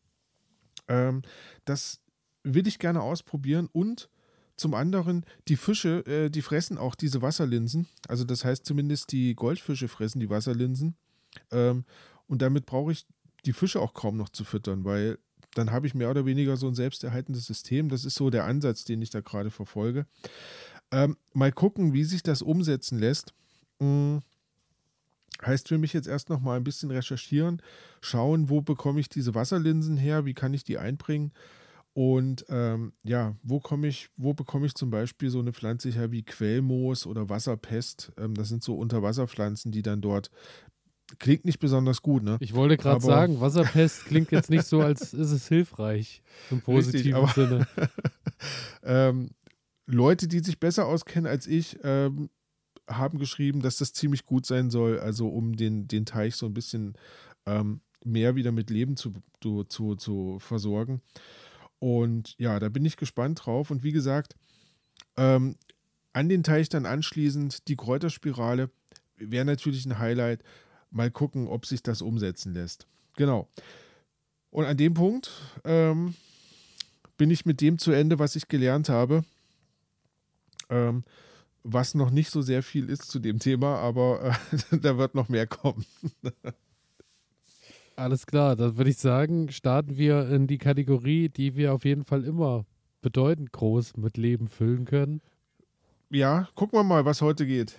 Ähm, das will ich gerne ausprobieren und zum anderen, die Fische, äh, die fressen auch diese Wasserlinsen. Also das heißt zumindest die Goldfische fressen die Wasserlinsen. Ähm, und damit brauche ich die Fische auch kaum noch zu füttern, weil dann habe ich mehr oder weniger so ein selbsterhaltendes System. Das ist so der Ansatz, den ich da gerade verfolge. Ähm, mal gucken, wie sich das umsetzen lässt. Hm. Heißt für mich jetzt erst noch mal ein bisschen recherchieren, schauen, wo bekomme ich diese Wasserlinsen her, wie kann ich die einbringen und ähm, ja, wo komme ich, wo bekomme ich zum Beispiel so eine Pflanze her wie Quellmoos oder Wasserpest. Ähm, das sind so Unterwasserpflanzen, die dann dort, klingt nicht besonders gut, ne? Ich wollte gerade Aber- sagen, Wasserpest klingt jetzt nicht so, als ist es hilfreich im positiven aber- Sinne. ähm, Leute, die sich besser auskennen als ich, ähm, haben geschrieben, dass das ziemlich gut sein soll, also um den, den Teich so ein bisschen ähm, mehr wieder mit Leben zu, zu, zu, zu versorgen. Und ja, da bin ich gespannt drauf. Und wie gesagt, ähm, an den Teich dann anschließend die Kräuterspirale wäre natürlich ein Highlight. Mal gucken, ob sich das umsetzen lässt. Genau. Und an dem Punkt ähm, bin ich mit dem zu Ende, was ich gelernt habe. Ähm, was noch nicht so sehr viel ist zu dem Thema, aber äh, da wird noch mehr kommen. Alles klar, dann würde ich sagen, starten wir in die Kategorie, die wir auf jeden Fall immer bedeutend groß mit Leben füllen können. Ja, gucken wir mal, was heute geht.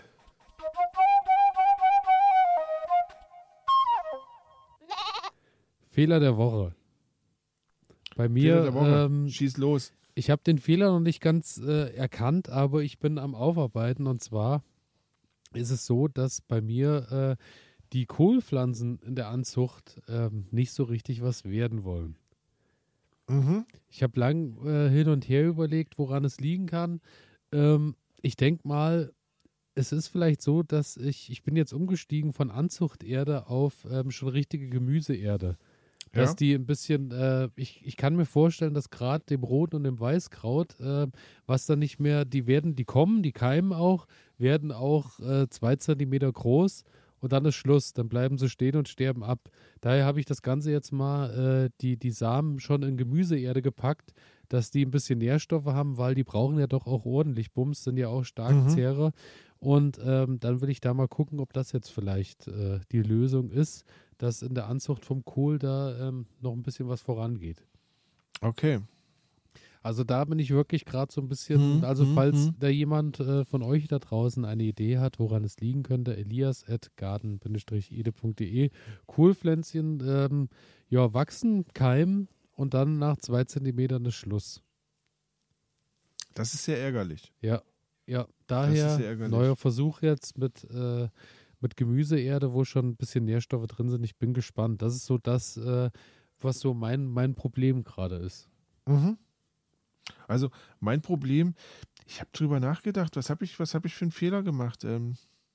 Fehler der Woche. Bei mir, Fehler der Woche. ähm, Schieß los. ich habe den Fehler noch nicht ganz äh, erkannt, aber ich bin am Aufarbeiten. Und zwar ist es so, dass bei mir äh, die Kohlpflanzen in der Anzucht ähm, nicht so richtig was werden wollen. Mhm. Ich habe lang äh, hin und her überlegt, woran es liegen kann. Ähm, ich denke mal, es ist vielleicht so, dass ich, ich bin jetzt umgestiegen von Anzuchterde auf ähm, schon richtige Gemüseerde. Dass Ja. die ein bisschen, äh, ich, ich kann mir vorstellen, dass gerade dem Rot und dem Weißkraut, äh, was dann nicht mehr, die werden, die kommen, die keimen auch, werden auch äh, zwei Zentimeter groß und dann ist Schluss. Dann bleiben sie stehen und sterben ab. Daher habe ich das Ganze jetzt mal, äh, die, die Samen schon in Gemüseerde gepackt, dass die ein bisschen Nährstoffe haben, weil die brauchen ja doch auch ordentlich Bums, sind ja auch stark Mhm. Zehrer. Und ähm, dann will ich da mal gucken, ob das jetzt vielleicht äh, die Lösung ist, dass in der Anzucht vom Kohl da ähm, noch ein bisschen was vorangeht. Okay. Also da bin ich wirklich gerade so ein bisschen, Hm, also hm, falls hm. da jemand äh, von euch da draußen eine Idee hat, woran es liegen könnte, elias at garden ede punkt de. Kohlpflänzchen, ähm, ja, wachsen, keimen und dann nach zwei Zentimetern ist Schluss. Das ist sehr ärgerlich. Ja, ja, ist daher sehr ärgerlich. neuer Versuch jetzt mit, äh, mit Gemüseerde, wo schon ein bisschen Nährstoffe drin sind. Ich bin gespannt. Das ist so das, äh, was so mein, mein Problem gerade ist. Mhm. Also mein Problem, ich habe drüber nachgedacht, was habe ich, was habe ich für einen Fehler gemacht? Ähm,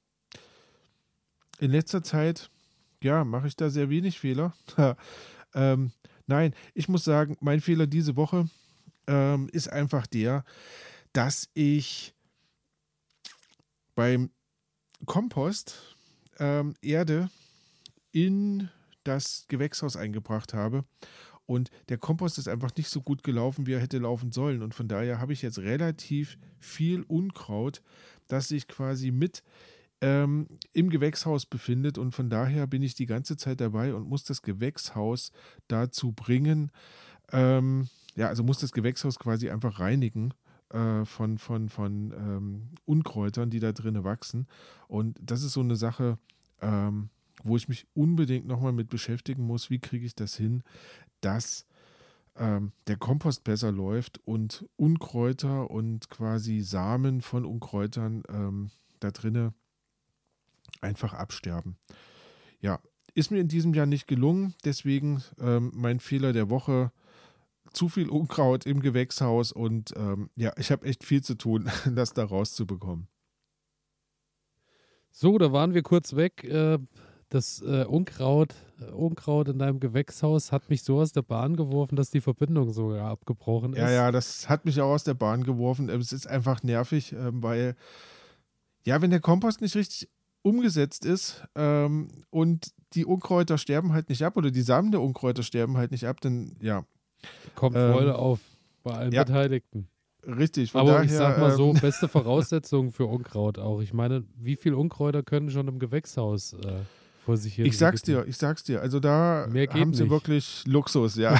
in letzter Zeit, ja, mache ich da sehr wenig Fehler. ähm, nein, ich muss sagen, mein Fehler diese Woche ähm, ist einfach der, dass ich beim Kompost ähm, Erde in das Gewächshaus eingebracht habe. Und der Kompost ist einfach nicht so gut gelaufen, wie er hätte laufen sollen. Und von daher habe ich jetzt relativ viel Unkraut, das sich quasi mit ähm, im Gewächshaus befindet. Und von daher bin ich die ganze Zeit dabei und muss das Gewächshaus dazu bringen, ähm, ja, also muss das Gewächshaus quasi einfach reinigen äh, von, von, von ähm, Unkräutern, die da drinnen wachsen. Und das ist so eine Sache, ähm, wo ich mich unbedingt nochmal mit beschäftigen muss, wie kriege ich das hin, dass ähm, der Kompost besser läuft und Unkräuter und quasi Samen von Unkräutern ähm, da drinnen einfach absterben. Ja, ist mir in diesem Jahr nicht gelungen, deswegen ähm, mein Fehler der Woche, zu viel Unkraut im Gewächshaus und ähm, ja, ich habe echt viel zu tun, das da rauszubekommen. So, da waren wir kurz weg. Äh, das äh, Unkraut, äh, Unkraut in deinem Gewächshaus hat mich so aus der Bahn geworfen, dass die Verbindung sogar abgebrochen ist. Ja, ja, das hat mich auch aus der Bahn geworfen. Es ist einfach nervig, ähm, weil, ja, wenn der Kompost nicht richtig umgesetzt ist ähm, und die Unkräuter sterben halt nicht ab oder die Samen der Unkräuter sterben halt nicht ab, dann, ja. Kommt ähm, Freude auf bei allen ja. Beteiligten. Richtig, von Aber daher, ich sag mal so, ähm, beste Voraussetzungen für Unkraut auch. Ich meine, wie viel Unkräuter können schon im Gewächshaus äh, vor sich hin? ich sag's dir, ich sag's dir. Also da Mehr geht haben sie nicht. wirklich Luxus, ja.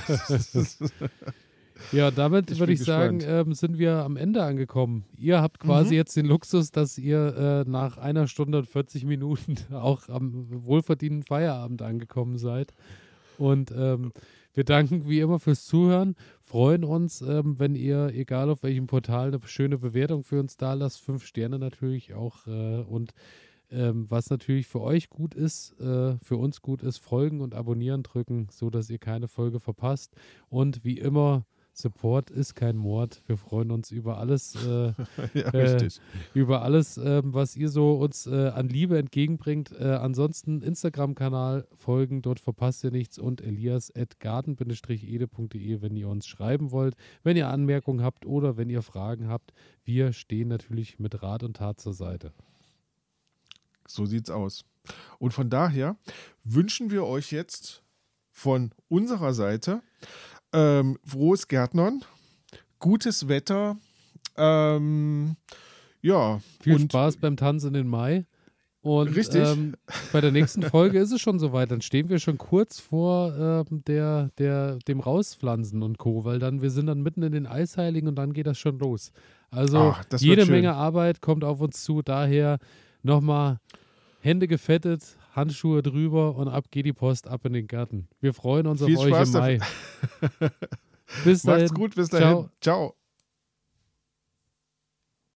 Ja, damit Ich würde bin ich sagen, gespannt. ähm, sind wir am Ende angekommen. Ihr habt quasi Mhm. jetzt den Luxus, dass ihr äh, nach einer Stunde und vierzig Minuten auch am wohlverdienten Feierabend angekommen seid. Und ähm, wir danken wie immer fürs Zuhören, freuen uns, ähm, wenn ihr, egal auf welchem Portal, eine schöne Bewertung für uns da lasst. Fünf Sterne natürlich auch. Äh, und ähm, was natürlich für euch gut ist, äh, für uns gut ist, folgen und abonnieren drücken, sodass ihr keine Folge verpasst. Und wie immer, Support ist kein Mord. Wir freuen uns über alles, äh, Ja, äh, richtig. über alles, ähm, was ihr so uns äh, an Liebe entgegenbringt. Äh, ansonsten Instagram-Kanal folgen, dort verpasst ihr nichts und elias at garden ede punkt de, wenn ihr uns schreiben wollt, wenn ihr Anmerkungen habt oder wenn ihr Fragen habt. Wir stehen natürlich mit Rat und Tat zur Seite. So sieht's aus. Und von daher wünschen wir euch jetzt von unserer Seite ähm, frohes Gärtnern, gutes Wetter, ähm, ja. Viel und Spaß beim Tanz in den Mai. Und Richtig. ähm, bei der nächsten Folge ist es schon soweit. Dann stehen wir schon kurz vor ähm, der, der, dem Rauspflanzen und Co., weil dann wir sind dann mitten in den Eisheiligen und dann geht das schon los. Also Ach, das wird jede schön. Menge Arbeit kommt auf uns zu. Daher nochmal Hände gefettet, Handschuhe drüber und ab geht die Post, ab in den Garten. Wir freuen uns Viel auf euch Spaß im Mai. dafür. Bis dahin. Macht's gut, bis dahin. Ciao. Ciao.